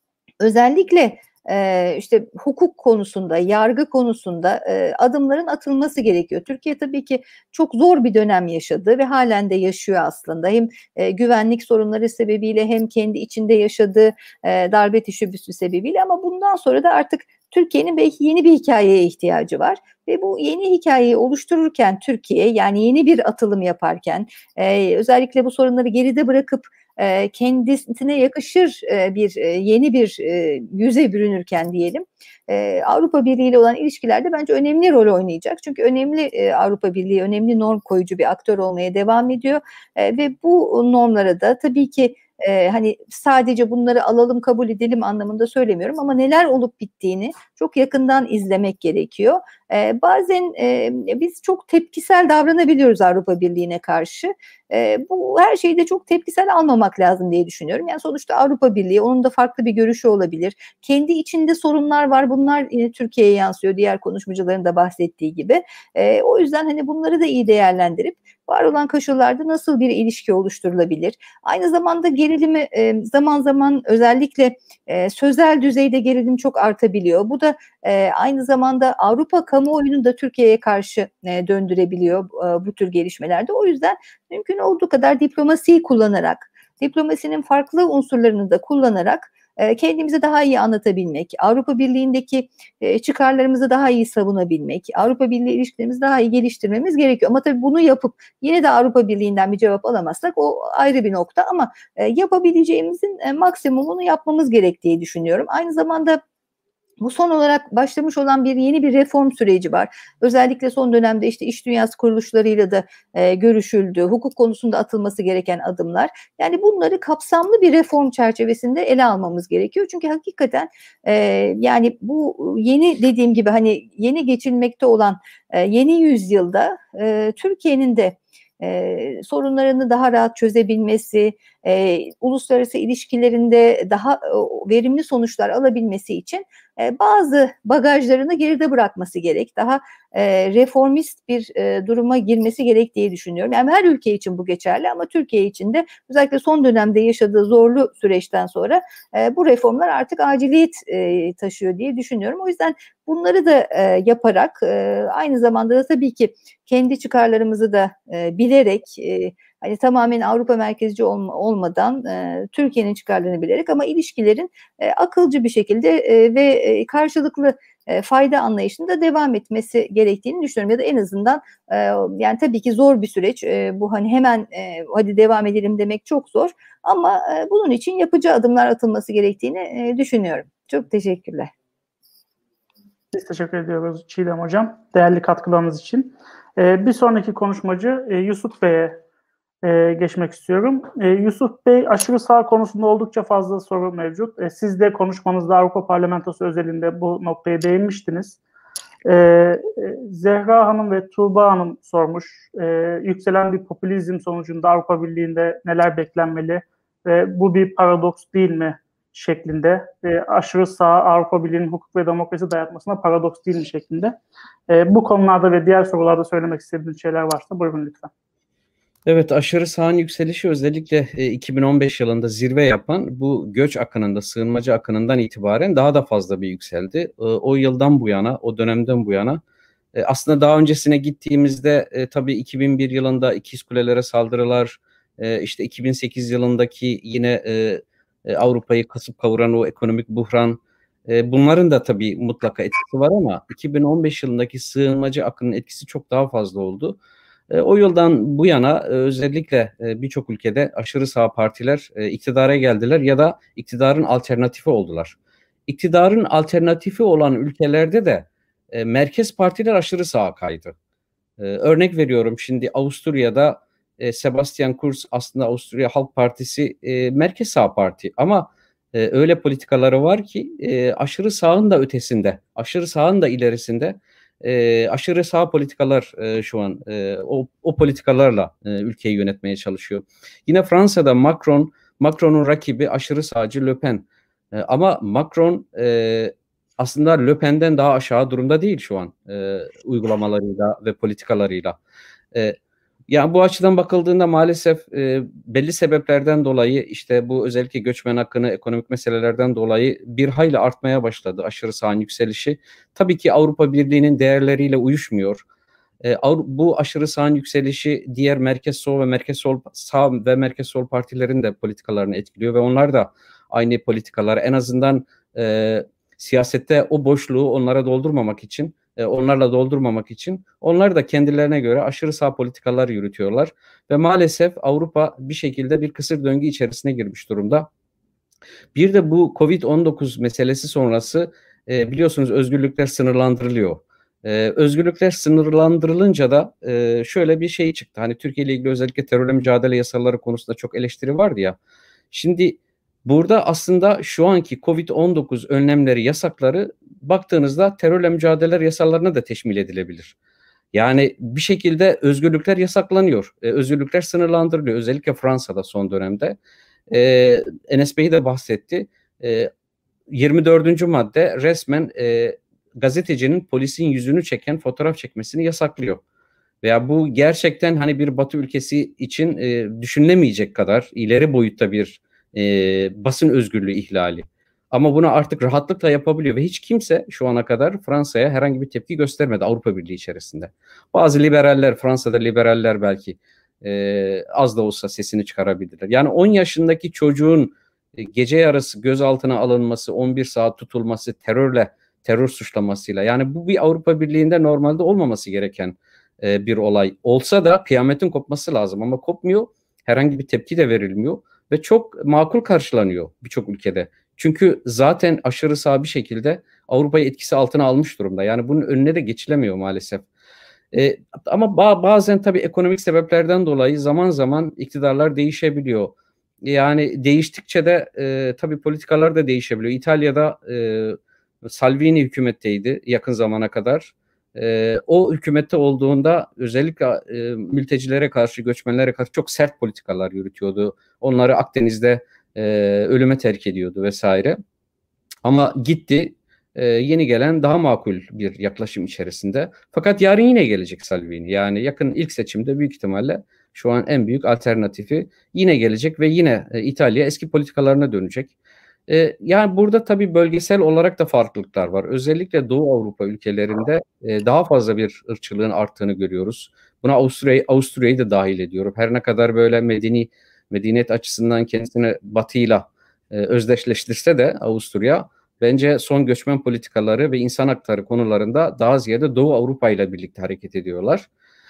özellikle e, işte hukuk konusunda, yargı konusunda e, adımların atılması gerekiyor. Türkiye tabii ki çok zor bir dönem yaşadı ve halen de yaşıyor aslında. Hem e, güvenlik sorunları sebebiyle hem kendi içinde yaşadığı e, darbe teşebbüsü sebebiyle ama bundan sonra da artık Türkiye'nin belki yeni bir hikayeye ihtiyacı var. Ve bu yeni hikayeyi oluştururken Türkiye, yani yeni bir atılım yaparken, e, özellikle bu sorunları geride bırakıp e, kendisine yakışır e, bir e, yeni bir e, yüze bürünürken diyelim, e, Avrupa Birliği ile olan ilişkilerde bence önemli rol oynayacak. Çünkü önemli e, Avrupa Birliği önemli norm koyucu bir aktör olmaya devam ediyor e, ve bu normlara da tabii ki Ee, hani sadece bunları alalım kabul edelim anlamında söylemiyorum ama neler olup bittiğini çok yakından izlemek gerekiyor. Ee, bazen e, biz çok tepkisel davranabiliyoruz Avrupa Birliği'ne karşı. Ee, bu her şeyi de çok tepkisel almamak lazım diye düşünüyorum. Yani sonuçta Avrupa Birliği, onun da farklı bir görüşü olabilir. Kendi içinde sorunlar var. Bunlar yine Türkiye'ye yansıyor. Diğer konuşmacıların da bahsettiği gibi. Ee, o yüzden hani bunları da iyi değerlendirip var olan koşullarda nasıl bir ilişki oluşturulabilir? Aynı zamanda gerilimi e, zaman zaman özellikle e, sözel düzeyde gerilim çok artabiliyor. Bu da e, aynı zamanda Avrupa kamuoyunu da Türkiye'ye karşı e, döndürebiliyor e, bu tür gelişmelerde. O yüzden mümkün olduğu kadar diplomasiyi kullanarak, diplomasinin farklı unsurlarını da kullanarak kendimizi daha iyi anlatabilmek, Avrupa Birliği'ndeki çıkarlarımızı daha iyi savunabilmek, Avrupa Birliği ilişkilerimizi daha iyi geliştirmemiz gerekiyor. Ama tabii bunu yapıp yine de Avrupa Birliği'nden bir cevap alamazsak o ayrı bir nokta ama yapabileceğimizin maksimumunu yapmamız gerektiği düşünüyorum. Aynı zamanda bu son olarak başlamış olan bir yeni bir reform süreci var. Özellikle son dönemde işte iş dünyası kuruluşlarıyla da e, görüşüldü. Hukuk konusunda atılması gereken adımlar. Yani bunları kapsamlı bir reform çerçevesinde ele almamız gerekiyor. Çünkü hakikaten e, yani bu yeni dediğim gibi hani yeni geçilmekte olan e, yeni yüzyılda e, Türkiye'nin de Ee, sorunlarını daha rahat çözebilmesi, e, uluslararası ilişkilerinde daha e, verimli sonuçlar alabilmesi için e, bazı bagajlarını geride bırakması gerek. Daha e, reformist bir e, duruma girmesi gerek diye düşünüyorum. Yani her ülke için bu geçerli ama Türkiye için de özellikle son dönemde yaşadığı zorlu süreçten sonra e, bu reformlar artık aciliyet e, taşıyor diye düşünüyorum. O yüzden bunları da e, yaparak e, aynı zamanda da tabii ki kendi çıkarlarımızı da e, bilerek e, hani tamamen Avrupa merkezci olma, olmadan e, Türkiye'nin çıkarlarını bilerek ama ilişkilerin e, akılcı bir şekilde e, ve e, karşılıklı e, fayda anlayışında devam etmesi gerektiğini düşünüyorum. Ya da en azından e, yani tabii ki zor bir süreç. E, bu hani hemen e, hadi devam edelim demek çok zor ama e, bunun için yapıcı adımlar atılması gerektiğini e, düşünüyorum. Çok teşekkürler. Biz teşekkür ediyoruz Çiğdem Hocam değerli katkılarınız için. Ee, bir sonraki konuşmacı e, Yusuf Bey'e e, geçmek istiyorum. E, Yusuf Bey, aşırı sağ konusunda oldukça fazla soru mevcut. E, siz de konuşmanızda Avrupa Parlamentosu özelinde bu noktaya değinmiştiniz. E, e, Zehra Hanım ve Tuğba Hanım sormuş. E, yükselen bir popülizm sonucunda Avrupa Birliği'nde neler beklenmeli ve bu bir paradoks değil mi şeklinde, e, aşırı sağ Avrupa Birliği'nin hukuk ve demokrasi dayatmasına paradoks değil mi şeklinde. E, bu konularda ve diğer sorularda söylemek istediğiniz şeyler varsa buyurun lütfen. Evet, aşırı sağın yükselişi özellikle e, iki bin on beş yılında zirve yapan bu göç akınında, sığınmacı akınından itibaren daha da fazla bir yükseldi. E, o yıldan bu yana, o dönemden bu yana e, aslında daha öncesine gittiğimizde e, tabii iki bin bir yılında İkizkule'lere saldırılar, e, işte iki bin sekiz yılındaki yine e, e, Avrupa'yı kasıp kavuran o ekonomik buhran, e, bunların da tabii mutlaka etkisi var ama iki bin on beş yılındaki sığınmacı akının etkisi çok daha fazla oldu. O yıldan bu yana özellikle birçok ülkede aşırı sağ partiler iktidara geldiler ya da iktidarın alternatifi oldular. İktidarın alternatifi olan ülkelerde de merkez partiler aşırı sağa kaydı. Örnek veriyorum, şimdi Avusturya'da Sebastian Kurz aslında Avusturya Halk Partisi merkez sağ parti ama öyle politikaları var ki aşırı sağın da ötesinde, aşırı sağın da ilerisinde E, aşırı sağ politikalar e, şu an e, o, o politikalarla e, ülkeyi yönetmeye çalışıyor. Yine Fransa'da Macron, Macron'un rakibi aşırı sağcı Le Pen. E, ama Macron e, aslında Le Pen'den daha aşağı durumda değil şu an e, uygulamalarıyla ve politikalarıyla. E, Yani bu açıdan bakıldığında maalesef e, belli sebeplerden dolayı işte bu özellikle göçmen hakkını, ekonomik meselelerden dolayı bir hayli artmaya başladı aşırı sağın yükselişi. Tabii ki Avrupa Birliği'nin değerleriyle uyuşmuyor. E, bu aşırı sağın yükselişi diğer merkez sol ve merkez sol sağ ve merkez sol partilerin de politikalarını etkiliyor ve onlar da aynı politikalar en azından e, siyasette o boşluğu onlara doldurmamak için, e, onlarla doldurmamak için onlar da kendilerine göre aşırı sağ politikalar yürütüyorlar. Ve maalesef Avrupa bir şekilde bir kısır döngü içerisine girmiş durumda. Bir de bu Covid on dokuz meselesi sonrası e, biliyorsunuz özgürlükler sınırlandırılıyor. Ee, özgürlükler sınırlandırılınca da e, şöyle bir şey çıktı. Hani Türkiye ile ilgili özellikle terörle mücadele yasaları konusunda çok eleştiri vardı ya. Şimdi burada aslında şu anki Covid on dokuz önlemleri, yasakları baktığınızda terörle mücadele yasalarına da teşmil edilebilir. Yani bir şekilde özgürlükler yasaklanıyor. E, özgürlükler sınırlandırılıyor. Özellikle Fransa'da son dönemde. E, Enes Bey de bahsetti. E, yirmi dördüncü madde resmen e, gazetecinin polisin yüzünü çeken fotoğraf çekmesini yasaklıyor. Veya bu gerçekten hani bir Batı ülkesi için e, düşünülemeyecek kadar ileri boyutta bir e, basın özgürlüğü ihlali. Ama bunu artık rahatlıkla yapabiliyor ve hiç kimse şu ana kadar Fransa'ya herhangi bir tepki göstermedi Avrupa Birliği içerisinde. Bazı liberaller, Fransa'da liberaller belki e, az da olsa sesini çıkarabilirler. Yani on yaşındaki çocuğun e, gece yarısı gözaltına alınması, on bir saat tutulması, terörle, terör suçlamasıyla, yani bu bir Avrupa Birliği'nde normalde olmaması gereken e, bir olay. Olsa da kıyametin kopması lazım ama kopmuyor, herhangi bir tepki de verilmiyor ve çok makul karşılanıyor birçok ülkede. Çünkü zaten aşırı sağ bir şekilde Avrupa'yı etkisi altına almış durumda. Yani bunun önüne de geçilemiyor maalesef. E, ama ba- bazen tabii ekonomik sebeplerden dolayı zaman zaman iktidarlar değişebiliyor. Yani değiştikçe de e, tabii politikalar da değişebiliyor. İtalya'da e, Salvini hükümetteydi yakın zamana kadar. E, o hükümette olduğunda özellikle e, mültecilere karşı, göçmenlere karşı çok sert politikalar yürütüyordu. Onları Akdeniz'de e, ölüme terk ediyordu vesaire. Ama gitti, e, yeni gelen daha makul bir yaklaşım içerisinde. Fakat yarın yine gelecek Salvini. Yani yakın ilk seçimde büyük ihtimalle şu an en büyük alternatifi yine gelecek ve yine e, İtalya eski politikalarına dönecek. E, yani burada tabii bölgesel olarak da farklılıklar var. Özellikle Doğu Avrupa ülkelerinde e, daha fazla bir ırkçılığın arttığını görüyoruz. Buna Avusturya'yı Avusturya'yı da dahil ediyorum. Her ne kadar böyle medeni medeniyet açısından kendisini Batı'yla e, özdeşleştirse de Avusturya, bence son göçmen politikaları ve insan hakları konularında daha ziyade Doğu Avrupa ile birlikte hareket ediyorlar.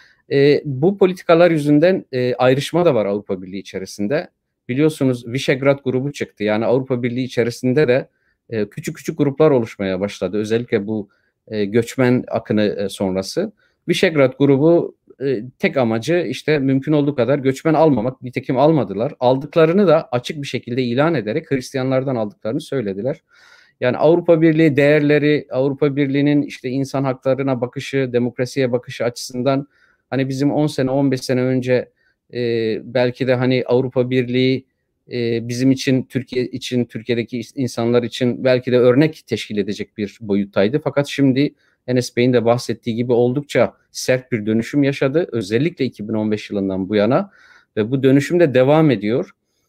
E, bu politikalar yüzünden e, ayrışma da var Avrupa Birliği içerisinde. Biliyorsunuz Visegrad grubu çıktı. Yani Avrupa Birliği içerisinde de e, küçük küçük gruplar oluşmaya başladı. Özellikle bu e, göçmen akını e, sonrası. Visegrad grubu e, tek amacı işte mümkün olduğu kadar göçmen almamak. Nitekim almadılar. Aldıklarını da açık bir şekilde ilan ederek Hristiyanlardan aldıklarını söylediler. Yani Avrupa Birliği değerleri, Avrupa Birliği'nin işte insan haklarına bakışı, demokrasiye bakışı açısından hani bizim on sene, on beş sene önce e, belki de hani Avrupa Birliği e, bizim için, Türkiye için, Türkiye'deki insanlar için belki de örnek teşkil edecek bir boyuttaydı. Fakat şimdi Enes Bey'in de bahsettiği gibi oldukça sert bir dönüşüm yaşadı. Özellikle iki bin on beş yılından bu yana ve bu dönüşüm de devam ediyor.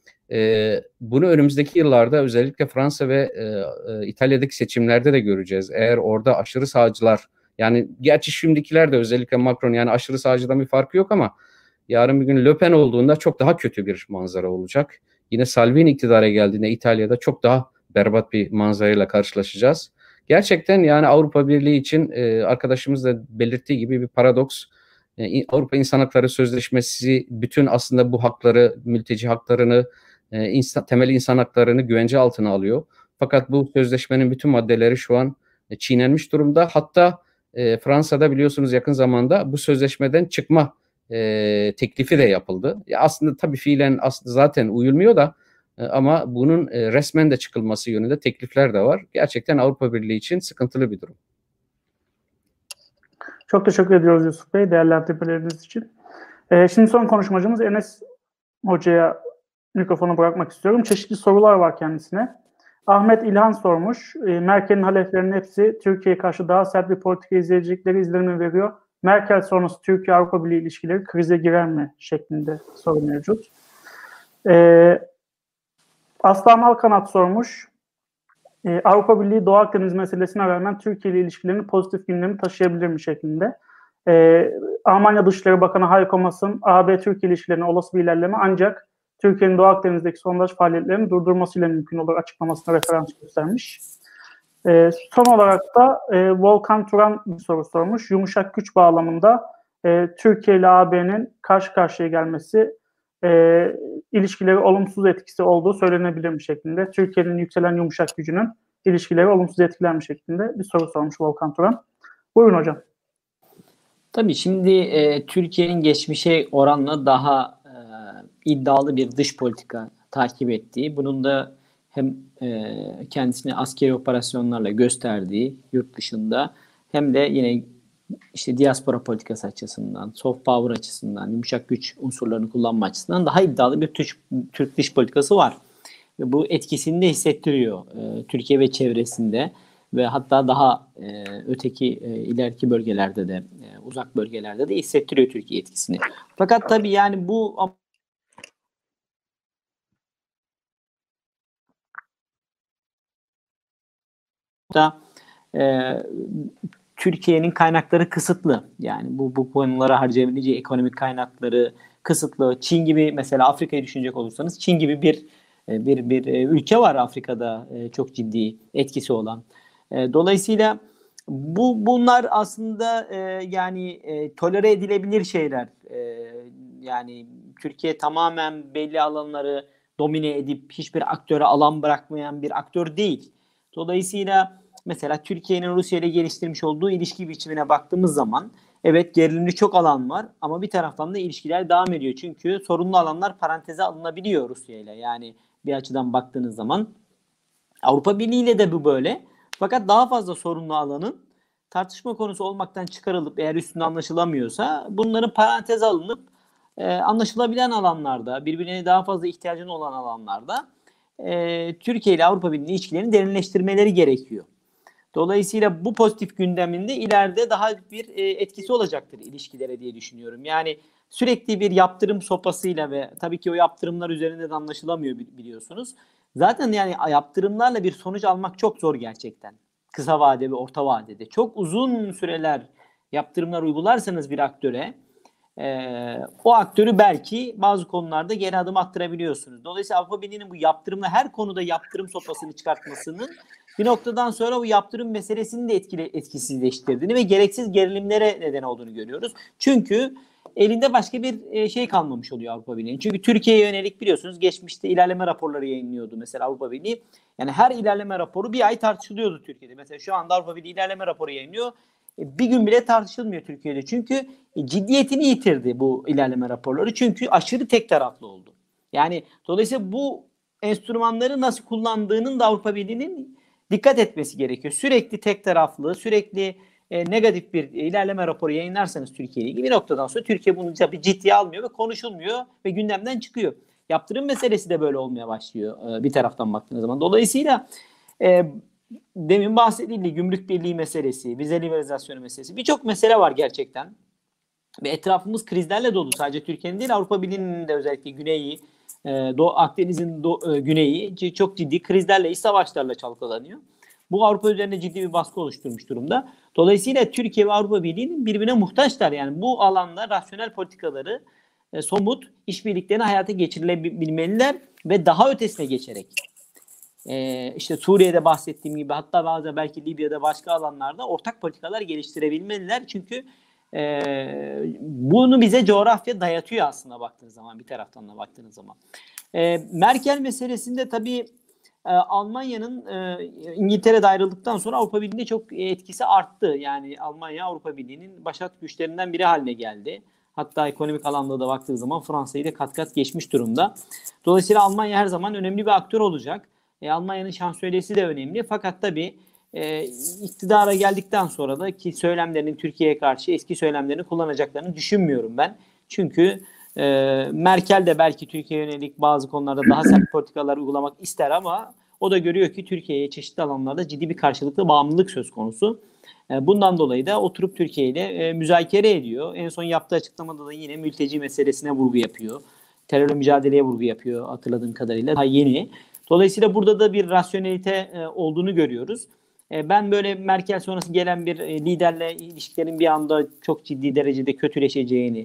Ee, bunu önümüzdeki yıllarda özellikle Fransa ve e, e, İtalya'daki seçimlerde de göreceğiz. Eğer orada aşırı sağcılar, yani gerçi şimdikiler de özellikle Macron, yani aşırı sağcıdan bir farkı yok ama yarın bir gün Le Pen olduğunda çok daha kötü bir manzara olacak. Yine Salvini iktidara geldiğinde İtalya'da çok daha berbat bir manzarayla karşılaşacağız. Gerçekten yani Avrupa Birliği için e, arkadaşımız da belirttiği gibi bir paradoks. E, Avrupa İnsan Hakları Sözleşmesi bütün aslında bu hakları, mülteci haklarını, e, insan, temel insan haklarını güvence altına alıyor. Fakat bu sözleşmenin bütün maddeleri şu an e, çiğnenmiş durumda. Hatta e, Fransa'da biliyorsunuz yakın zamanda bu sözleşmeden çıkma e, teklifi de yapıldı. Ya aslında tabii fiilen aslında zaten uyulmuyor da e, ama bunun e, resmen de çıkılması yönünde teklifler de var. Gerçekten Avrupa Birliği için sıkıntılı bir durum. Çok teşekkür ediyoruz Yusuf Bey değerlendirmeleriniz için. Ee, şimdi son konuşmacımız Enes Hoca'ya mikrofonu bırakmak istiyorum. Çeşitli sorular var kendisine. Ahmet İlhan sormuş. E, Merkel'in haleflerinin hepsi Türkiye'ye karşı daha sert bir politika izleyecekleri izlenimi veriyor. Merkel sonrası Türkiye-Avrupa Birliği ilişkileri krize girer mi? Şeklinde soru mevcut. E, Aslan Alkanat sormuş. E, Avrupa Birliği Doğu Akdeniz meselesine rağmen Türkiye ile ilişkilerini pozitif gündemi taşıyabilir mi? Şeklinde. E, Almanya Dışişleri Bakanı Heiko Maas'ın A B-Türkiye ilişkilerine olası bir ilerleme ancak Türkiye'nin Doğu Akdeniz'deki sondaj faaliyetlerini durdurmasıyla mümkün olur açıklamasına referans göstermiş. E, son olarak da e, Volkan Turan bir soru sormuş. Yumuşak güç bağlamında e, Türkiye ile A B'nin karşı karşıya gelmesi e, ilişkileri olumsuz etkisi olduğu söylenebilir mi şeklinde. Türkiye'nin yükselen yumuşak gücünün ilişkileri olumsuz etkiler mi şeklinde bir soru sormuş Volkan Turan. Buyurun hocam. Tabii şimdi e, Türkiye'nin geçmişe oranla daha e, iddialı bir dış politika takip ettiği, bunun da hem e, kendisini askeri operasyonlarla gösterdiği yurt dışında hem de yine işte diaspora politikası açısından, soft power açısından, yumuşak güç unsurlarını kullanma açısından daha iddialı bir Türk, Türk dış politikası var. Ve bu etkisini de hissettiriyor e, Türkiye ve çevresinde ve hatta daha e, öteki e, ileriki bölgelerde de e, uzak bölgelerde de hissettiriyor Türkiye etkisini. Fakat tabii yani bu da e, Türkiye'nin kaynakları kısıtlı. Yani bu bu konulara harcayabileceği ekonomik kaynakları kısıtlı. Çin gibi, mesela Afrika'yı düşünecek olursanız, Çin gibi bir bir bir ülke var Afrika'da çok ciddi etkisi olan. Dolayısıyla bu bunlar aslında yani tolere edilebilir şeyler. Yani Türkiye tamamen belli alanları domine edip hiçbir aktöre alan bırakmayan bir aktör değil. Dolayısıyla mesela Türkiye'nin Rusya ile geliştirmiş olduğu ilişki biçimine baktığımız zaman evet, gerilimli çok alan var ama bir taraftan da ilişkiler devam ediyor. Çünkü sorunlu alanlar paranteze alınabiliyor Rusya ile. Yani bir açıdan baktığınız zaman Avrupa Birliği ile de bu böyle. Fakat daha fazla sorunlu alanın tartışma konusu olmaktan çıkarılıp eğer üstünde anlaşılamıyorsa bunların paranteze alınıp e, anlaşılabilen alanlarda, birbirine daha fazla ihtiyacın olan alanlarda e, Türkiye ile Avrupa Birliği ilişkilerini derinleştirmeleri gerekiyor. Dolayısıyla bu pozitif gündeminde ileride daha bir e, etkisi olacaktır ilişkilere diye düşünüyorum. Yani sürekli bir yaptırım sopasıyla ve tabii ki o yaptırımlar üzerinde de anlaşılamıyor biliyorsunuz. Zaten yani yaptırımlarla bir sonuç almak çok zor gerçekten. Kısa vade ve orta vadede. Çok uzun süreler yaptırımlar uygularsanız bir aktöre e, o aktörü belki bazı konularda geri adım attırabiliyorsunuz. Dolayısıyla Avrupa Birliği'nin bu yaptırımla her konuda yaptırım sopasını çıkartmasının bir noktadan sonra bu yaptırım meselesini de etkili, etkisizleştirdiğini ve gereksiz gerilimlere neden olduğunu görüyoruz. Çünkü elinde başka bir şey kalmamış oluyor Avrupa Birliği'nin. Çünkü Türkiye'ye yönelik biliyorsunuz geçmişte ilerleme raporları yayınlıyordu mesela Avrupa Birliği. Yani her ilerleme raporu bir ay tartışılıyordu Türkiye'de. Mesela şu anda Avrupa Birliği ilerleme raporu yayınlıyor. Bir gün bile tartışılmıyor Türkiye'de. Çünkü ciddiyetini yitirdi bu ilerleme raporları. Çünkü aşırı tek taraflı oldu. Yani dolayısıyla bu enstrümanları nasıl kullandığının da Avrupa Birliği'nin dikkat etmesi gerekiyor. Sürekli tek taraflı, sürekli e, negatif bir ilerleme raporu yayınlarsanız Türkiye ile ilgili bir noktadan sonra Türkiye bunu ciddiye almıyor ve konuşulmuyor ve gündemden çıkıyor. Yaptırım meselesi de böyle olmaya başlıyor e, bir taraftan baktığınız zaman. Dolayısıyla e, demin bahsedildi gümrük birliği meselesi, vize liberalizasyonu meselesi. Birçok mesele var gerçekten. Ve etrafımız krizlerle dolu. Sadece Türkiye'nin değil, Avrupa Birliği'nin de özellikle güneyi, e, Doğu Akdeniz'in do, e, güneyi çok ciddi krizlerle, iç savaşlarla çalkalanıyor. Bu Avrupa üzerinde ciddi bir baskı oluşturmuş durumda. Dolayısıyla Türkiye ve Avrupa Birliği'nin birbirine muhtaçlar. Yani bu alanda rasyonel politikaları, e, somut işbirliklerini hayata geçirilebilmeliler ve daha ötesine geçerek. E, işte Suriye'de bahsettiğim gibi, hatta bazen belki Libya'da, başka alanlarda ortak politikalar geliştirebilmeliler. Çünkü Ee, bunu bize coğrafya dayatıyor aslında baktığınız zaman, bir taraftan da baktığınız zaman. Ee, Merkel meselesinde tabii e, Almanya'nın e, İngiltere'de ayrıldıktan sonra Avrupa Birliği'nde çok etkisi arttı. Yani Almanya Avrupa Birliği'nin başat güçlerinden biri haline geldi. Hatta ekonomik alanda da baktığı zaman Fransa'yı da kat kat geçmiş durumda. Dolayısıyla Almanya her zaman önemli bir aktör olacak. E, Almanya'nın şansölyesi de önemli. Fakat tabii E, iktidara geldikten sonra da ki söylemlerinin Türkiye'ye karşı eski söylemlerini kullanacaklarını düşünmüyorum ben. Çünkü e, Merkel de belki Türkiye'ye yönelik bazı konularda daha sert politikalar uygulamak ister ama o da görüyor ki Türkiye'ye çeşitli alanlarda ciddi bir karşılıklı bağımlılık söz konusu. E, bundan dolayı da oturup Türkiye ile e, müzakere ediyor. En son yaptığı açıklamada da yine mülteci meselesine vurgu yapıyor. Terörle mücadeleye vurgu yapıyor hatırladığım kadarıyla. Daha yeni. Dolayısıyla burada da bir rasyonelite e, olduğunu görüyoruz. Ben böyle Merkel sonrası gelen bir liderle ilişkilerin bir anda çok ciddi derecede kötüleşeceğini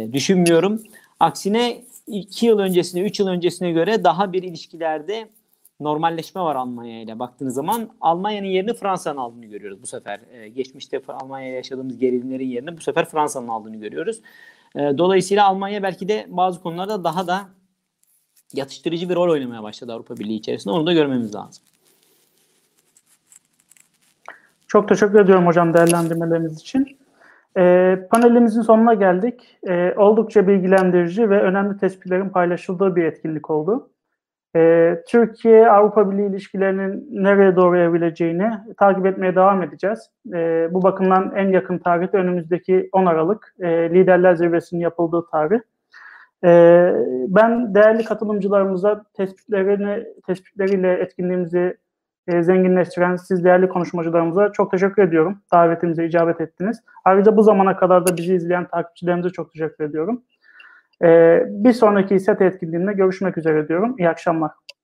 düşünmüyorum. Aksine iki yıl öncesine, üç yıl öncesine göre daha bir ilişkilerde normalleşme var Almanya ile baktığınız zaman. Almanya'nın yerini Fransa'nın aldığını görüyoruz bu sefer. E, geçmişte Almanya'da yaşadığımız gerilimlerin yerine bu sefer Fransa'nın aldığını görüyoruz. E, dolayısıyla Almanya belki de bazı konularda daha da yatıştırıcı bir rol oynamaya başladı Avrupa Birliği içerisinde. Onu da görmemiz lazım. Çok teşekkür ediyorum hocam değerlendirmeleriniz için. E, panelimizin sonuna geldik. E, oldukça bilgilendirici ve önemli tespitlerin paylaşıldığı bir etkinlik oldu. E, Türkiye-Avrupa Birliği ilişkilerinin nereye doğru evrileceğini takip etmeye devam edeceğiz. E, bu bakımdan en yakın tarihte önümüzdeki on Aralık e, Liderler Zirvesi'nin yapıldığı tarih. E, ben değerli katılımcılarımıza tespitlerini, tespitleriyle etkinliğimizi e, zenginleştiren siz değerli konuşmacılarımıza çok teşekkür ediyorum. Davetimize icabet ettiniz. Ayrıca bu zamana kadar da bizi izleyen takipçilerimize çok teşekkür ediyorum. E, bir sonraki SETA etkinliğinde görüşmek üzere diyorum. İyi akşamlar.